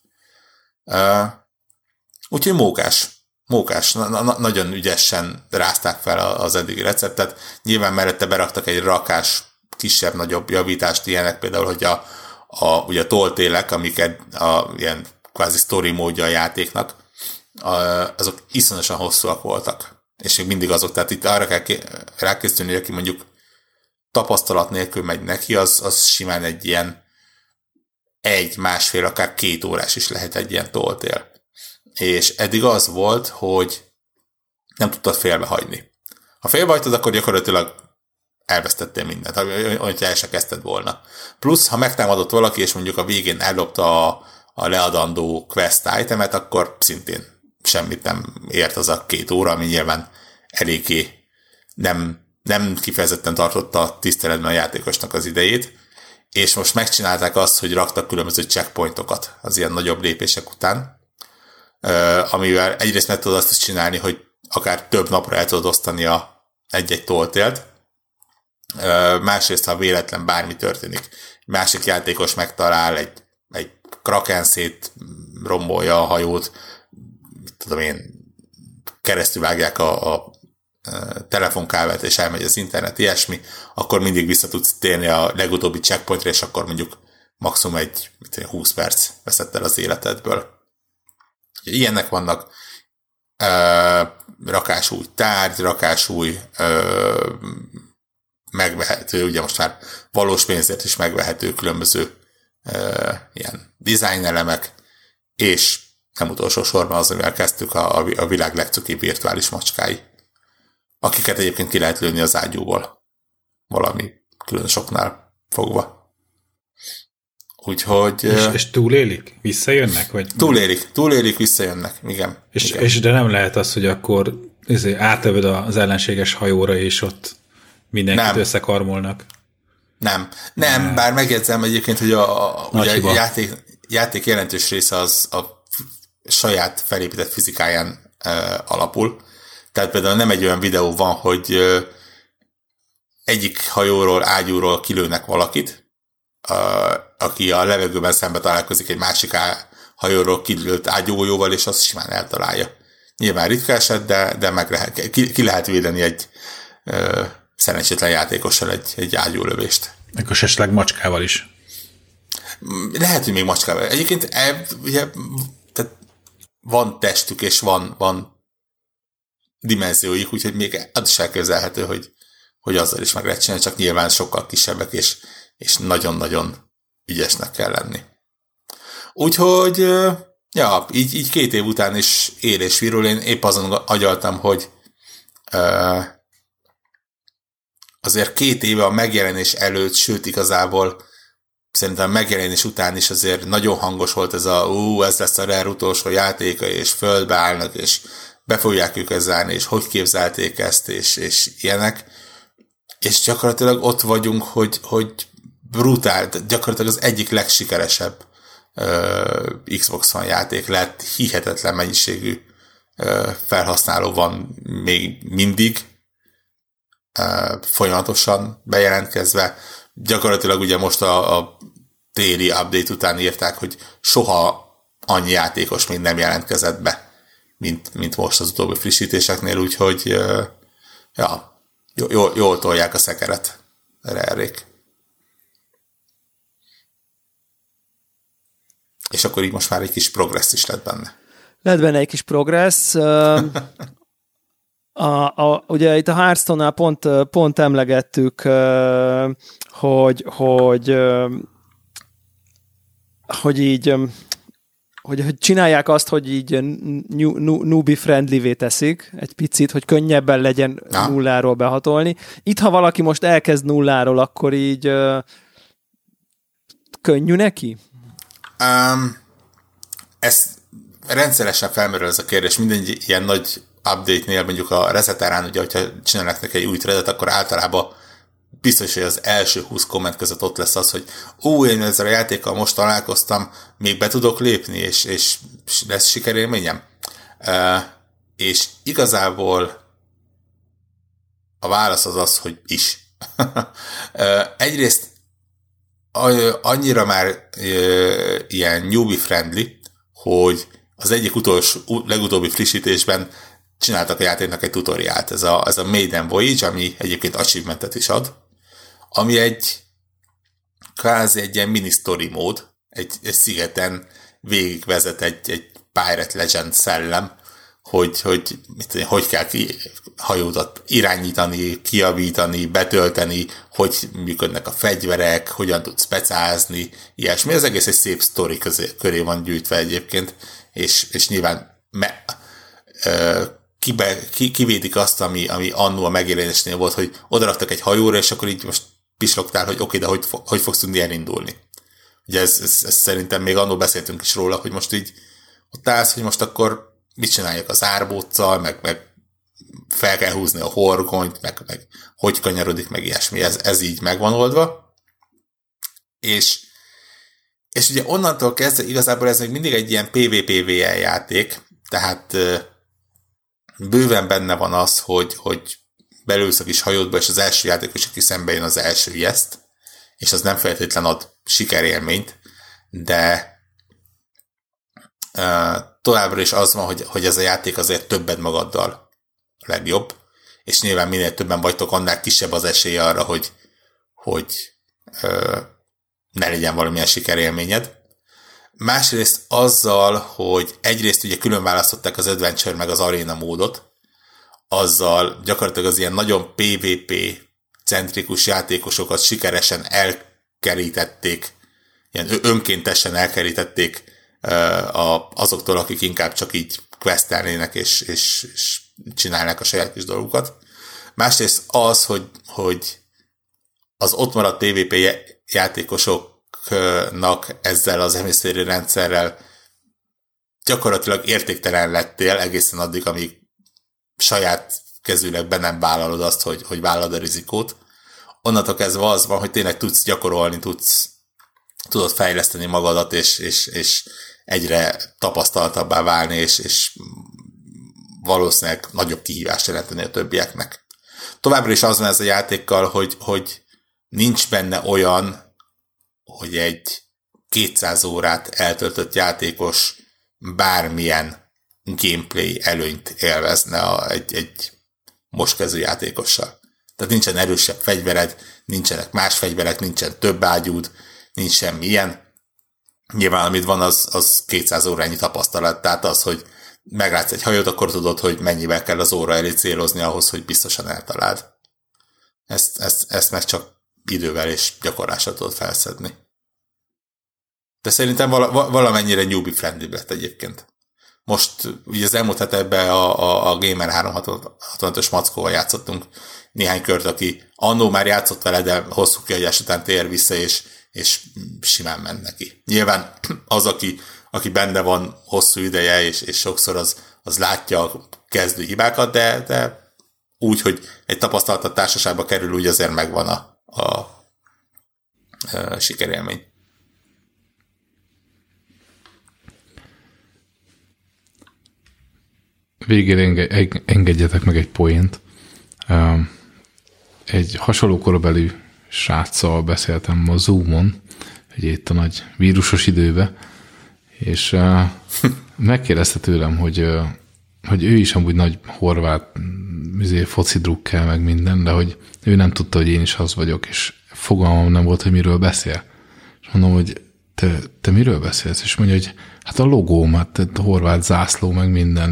Speaker 4: Úgyhogy mókás, nagyon ügyesen rázták fel az eddigi receptet, nyilván mellette beraktak egy rakás kisebb-nagyobb javítást, ilyenek például, hogy ugye a toltélek, amiket ilyen kvázi story módja a játéknak, azok iszonyosan hosszúak voltak. És még mindig azok, tehát itt arra kell rákészülni, hogy aki mondjuk tapasztalat nélkül megy neki, az simán egy ilyen 1-1,5, akár 2 órás is lehet egy ilyen toltél. És eddig az volt, hogy nem tudtad félbehagyni. Ha félbehagytad, akkor gyakorlatilag elvesztettél mindent, hogyha el se kezdted volna. Plusz, ha megtámadott valaki, és mondjuk a végén ellopta a leadandó quest itemet, akkor szintén semmit nem ért az a 2 óra, ami nyilván eléggé nem kifejezetten tartotta tiszteletben a játékosnak az idejét, és most megcsinálták azt, hogy raktak különböző checkpointokat az ilyen nagyobb lépések után, amivel egyrészt meg tudod azt is csinálni, hogy akár több napra el tudod osztani egy-egy toltélt, másrészt, ha véletlen bármi történik, másik játékos megtalál egy kraken szét rombolja a hajót, tudom én, keresztül vágják a telefonkábelt, és elmegy az internet, ilyesmi, akkor mindig vissza tudsz térni a legutóbbi checkpointra, és akkor mondjuk maximum egy 20 perc veszett el az életedből. Ilyenek vannak, rakás új tárgy, rakás új megvehető, ugye most már valós pénzért is megvehető különböző ilyen design elemek, és nem utolsó sorban az, amivel kezdtük, a világ legcukibb virtuális macskái, akiket egyébként ki lehet lőni az ágyúból valami külön soknál fogva. Úgyhogy...
Speaker 1: És túlélik? Visszajönnek? Vagy
Speaker 4: túlélik, visszajönnek, igen.
Speaker 1: És de nem lehet az, hogy akkor átövöd az ellenséges hajóra, és ott mindenkit összekarmolnak.
Speaker 4: Nem, bár megjegyzem egyébként, hogy ugye a játék jelentős része az a saját felépített fizikáján alapul. Tehát például nem egy olyan videó van, hogy egyik hajóról, ágyúról kilőnek valakit, aki a levegőben szembe találkozik egy másik hajóról kilőtt ágyúgolyóval, és azt simán eltalálja. Nyilván ritka eset, de ki lehet védeni egy szerencsétlen játékossal egy ágyúlövést.
Speaker 1: Akkor esetleg macskával is.
Speaker 4: Lehet, hogy még macskával. Egyébként ugye, tehát van testük, és van dimenzióik, úgyhogy még az is elképzelhető, hogy azzal is meg lehet csinálni, csak nyilván sokkal kisebbek, és nagyon-nagyon ügyesnek kell lenni. Úgyhogy így 2 év után is él és virul. Én épp azon agyaltam, hogy azért 2 éve a megjelenés előtt, sőt igazából szerintem a megjelenés után is azért nagyon hangos volt ez ez lesz a Rare utolsó játéka, és földbe állnak, és be fogják őket zárni, és hogy képzelték ezt, és ilyenek. És gyakorlatilag ott vagyunk, hogy brutál, gyakorlatilag az egyik legsikeresebb Xbox One játék lett, hihetetlen mennyiségű felhasználó van még mindig folyamatosan bejelentkezve. Gyakorlatilag ugye most a téli update után írták, hogy soha annyi játékos még nem jelentkezett be, mint most az utóbbi frissítéseknél, úgyhogy ja, jól tolják a szekeret errék. És akkor így most már egy kis progressz is lett benne.
Speaker 5: Lett benne egy kis progressz. Ugye itt a Hearthstone-nál pont emlegettük, hogy így hogy csinálják azt, hogy így newbie friendly-vé teszik egy picit, hogy könnyebben legyen nulláról behatolni. Itt, ha valaki most elkezd nulláról, akkor így könnyű neki?
Speaker 4: Ez rendszeresen felmerül ez a kérdés. Minden ilyen nagy update-nél, mondjuk a Reseterán, ugye, hogyha csinálnak neki egy új threadet, akkor általában biztos, hogy az első 20 komment között ott lesz az, hogy én ezzel a játékkal most találkoztam, még be tudok lépni, és lesz sikerélményem. És igazából a válasz az, hogy is. Egyrészt annyira már ilyen newbie friendly, hogy az egyik legutóbbi frissítésben csináltak a játéknak egy tutoriált. Ez a Maiden Voyage, ami egyébként achievementet is ad, ami egy kvázi egy ilyen mini story mód, egy szigeten végigvezet egy Pirate Legend szellem, hogy kell hajódat irányítani, kijavítani, betölteni, hogy működnek a fegyverek, hogyan tudsz pecázni, ilyesmi. Az egész egy szép sztori köré van gyűjtve egyébként, és nyilván kivédik azt, ami annó a megjelenésnél volt, hogy odaraktak egy hajóra, és akkor így most pislogtál, hogy oké, de hogy fogsz tudni elindulni. Ugye ez szerintem még annól beszéltünk is róla, hogy most így ott állsz, hogy most akkor mit csináljak az árbóccal, meg fel kell húzni a horgonyt, meg hogy kanyarodik, meg ilyesmi. Ez így megvan oldva. És ugye onnantól kezdve igazából ez még mindig egy ilyen PvPvL játék, tehát bőven benne van az, hogy belülsz a kis hajódba, és az első játékos, aki szembe jön, az első ijeszt, és az nem feltétlen ad sikerélményt, de továbbra is az van, hogy ez a játék azért többed magaddal legjobb, és nyilván minél többen vagytok, annál kisebb az esély arra, hogy ne legyen valamilyen sikerélményed. Másrészt azzal, hogy egyrészt ugye külön választották az Adventure meg az Arena módot, azzal gyakorlatilag az ilyen nagyon PvP-centrikus játékosokat sikeresen elkerítették, ilyen önkéntesen elkerítették azoktól, akik inkább csak így questelnének és csinálnak a saját kis dolgukat. Másrészt az, hogy az ott maradt PvP játékosoknak ezzel az emésztői rendszerrel gyakorlatilag értéktelen lettél egészen addig, amíg saját kezűleg be nem vállalod azt, hogy vállalod a rizikót. Onnantól kezdve az van, hogy tényleg tudsz gyakorolni, tudod fejleszteni magadat, és egyre tapasztaltabbá válni, és valószínűleg nagyobb kihívást jelenteni a többieknek. Továbbra is az van ez a játékkal, hogy nincs benne olyan, hogy egy 200 órát eltöltött játékos bármilyen gameplay előnyt élvezne egy most kezdő játékossal. Tehát nincsen erősebb fegyvered, nincsenek más fegyverek, nincsen több ágyúd, nincs semmi ilyen. Nyilván, amit van, az 200 órányi tapasztalat, tehát az, hogy meglátsz egy hajót, akkor tudod, hogy mennyivel kell az óra elé célozni ahhoz, hogy biztosan eltaláld. Ezt meg csak idővel és gyakorlással tudod felszedni. De szerintem valamennyire newbie friendly lett egyébként. Most ugye az elmúlt hetekben a Gamer 365-ös mackóval játszottunk néhány kört, aki annó már játszott vele, de hosszú kihagyás után tér vissza, és simán ment neki. Nyilván az, aki benne van hosszú ideje, és sokszor az látja a kezdő hibákat, de úgy, hogy egy tapasztaltat társaságba kerül, úgy azért megvan a sikerélmény.
Speaker 3: végére engedjetek meg egy poént. Egy hasonló korabeli sráccal beszéltem a Zoomon, ugye itt a nagy vírusos időben, és megkérdezte tőlem, hogy ő is amúgy nagy horvát foci drukkel, meg minden, de hogy ő nem tudta, hogy én is az vagyok, és fogalmam nem volt, hogy miről beszél. És mondom, hogy te miről beszélsz? És mondja, hogy hát a logóm, hát a horvát zászló, meg minden,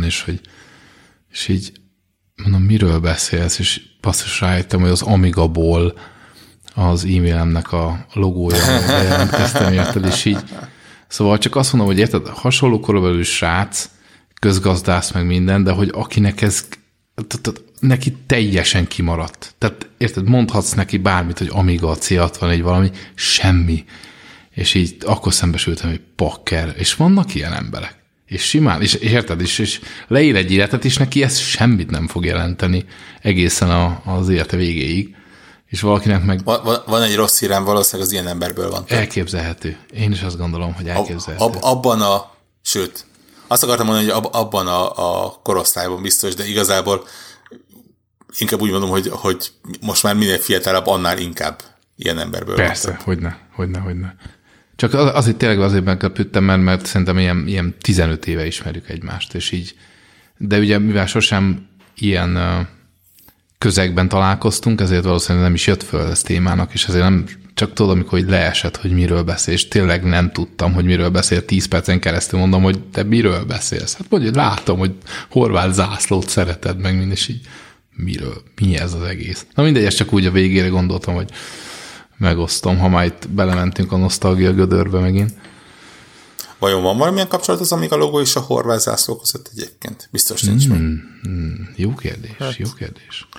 Speaker 3: és így mondom, miről beszélsz? És basszus rájöttem, hogy az Amiga-ból az e-mailemnek a logója, ahol jelentkeztem, érted, és így. Szóval csak azt mondom, hogy érted, hasonló korabeli srác, közgazdász meg minden, de hogy akinek ez neki teljesen kimaradt. Tehát érted, mondhatsz neki bármit, hogy Amiga, C64, valami, semmi. És így akkor szembesültem, hogy pakker, és vannak ilyen emberek. És simán, és érted, és leír egy életet, és neki ez semmit nem fog jelenteni egészen az élete végéig. És valakinek meg...
Speaker 4: Van egy rossz hírem, valószínűleg az ilyen emberből van.
Speaker 3: Elképzelhető. Én is azt gondolom, hogy elképzelhető.
Speaker 4: Sőt, azt akartam mondani, hogy abban a korosztályban biztos, de igazából inkább úgy mondom, hogy most már minél fiatalabb, annál inkább ilyen emberből
Speaker 3: persze, hogyne. Csak azért tényleg azért meglepődtem, mert szerintem ilyen 15 éve ismerjük egymást, és így, de ugye mivel sosem ilyen közegben találkoztunk, ezért valószínűleg nem is jött föl ez témának, és ezért nem csak tudod, amikor leesett, hogy miről beszél, és tényleg nem tudtam, hogy miről beszél, 10 percen keresztül mondom, hogy te miről beszélsz? Hát mondja, látom, hogy horvát zászlót szereted meg, mind, és így mi ez az egész? Na mindegy, ezt csak úgy a végére gondoltam, hogy megosztom, ha már itt belementünk a nosztalgia gödörbe megint.
Speaker 4: Vajon van valamilyen kapcsolat az Amiga logó és a horvát zászló között egyébként? Biztos nincs meg.
Speaker 3: Jó kérdés, jó kérdés.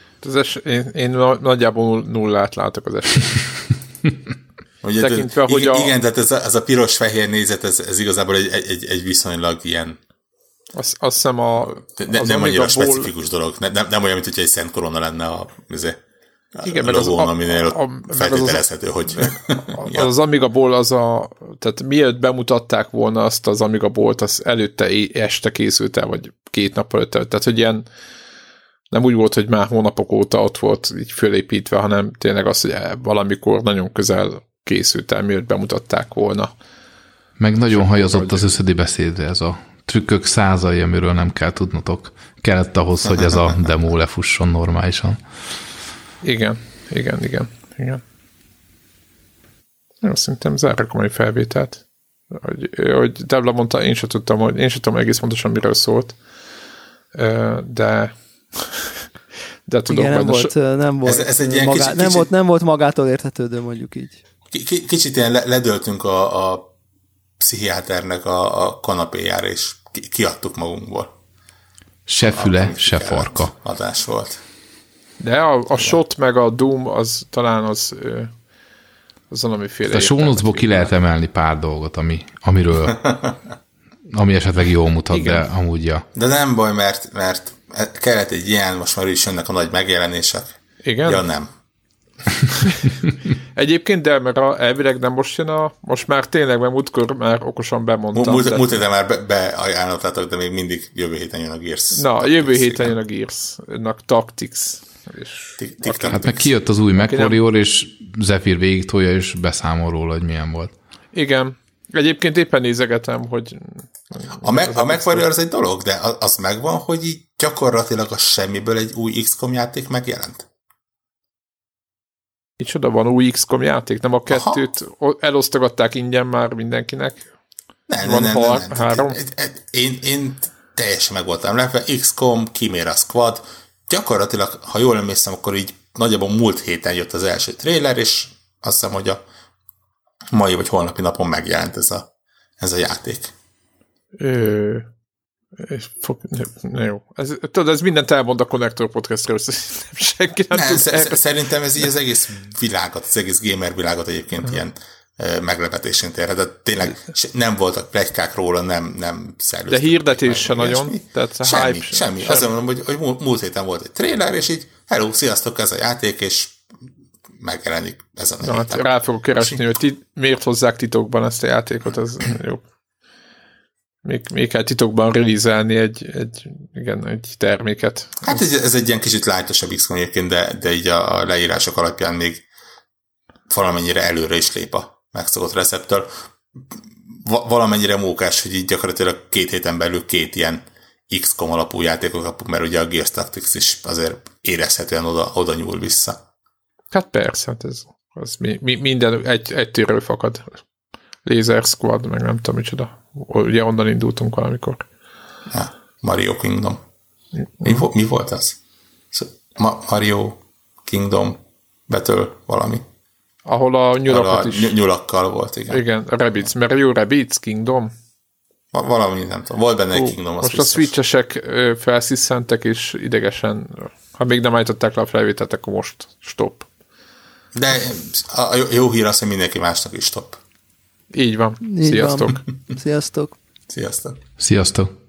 Speaker 2: Én nagyjából nullát látok az
Speaker 4: esélyt. Tekintve, hogy igen, tehát ez a piros-fehér nézet, ez igazából egy viszonylag ilyen...
Speaker 2: Azt hiszem
Speaker 4: nem annyira specifikus dolog. Nem olyan, mint hogyha egy szent korona lenne a logón, aminél feltételezhető, hogy...
Speaker 2: Az Amiga-ból tehát mielőtt bemutatták volna azt az Amiga-bolt, az előtte este készült el, vagy 2 nappal előtte. Tehát, hogy ilyen nem úgy volt, hogy már hónapok óta ott volt így fölépítve, hanem tényleg az, hogy valamikor nagyon közel készült el, mielőtt bemutatták volna.
Speaker 3: Meg nagyon hajazott az összedi beszédre ez a trükkök százai, amiről nem kell tudnotok. Kellett ahhoz, hogy ez a demo lefusson normálisan.
Speaker 2: Igen. Jó, szerintem zárjuk a mai felvételt. Hogy Debla mondta, én sem tudtam egész pontosan miről szólt, de tudom.
Speaker 5: Igen, nem volt magától érthetődő, mondjuk így.
Speaker 4: Kicsit ilyen ledöltünk a pszichiáternek a kanapéjára, és kiadtuk magunkból.
Speaker 3: Se füle, se farka.
Speaker 4: Adás volt.
Speaker 2: De a shot meg a Doom az talán az valamiféle...
Speaker 3: A show notes-ból ki lehet emelni pár dolgot, ami esetleg jól mutat, igen. De amúgy ja.
Speaker 4: De nem baj, mert kellett egy ilyen, most már is jönnek a nagy megjelenések.
Speaker 2: Igen?
Speaker 4: Ja, nem.
Speaker 2: Egyébként, de mert elvileg nem most jön most már tényleg, mert múltkor már okosan bemondtam.
Speaker 4: Múlt héten már beajánlottátok, de még mindig jövő héten jön a Gears.
Speaker 2: Na, jövő héten jön a Gears-nak Tactics.
Speaker 3: Hát meg kijött az új MechWarrior, és Zephyr végig tolja, és beszámol róla, hogy milyen volt.
Speaker 2: Igen. Egyébként éppen nézegetem, hogy...
Speaker 4: A MechWarrior az egy dolog, de az megvan, hogy így gyakorlatilag a semmiből egy új XCOM játék megjelent?
Speaker 2: Micsoda, van új XCOM játék? Nem a 2-t elosztogatták ingyen már mindenkinek?
Speaker 4: Nem. 3? Én teljesen meg voltam lepve. XCOM, Chimera Squad. Gyakorlatilag, ha jól emlékszem, akkor így nagyjából múlt héten jött az első trailer, és azt hiszem, hogy a mai vagy holnapi napon megjelent ez a játék.
Speaker 2: Jó. Ez mindent elmond a Connector Podcastről, senki nem tud.
Speaker 4: Szerintem ez így az egész világot, az egész gamer világot egyébként ilyen meglepetésként érhet. De tényleg nem voltak pletykák róla, nem szerveztek.
Speaker 2: De hirdetés se nagyon.
Speaker 4: Semmi. Azt mondom, hogy múlt héten volt egy trailer, és így hello, sziasztok, ez a játék, és megjelenik ezen a héten.
Speaker 2: Rá fogok keresni, hogy miért hozzák titokban ezt a játékot, ez jó. Még kell titokban release-elni egy terméket.
Speaker 4: Hát ez egy ilyen kicsit lightosabb XCOM egyébként, de így a leírások alapján még valamennyire előre is lép a megszokott receptől. Valamennyire mókás, hogy így gyakorlatilag 2 héten belül 2 ilyen XCOM alapú játékot kapunk, mert ugye a Gears Tactics is azért érezhetően oda nyúl vissza.
Speaker 2: Hát persze, hát ez minden egy térről fakad. Laser Squad, meg nem tudom micsoda. Ugye onnan indultunk valamikor.
Speaker 4: Ja, Mario Kingdom. Mi volt az? Mario Kingdom Battle valami.
Speaker 2: Ahol a nyulakot is...
Speaker 4: Nyulakkal volt, igen.
Speaker 2: Igen, Rabbids. Mario Rabbids Kingdom.
Speaker 4: Valami, nem tudom. Volt benne egy Kingdom,
Speaker 2: most biztos. A Switch-esek felsziszentek, és idegesen, ha még nem állították le a felvételt, akkor most stop.
Speaker 4: De a jó hír az, hogy mindenki másnak is stop.
Speaker 2: Így van. Sziasztok.
Speaker 5: Sziasztok.
Speaker 4: Sziasztok.
Speaker 3: Sziasztok.